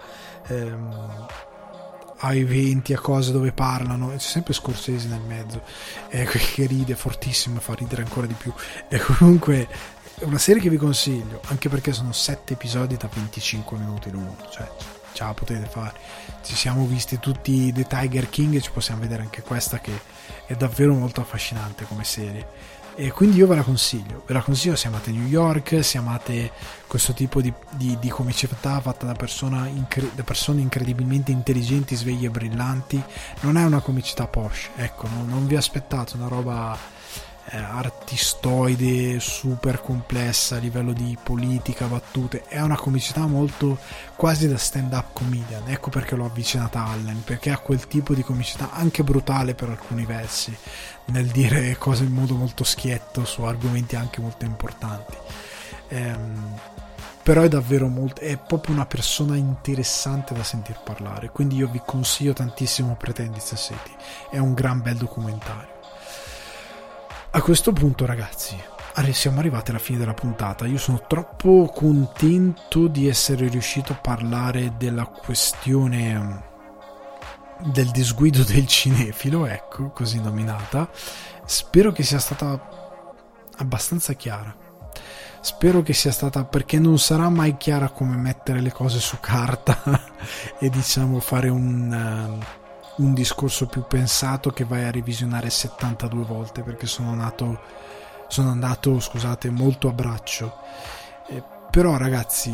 a eventi, a cose dove parlano, e c'è sempre Scorsese nel mezzo, che ride fortissimo e fa ridere ancora di più. E comunque è una serie che vi consiglio, anche perché sono 7 episodi da 25 minuti l'uno, cioè ce la potete fare. Ci siamo visti tutti The Tiger King e ci possiamo vedere anche questa, che è davvero molto affascinante come serie. E quindi io ve la consiglio, se amate New York, se amate questo tipo di comicità fatta da persone incredibilmente intelligenti, sveglie e brillanti. Non è una comicità posh, ecco, non vi aspettate una roba artistoide super complessa a livello di politica, battute. È una comicità molto quasi da stand up comedian, ecco perché l'ho avvicinata a Allen, perché ha quel tipo di comicità anche brutale per alcuni versi, nel dire cose in modo molto schietto su argomenti anche molto importanti, però è davvero è proprio una persona interessante da sentir parlare, quindi io vi consiglio tantissimo Pretenders City, è un gran bel documentario. A questo punto, ragazzi, siamo arrivati alla fine della puntata. Io sono troppo contento di essere riuscito a parlare della questione del disguido del cinefilo, ecco, così nominata. Spero che sia stata abbastanza chiara. Spero che sia stata, perché non sarà mai chiara come mettere le cose su carta e diciamo fare un discorso più pensato che vai a revisionare 72 volte, perché sono andato molto a braccio, però ragazzi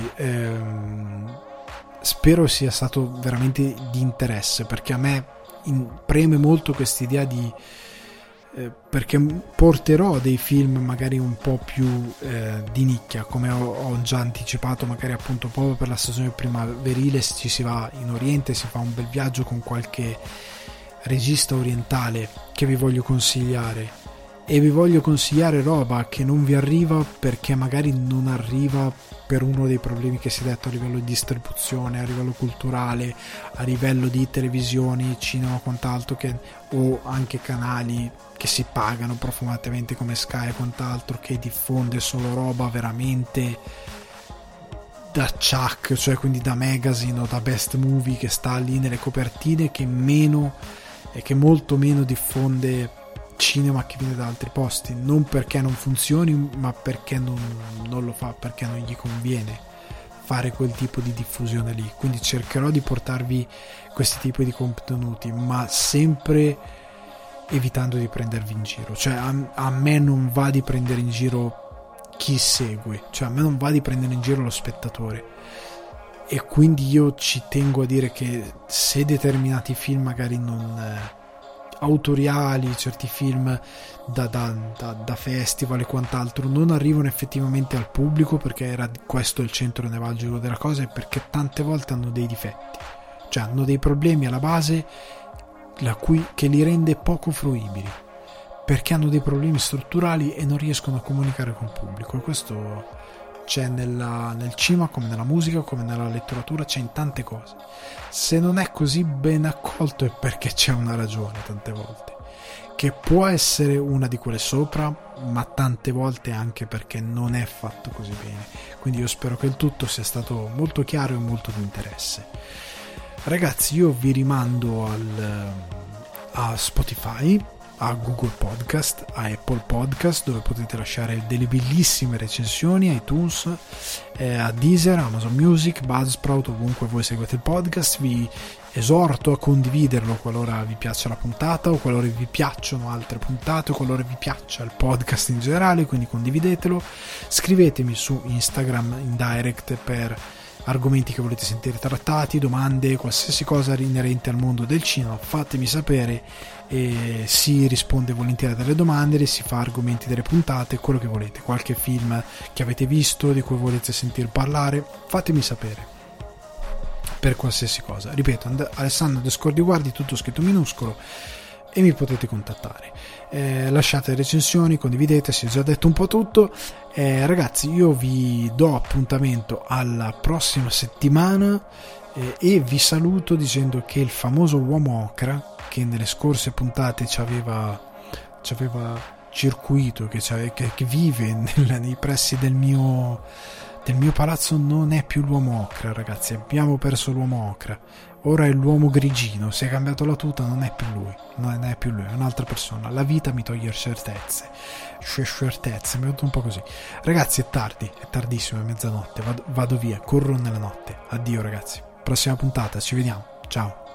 spero sia stato veramente di interesse, perché a me preme molto quest'idea di perché porterò dei film magari un po' più di nicchia, come ho già anticipato, magari appunto proprio per la stagione primaverile ci si va in Oriente, si fa un bel viaggio con qualche regista orientale che vi voglio consigliare, e vi voglio consigliare roba che non vi arriva perché magari non arriva per uno dei problemi che si è detto a livello di distribuzione, a livello culturale, a livello di televisioni, cinema, quant'altro, o anche canali che si pagano profumatamente come Sky e quant'altro, che diffonde solo roba veramente da Chuck, cioè quindi da Magazine o da Best Movie, che sta lì nelle copertine, che molto meno diffonde cinema che viene da altri posti, non perché non funzioni, ma perché non lo fa, perché non gli conviene fare quel tipo di diffusione lì. Quindi cercherò di portarvi questi tipi di contenuti, ma sempre evitando di prendervi in giro. Cioè a me non va di prendere in giro chi segue, cioè a me non va di prendere in giro lo spettatore, e quindi io ci tengo a dire che se determinati film magari non autoriali, certi film da festival e quant'altro non arrivano effettivamente al pubblico, perché era questo il centro nevralgico della cosa, e perché tante volte hanno dei difetti, cioè hanno dei problemi alla base che li rende poco fruibili, perché hanno dei problemi strutturali e non riescono a comunicare con il pubblico. E questo c'è nel cinema, come nella musica, come nella letteratura, c'è in tante cose. Se non è così ben accolto è perché c'è una ragione, tante volte, che può essere una di quelle sopra, ma tante volte anche perché non è fatto così bene. Quindi io spero che il tutto sia stato molto chiaro e molto di interesse. Ragazzi, io vi rimando a Spotify, a Google Podcast, a Apple Podcast, dove potete lasciare delle bellissime recensioni, iTunes, a Deezer, Amazon Music, Buzzsprout, ovunque voi seguite il podcast. Vi esorto a condividerlo qualora vi piaccia la puntata, o qualora vi piacciono altre puntate, o qualora vi piaccia il podcast in generale, quindi condividetelo. Scrivetemi su Instagram in direct per argomenti che volete sentire trattati, domande, qualsiasi cosa inerente al mondo del cinema, fatemi sapere, e si risponde volentieri alle domande, si fa argomenti delle puntate, quello che volete, qualche film che avete visto di cui volete sentir parlare, fatemi sapere per qualsiasi cosa. Ripeto, Alessandro Descordi Guardi, tutto scritto minuscolo, e mi potete contattare. Lasciate recensioni, condividete, si è già detto un po' tutto. Ragazzi, io vi do appuntamento alla prossima settimana, e vi saluto dicendo che il famoso uomo ocra, che nelle scorse puntate ci aveva circuito, che vive nei pressi del mio palazzo, non è più l'uomo ocra, ragazzi. Abbiamo perso l'uomo ocra, ora è l'uomo grigino, si è cambiato la tuta, non è più lui, è un'altra persona. La vita mi toglie certezze, mi è venuto un po' così. Ragazzi, è tardi, è tardissimo, è mezzanotte, vado via, corro nella notte. Addio ragazzi, prossima puntata, ci vediamo, ciao.